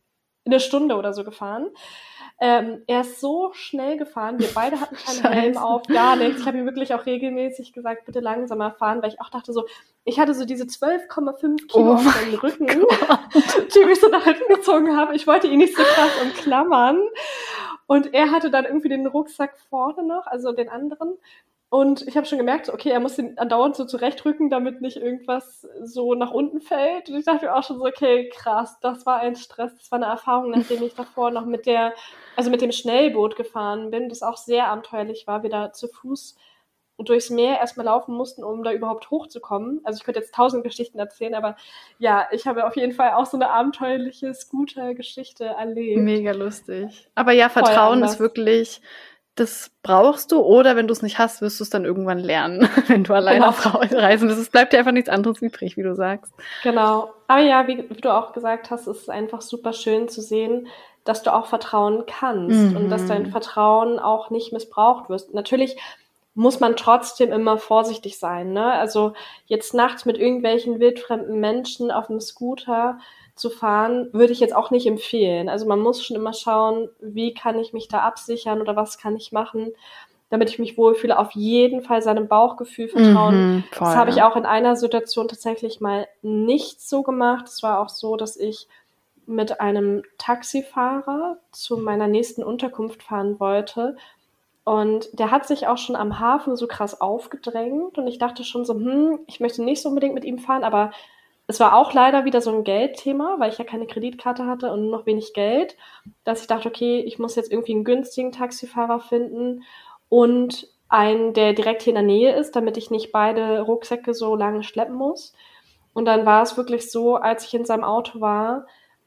eine Stunde oder so gefahren. Er ist so schnell gefahren, wir beide hatten keinen Helm auf, gar nichts. Ich habe ihm wirklich auch regelmäßig gesagt, bitte langsamer fahren, weil ich auch dachte so, ich hatte so diese 12,5 Kilo auf meinem Rücken, die mich so nach hinten gezogen haben. Ich wollte ihn nicht so krass umklammern. Und er hatte dann irgendwie den Rucksack vorne noch, also den anderen. Und ich habe schon gemerkt, so, okay, er muss den andauernd so zurechtrücken, damit nicht irgendwas so nach unten fällt. Und ich dachte mir auch schon so, okay, krass, das war ein Stress. Das war eine Erfahrung, nachdem ich davor noch mit dem Schnellboot gefahren bin, das auch sehr abenteuerlich war, wir da zu Fuß durchs Meer erstmal laufen mussten, um da überhaupt hochzukommen. Also ich könnte jetzt 1000 Geschichten erzählen, aber ja, ich habe auf jeden Fall auch so eine abenteuerliche Scooter-Geschichte erlebt. Mega lustig. Aber ja, Vertrauen ist wirklich, das brauchst du, oder wenn du es nicht hast, wirst du es dann irgendwann lernen, wenn du alleine auf Reisen bist. Es bleibt dir einfach nichts anderes übrig, wie du sagst. Genau. Aber ja, wie du auch gesagt hast, ist es einfach super schön zu sehen, dass du auch vertrauen kannst und dass dein Vertrauen auch nicht missbraucht wird. Natürlich muss man trotzdem immer vorsichtig sein, ne? Also jetzt nachts mit irgendwelchen wildfremden Menschen auf einem Scooter zu fahren, würde ich jetzt auch nicht empfehlen. Also man muss schon immer schauen, wie kann ich mich da absichern oder was kann ich machen, damit ich mich wohlfühle. Auf jeden Fall seinem Bauchgefühl vertrauen. Das habe ich auch in einer Situation tatsächlich mal nicht so gemacht. Es war auch so, dass ich mit einem Taxifahrer zu meiner nächsten Unterkunft fahren wollte. Und der hat sich auch schon am Hafen so krass aufgedrängt. Und ich dachte schon so, ich möchte nicht so unbedingt mit ihm fahren, aber es war auch leider wieder so ein Geldthema, weil ich ja keine Kreditkarte hatte und nur noch wenig Geld, dass ich dachte, okay, ich muss jetzt irgendwie einen günstigen Taxifahrer finden und einen, der direkt hier in der Nähe ist, damit ich nicht beide Rucksäcke so lange schleppen muss. Und dann war es wirklich so, als ich in seinem Auto war,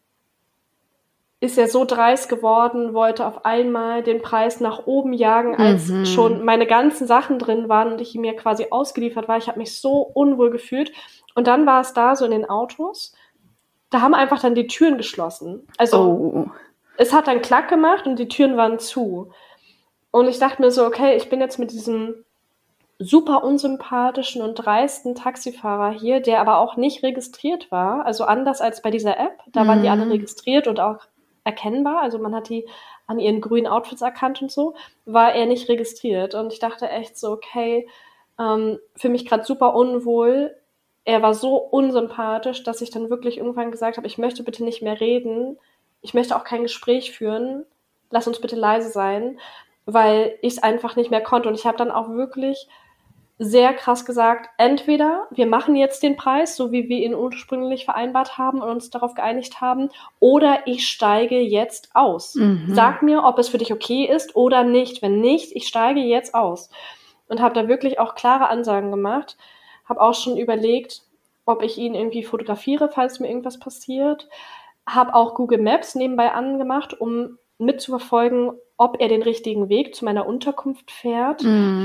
ist er so dreist geworden, wollte auf einmal den Preis nach oben jagen, als schon meine ganzen Sachen drin waren und ich ihm ja quasi ausgeliefert war. Ich habe mich so unwohl gefühlt. Und dann war es da so in den Autos, da haben einfach dann die Türen geschlossen. Also es hat dann Klack gemacht und die Türen waren zu. Und ich dachte mir so, okay, ich bin jetzt mit diesem super unsympathischen und dreisten Taxifahrer hier, der aber auch nicht registriert war. Also anders als bei dieser App, da waren die alle registriert und auch erkennbar, also man hat die an ihren grünen Outfits erkannt und so, war er nicht registriert. Und ich dachte echt so, okay, für mich gerade super unwohl. Er war so unsympathisch, dass ich dann wirklich irgendwann gesagt habe, ich möchte bitte nicht mehr reden, ich möchte auch kein Gespräch führen, lass uns bitte leise sein, weil ich es einfach nicht mehr konnte. Und ich habe dann auch wirklich sehr krass gesagt, entweder wir machen jetzt den Preis, so wie wir ihn ursprünglich vereinbart haben und uns darauf geeinigt haben, oder ich steige jetzt aus. Sag mir, ob es für dich okay ist oder nicht. Wenn nicht, ich steige jetzt aus. Und habe da wirklich auch klare Ansagen gemacht. Habe auch schon überlegt, ob ich ihn irgendwie fotografiere, falls mir irgendwas passiert. Habe auch Google Maps nebenbei angemacht, um mitzuverfolgen, ob er den richtigen Weg zu meiner Unterkunft fährt.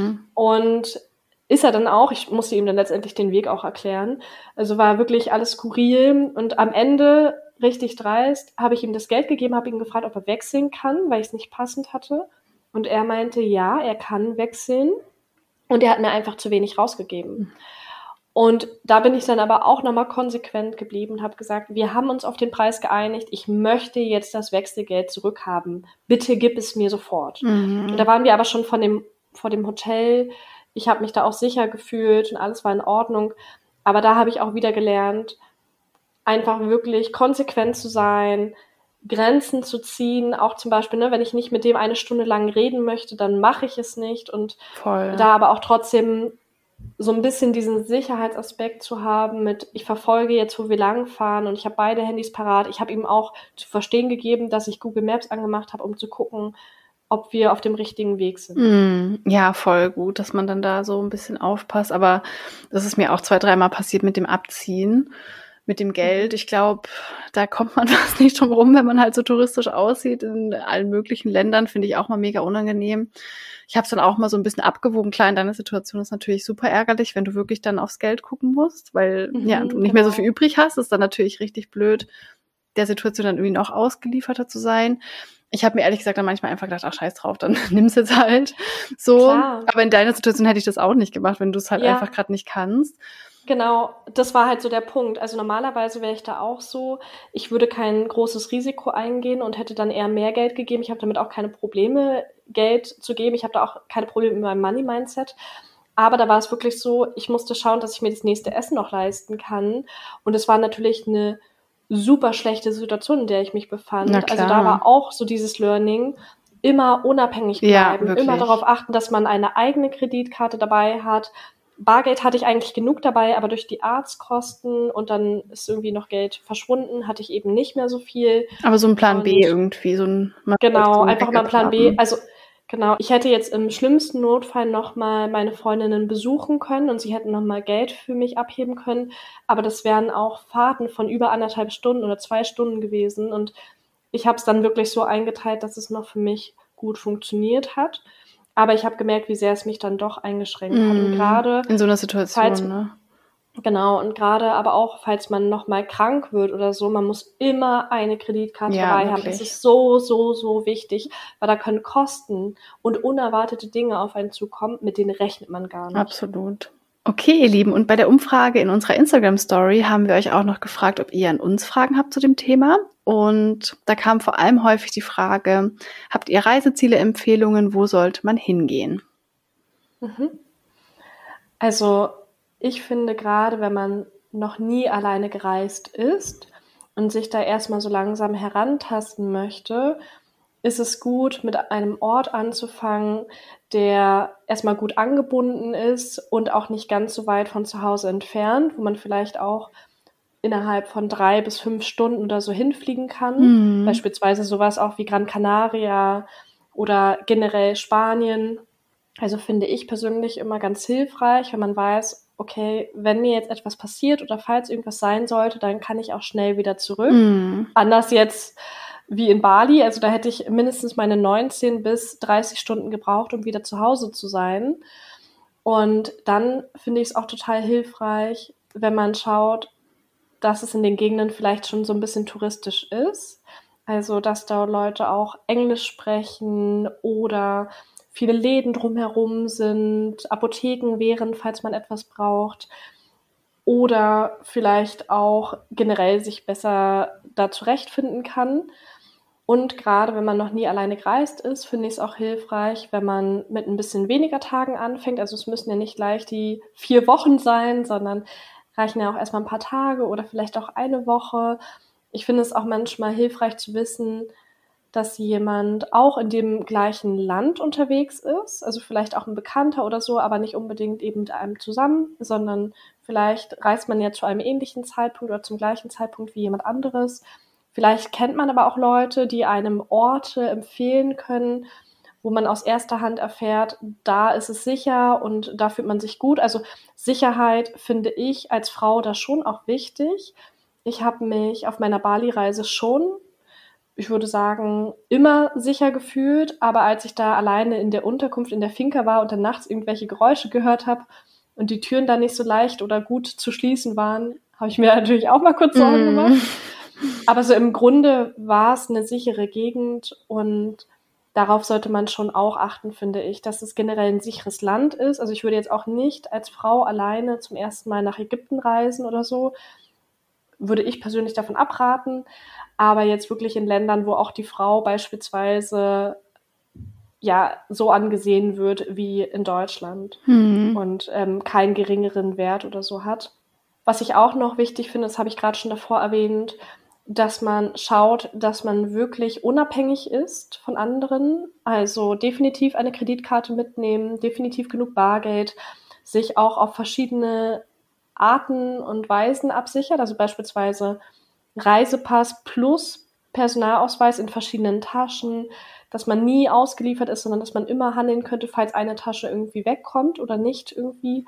Und ist er dann auch, ich musste ihm dann letztendlich den Weg auch erklären. Also war wirklich alles skurril. Und am Ende, richtig dreist, habe ich ihm das Geld gegeben, habe ihn gefragt, ob er wechseln kann, weil ich es nicht passend hatte. Und er meinte, ja, er kann wechseln. Und er hat mir einfach zu wenig rausgegeben. Und da bin ich dann aber auch nochmal konsequent geblieben und habe gesagt, wir haben uns auf den Preis geeinigt, ich möchte jetzt das Wechselgeld zurückhaben. Bitte gib es mir sofort. Und da waren wir aber schon vor dem Hotel. Ich habe mich da auch sicher gefühlt und alles war in Ordnung. Aber da habe ich auch wieder gelernt, einfach wirklich konsequent zu sein, Grenzen zu ziehen. Auch zum Beispiel, wenn ich nicht mit dem eine Stunde lang reden möchte, dann mache ich es nicht. Und da aber auch trotzdem so ein bisschen diesen Sicherheitsaspekt zu haben mit, ich verfolge jetzt, wo wir langfahren und ich habe beide Handys parat. Ich habe ihm auch zu verstehen gegeben, dass ich Google Maps angemacht habe, um zu gucken, ob wir auf dem richtigen Weg sind. Ja, voll gut, dass man dann da so ein bisschen aufpasst. Aber das ist mir auch 2-3 Mal passiert mit dem Abziehen, mit dem Geld. Ich glaube, da kommt man fast nicht drum rum, wenn man halt so touristisch aussieht in allen möglichen Ländern. Finde ich auch mal mega unangenehm. Ich habe es dann auch mal so ein bisschen abgewogen. Klar, in deiner Situation ist natürlich super ärgerlich, wenn du wirklich dann aufs Geld gucken musst, weil du nicht mehr so viel übrig hast. Ist dann natürlich richtig blöd, der Situation dann irgendwie noch ausgelieferter zu sein. Ich habe mir ehrlich gesagt dann manchmal einfach gedacht, ach, scheiß drauf, dann nimm's jetzt halt so. Klar. Aber in deiner Situation hätte ich das auch nicht gemacht, wenn du es halt einfach gerade nicht kannst. Genau, das war halt so der Punkt. Also normalerweise wäre ich da auch so, ich würde kein großes Risiko eingehen und hätte dann eher mehr Geld gegeben. Ich habe damit auch keine Probleme, Geld zu geben. Ich habe da auch keine Probleme mit meinem Money-Mindset. Aber da war es wirklich so, ich musste schauen, dass ich mir das nächste Essen noch leisten kann. Und es war natürlich eine super schlechte Situation, in der ich mich Na befand. Also da klar. war auch so dieses Learning, immer unabhängig Ja, bleiben, immer wirklich. darauf achten, dass man eine eigene Kreditkarte dabei hat. Bargeld hatte ich eigentlich genug dabei, aber durch die Arztkosten und dann ist irgendwie noch Geld verschwunden, hatte ich eben nicht mehr so viel. Aber so ein Plan B Und irgendwie, man sollte genau, so 'n einfach mal Backup Plan B. haben. Also genau, ich hätte jetzt im schlimmsten Notfall noch mal meine Freundinnen besuchen können und sie hätten noch mal Geld für mich abheben können, aber das wären auch Fahrten von über 1,5 Stunden oder 2 Stunden gewesen und ich habe es dann wirklich so eingeteilt, dass es noch für mich gut funktioniert hat. Aber ich habe gemerkt, wie sehr es mich dann doch eingeschränkt hat. Und gerade In so 'ner falls Situation, ne? genau, und gerade aber auch, falls man noch mal krank wird oder so, man muss immer eine Kreditkarte Ja, dabei haben. Das wirklich. ist so, so, so wichtig, weil da können Kosten und unerwartete Dinge auf einen zukommen, mit denen rechnet man gar nicht. Absolut. Okay, ihr Lieben, und bei der Umfrage in unserer Instagram-Story haben wir euch auch noch gefragt, ob ihr an uns Fragen habt zu dem Thema. Und da kam vor allem häufig die Frage, habt ihr Reiseziele, Empfehlungen, wo sollte man hingehen? Also, ich finde gerade, wenn man noch nie alleine gereist ist und sich da erst mal so langsam herantasten möchte, ist es gut, mit einem Ort anzufangen, der erst mal gut angebunden ist und auch nicht ganz so weit von zu Hause entfernt, wo man vielleicht auch innerhalb von 3 bis 5 Stunden oder so hinfliegen kann. Beispielsweise so was auch wie Gran Canaria oder generell Spanien. Also finde ich persönlich immer ganz hilfreich, wenn man weiß, okay, wenn mir jetzt etwas passiert oder falls irgendwas sein sollte, dann kann ich auch schnell wieder zurück. Anders jetzt wie in Bali, also da hätte ich mindestens meine 19 bis 30 Stunden gebraucht, um wieder zu Hause zu sein. Und dann finde ich es auch total hilfreich, wenn man schaut, dass es in den Gegenden vielleicht schon so ein bisschen touristisch ist. Also, dass da Leute auch Englisch sprechen oder viele Läden drumherum sind, Apotheken wären, falls man etwas braucht. Oder vielleicht auch generell sich besser da zurechtfinden kann. Und gerade wenn man noch nie alleine gereist ist, finde ich es auch hilfreich, wenn man mit ein bisschen weniger Tagen anfängt. Also es müssen ja nicht gleich die 4 Wochen sein, sondern reichen ja auch erst mal 'n paar Tage oder vielleicht auch eine Woche. Ich finde es auch manchmal hilfreich zu wissen, dass jemand auch in dem gleichen Land unterwegs ist, also vielleicht auch ein Bekannter oder so, aber nicht unbedingt eben mit einem zusammen, sondern vielleicht reist man ja zu einem ähnlichen Zeitpunkt oder zum gleichen Zeitpunkt wie jemand anderes. Vielleicht kennt man aber auch Leute, die einem Orte empfehlen können, wo man aus erster Hand erfährt, da ist es sicher und da fühlt man sich gut. Also Sicherheit finde ich als Frau da schon auch wichtig. Ich habe mich auf meiner Bali-Reise schon, ich würde sagen, immer sicher gefühlt, aber als ich da alleine in der Unterkunft in der Finca war und dann nachts irgendwelche Geräusche gehört habe und die Türen da nicht so leicht oder gut zu schließen waren, habe ich mir natürlich auch mal kurz Sorgen gemacht. Aber so im Grunde war es eine sichere Gegend und darauf sollte man schon auch achten, finde ich, dass es generell ein sicheres Land ist. Also ich würde jetzt auch nicht als Frau alleine zum ersten Mal nach Ägypten reisen oder so, würde ich persönlich davon abraten. Aber jetzt wirklich in Ländern, wo auch die Frau beispielsweise ja so angesehen wird wie in Deutschland und keinen geringeren Wert oder so hat. Was ich auch noch wichtig finde, das habe ich gerade schon davor erwähnt, dass man schaut, dass man wirklich unabhängig ist von anderen. Also definitiv eine Kreditkarte mitnehmen, definitiv genug Bargeld, sich auch auf verschiedene Arten und Weisen absichert. Also beispielsweise Reisepass plus Personalausweis in verschiedenen Taschen, dass man nie ausgeliefert ist, sondern dass man immer handeln könnte, falls eine Tasche irgendwie wegkommt oder nicht irgendwie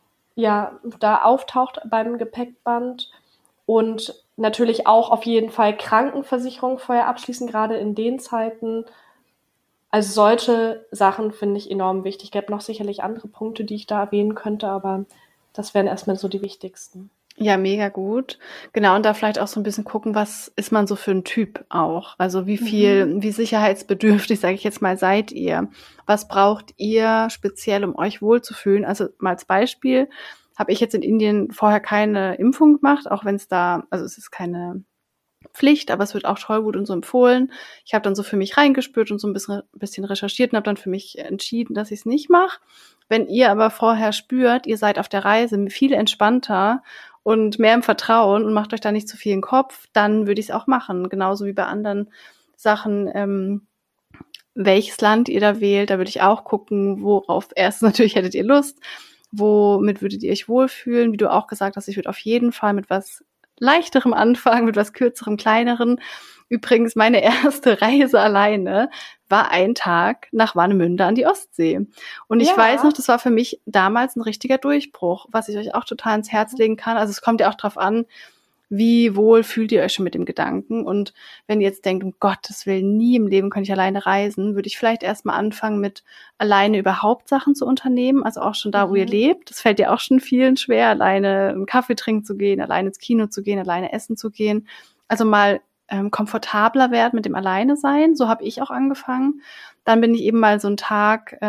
ja da auftaucht beim Gepäckband. Und natürlich auch auf jeden Fall Krankenversicherung vorher abschließen, gerade in den Zeiten. Also solche Sachen finde ich enorm wichtig. Es gäbe noch sicherlich andere Punkte, die ich da erwähnen könnte, aber das wären erstmal so die wichtigsten. Ja, mega gut. Genau, und da vielleicht auch so ein bisschen gucken, was ist man so für ein Typ auch? Also, wie sicherheitsbedürftig, sage ich jetzt mal, seid ihr? Was braucht ihr speziell, um euch wohlzufühlen? Also, mal als Beispiel, habe ich jetzt in Indien vorher keine Impfung gemacht, auch wenn es da, also es ist keine Pflicht, aber es wird auch Tollwut und so empfohlen. Ich habe dann so für mich reingespürt und so ein bisschen recherchiert und habe dann für mich entschieden, dass ich es nicht mache. Wenn ihr aber vorher spürt, ihr seid auf der Reise viel entspannter und mehr im Vertrauen und macht euch da nicht zu viel in den Kopf, dann würde ich es auch machen. Genauso wie bei anderen Sachen, welches Land ihr da wählt. Da würde ich auch gucken, worauf erst natürlich hättet ihr Lust, womit würdet ihr euch wohlfühlen. Wie du auch gesagt hast, ich würde auf jeden Fall mit was Leichterem anfangen, mit was Kürzerem, Kleineren. Übrigens, meine erste Reise alleine war ein Tag nach Warnemünde an die Ostsee. Und ich weiß noch, das war für mich damals ein richtiger Durchbruch, was ich euch auch total ans Herz legen kann. Also es kommt ja auch drauf an, wie wohl fühlt ihr euch schon mit dem Gedanken? Und wenn ihr jetzt denkt, um Gottes Willen, nie im Leben könnte ich alleine reisen, würde ich vielleicht erstmal anfangen, mit alleine überhaupt Sachen zu unternehmen. Also auch schon da, wo ihr lebt. Das fällt ja auch schon vielen schwer, alleine einen Kaffee trinken zu gehen, alleine ins Kino zu gehen, alleine essen zu gehen. Also mal komfortabler werden mit dem Alleine sein. So habe ich auch angefangen. Dann bin ich eben mal so einen Tag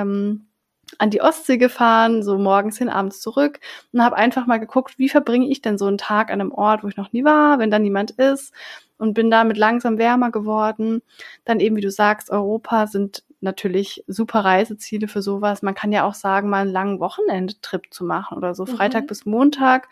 an die Ostsee gefahren, so morgens hin, abends zurück und habe einfach mal geguckt, wie verbringe ich denn so einen Tag an einem Ort, wo ich noch nie war, wenn da niemand ist, und bin damit langsam wärmer geworden. Dann eben, wie du sagst, Europa sind natürlich super Reiseziele für sowas. Man kann ja auch sagen, mal einen langen Wochenendtrip zu machen oder so, Freitag bis Montag,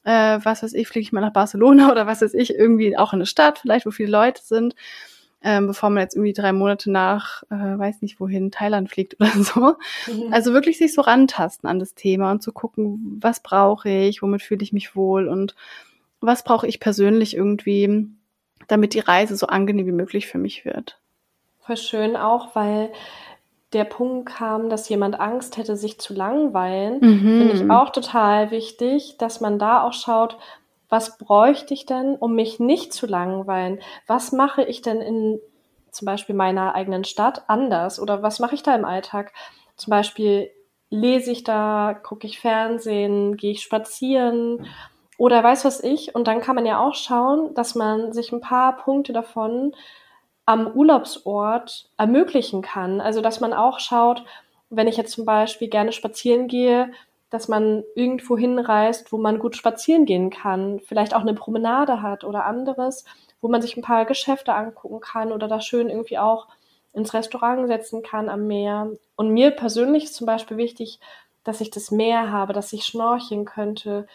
was weiß ich, fliege ich mal nach Barcelona oder was weiß ich, irgendwie auch in eine Stadt, vielleicht, wo viele Leute sind, bevor man jetzt irgendwie 3 Monate nach, weiß nicht wohin, Thailand fliegt oder so. Also wirklich sich so rantasten an das Thema und zu gucken, was brauche ich, womit fühle ich mich wohl und was brauche ich persönlich irgendwie, damit die Reise so angenehm wie möglich für mich wird. Voll schön auch, weil der Punkt kam, dass jemand Angst hätte, sich zu langweilen. Finde ich auch total wichtig, dass man da auch schaut, was bräuchte ich denn, um mich nicht zu langweilen? Was mache ich denn in zum Beispiel meiner eigenen Stadt anders? Oder was mache ich da im Alltag? Zum Beispiel lese ich da, gucke ich Fernsehen, gehe ich spazieren oder weiß was ich. Und dann kann man ja auch schauen, dass man sich ein paar Punkte davon am Urlaubsort ermöglichen kann. Also, dass man auch schaut, wenn ich jetzt zum Beispiel gerne spazieren gehe, dass man irgendwo hinreist, wo man gut spazieren gehen kann, vielleicht auch eine Promenade hat oder anderes, wo man sich ein paar Geschäfte angucken kann oder da schön irgendwie auch ins Restaurant setzen kann am Meer. Und mir persönlich ist zum Beispiel wichtig, dass ich das Meer habe, dass ich schnorcheln könnte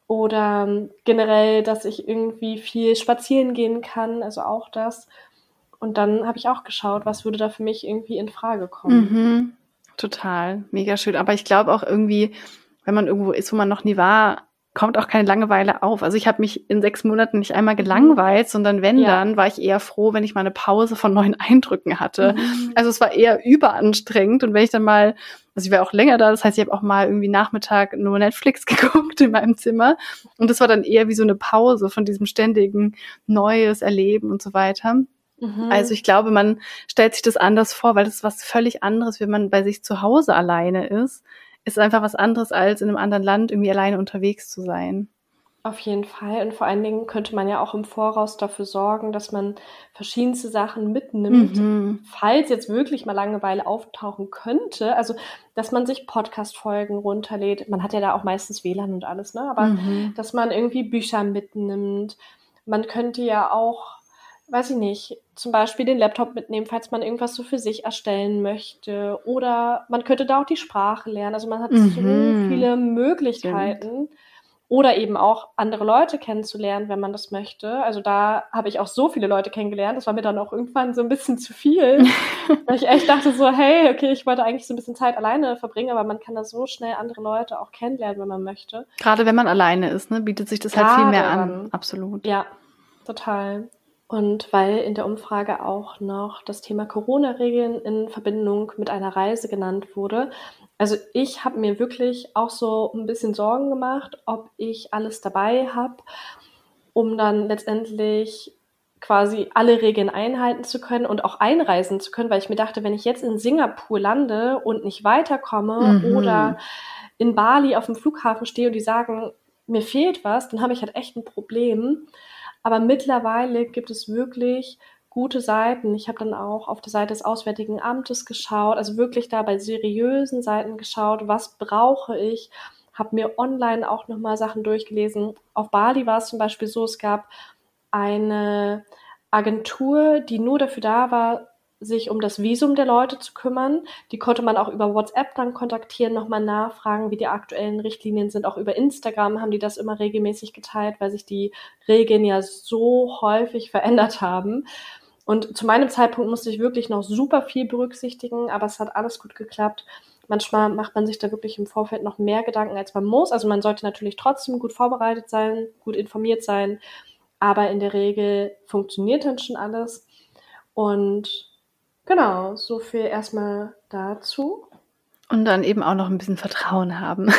oder generell, dass ich irgendwie viel spazieren gehen kann, also auch das. Und dann habe ich auch geschaut, was würde da für mich irgendwie in Frage kommen. Total, mega schön. Aber ich glaube auch irgendwie, wenn man irgendwo ist, wo man noch nie war, kommt auch keine Langeweile auf. Also ich habe mich in 6 Monaten nicht einmal gelangweilt, sondern wenn, dann war ich eher froh, wenn ich mal eine Pause von neuen Eindrücken hatte. Also es war eher überanstrengend. Und wenn ich dann mal, also ich war auch länger da, das heißt, ich habe auch mal irgendwie Nachmittag nur Netflix geguckt in meinem Zimmer. Und das war dann eher wie so eine Pause von diesem ständigen Neues erleben und so weiter. Also ich glaube, man stellt sich das anders vor, weil das ist was völlig anderes, wenn man bei sich zu Hause alleine ist. Ist einfach was anderes, als in einem anderen Land irgendwie alleine unterwegs zu sein. Auf jeden Fall. Und vor allen Dingen könnte man ja auch im Voraus dafür sorgen, dass man verschiedenste Sachen mitnimmt, falls jetzt wirklich mal Langeweile auftauchen könnte. Also, dass man sich Podcast-Folgen runterlädt. Man hat ja da auch meistens WLAN und alles, ne? Aber dass man irgendwie Bücher mitnimmt. Man könnte ja auch, weiß ich nicht, zum Beispiel den Laptop mitnehmen, falls man irgendwas so für sich erstellen möchte. Oder man könnte da auch die Sprache lernen. Also man hat so viele Möglichkeiten. Oder eben auch andere Leute kennenzulernen, wenn man das möchte. Also da habe ich auch so viele Leute kennengelernt. Das war mir dann auch irgendwann so ein bisschen zu viel. Weil ich echt dachte so, hey, okay, ich wollte eigentlich so ein bisschen Zeit alleine verbringen, aber man kann da so schnell andere Leute auch kennenlernen, wenn man möchte. Gerade wenn man alleine ist, ne, bietet sich das halt viel mehr an. Absolut. Ja, total. Und weil in der Umfrage auch noch das Thema Corona-Regeln in Verbindung mit einer Reise genannt wurde. Also ich habe mir wirklich auch so ein bisschen Sorgen gemacht, ob ich alles dabei habe, um dann letztendlich quasi alle Regeln einhalten zu können und auch einreisen zu können, weil ich mir dachte, wenn ich jetzt in Singapur lande und nicht weiterkomme oder in Bali auf dem Flughafen stehe und die sagen, mir fehlt was, dann habe ich halt echt ein Problem. Aber mittlerweile gibt es wirklich gute Seiten. Ich habe dann auch auf der Seite des Auswärtigen Amtes geschaut, also wirklich da bei seriösen Seiten geschaut, was brauche ich, habe mir online auch nochmal Sachen durchgelesen. Auf Bali war es zum Beispiel so, es gab eine Agentur, die nur dafür da war, sich um das Visum der Leute zu kümmern. Die konnte man auch über WhatsApp dann kontaktieren, nochmal nachfragen, wie die aktuellen Richtlinien sind. Auch über Instagram haben die das immer regelmäßig geteilt, weil sich die Regeln ja so häufig verändert haben. Und zu meinem Zeitpunkt musste ich wirklich noch super viel berücksichtigen, aber es hat alles gut geklappt. Manchmal macht man sich da wirklich im Vorfeld noch mehr Gedanken, als man muss. Also man sollte natürlich trotzdem gut vorbereitet sein, gut informiert sein, aber in der Regel funktioniert dann schon alles. Und genau, so viel erstmal dazu. Und dann eben auch noch ein bisschen Vertrauen haben.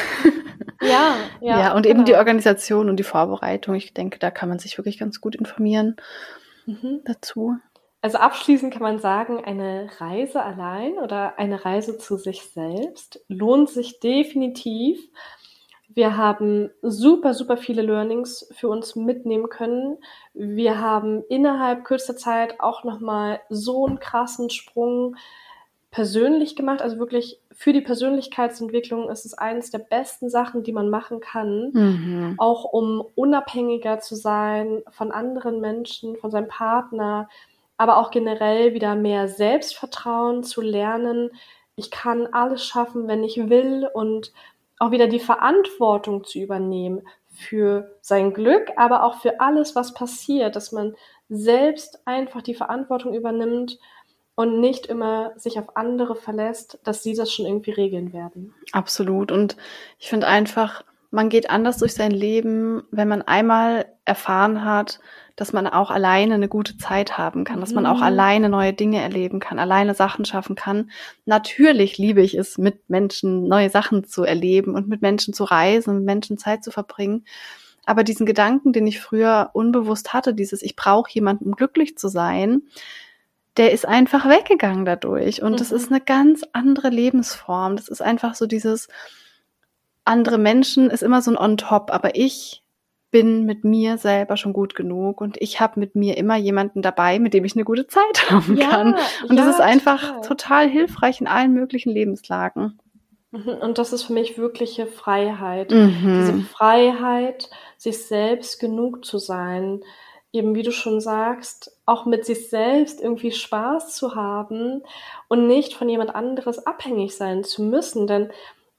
Ja, und eben die Organisation und die Vorbereitung. Ich denke, da kann man sich wirklich ganz gut informieren dazu. Also abschließend kann man sagen, eine Reise allein oder eine Reise zu sich selbst lohnt sich definitiv. Wir haben super, super viele Learnings für uns mitnehmen können. Wir haben innerhalb kürzester Zeit auch nochmal so einen krassen Sprung persönlich gemacht. Also wirklich für die Persönlichkeitsentwicklung ist es eines der besten Sachen, die man machen kann. Auch um unabhängiger zu sein von anderen Menschen, von seinem Partner, aber auch generell wieder mehr Selbstvertrauen zu lernen. Ich kann alles schaffen, wenn ich will, und auch wieder die Verantwortung zu übernehmen für sein Glück, aber auch für alles, was passiert, dass man selbst einfach die Verantwortung übernimmt und nicht immer sich auf andere verlässt, dass sie das schon irgendwie regeln werden. Absolut. Und ich finde einfach, man geht anders durch sein Leben, wenn man einmal erfahren hat, dass man auch alleine eine gute Zeit haben kann, dass man auch alleine neue Dinge erleben kann, alleine Sachen schaffen kann. Natürlich liebe ich es, mit Menschen neue Sachen zu erleben und mit Menschen zu reisen und mit Menschen Zeit zu verbringen. Aber diesen Gedanken, den ich früher unbewusst hatte, dieses ich brauche jemanden, um glücklich zu sein, der ist einfach weggegangen dadurch. Und das ist eine ganz andere Lebensform. Das ist einfach so dieses andere Menschen ist immer so ein On-Top, aber ich bin mit mir selber schon gut genug und ich habe mit mir immer jemanden dabei, mit dem ich eine gute Zeit haben kann. Und das ist einfach total hilfreich in allen möglichen Lebenslagen. Und das ist für mich wirkliche Freiheit. Diese Freiheit, sich selbst genug zu sein, eben wie du schon sagst, auch mit sich selbst irgendwie Spaß zu haben und nicht von jemand anderes abhängig sein zu müssen. Denn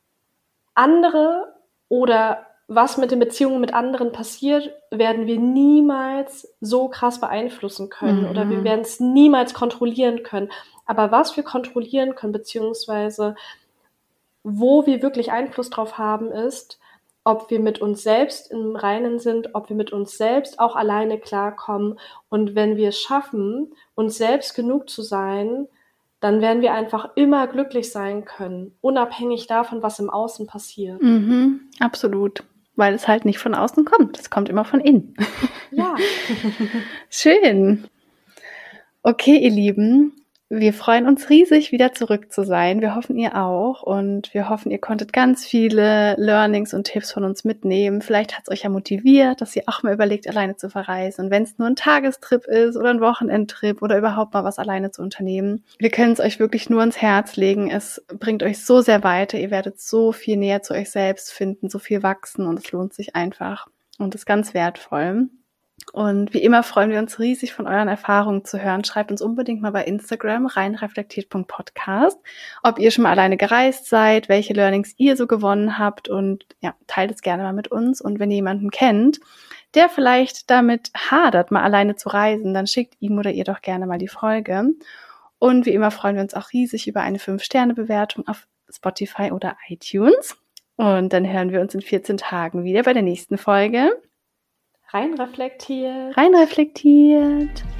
andere oder was mit den Beziehungen mit anderen passiert, werden wir niemals so krass beeinflussen können oder wir werden es niemals kontrollieren können. Aber was wir kontrollieren können, beziehungsweise wo wir wirklich Einfluss drauf haben, ist, ob wir mit uns selbst im Reinen sind, ob wir mit uns selbst auch alleine klarkommen. Und wenn wir es schaffen, uns selbst genug zu sein, dann werden wir einfach immer glücklich sein können, unabhängig davon, was im Außen passiert. Absolut, weil es halt nicht von außen kommt, es kommt immer von innen. Ja. Schön. Okay, ihr Lieben, wir freuen uns riesig, wieder zurück zu sein. Wir hoffen, ihr auch. Und wir hoffen, ihr konntet ganz viele Learnings und Tipps von uns mitnehmen. Vielleicht hat es euch ja motiviert, dass ihr auch mal überlegt, alleine zu verreisen. Und wenn es nur ein Tagestrip ist oder ein Wochenendtrip oder überhaupt mal was alleine zu unternehmen. Wir können es euch wirklich nur ins Herz legen. Es bringt euch so sehr weiter. Ihr werdet so viel näher zu euch selbst finden, so viel wachsen. Und es lohnt sich einfach und ist ganz wertvoll. Und wie immer freuen wir uns riesig, von euren Erfahrungen zu hören. Schreibt uns unbedingt mal bei Instagram reinreflektiert.podcast, ob ihr schon mal alleine gereist seid, welche Learnings ihr so gewonnen habt und ja, teilt es gerne mal mit uns. Und wenn ihr jemanden kennt, der vielleicht damit hadert, mal alleine zu reisen, dann schickt ihm oder ihr doch gerne mal die Folge. Und wie immer freuen wir uns auch riesig über eine 5-Sterne-Bewertung auf Spotify oder iTunes. Und dann hören wir uns in 14 Tagen wieder bei der nächsten Folge. Rein reflektiert. Rein reflektiert.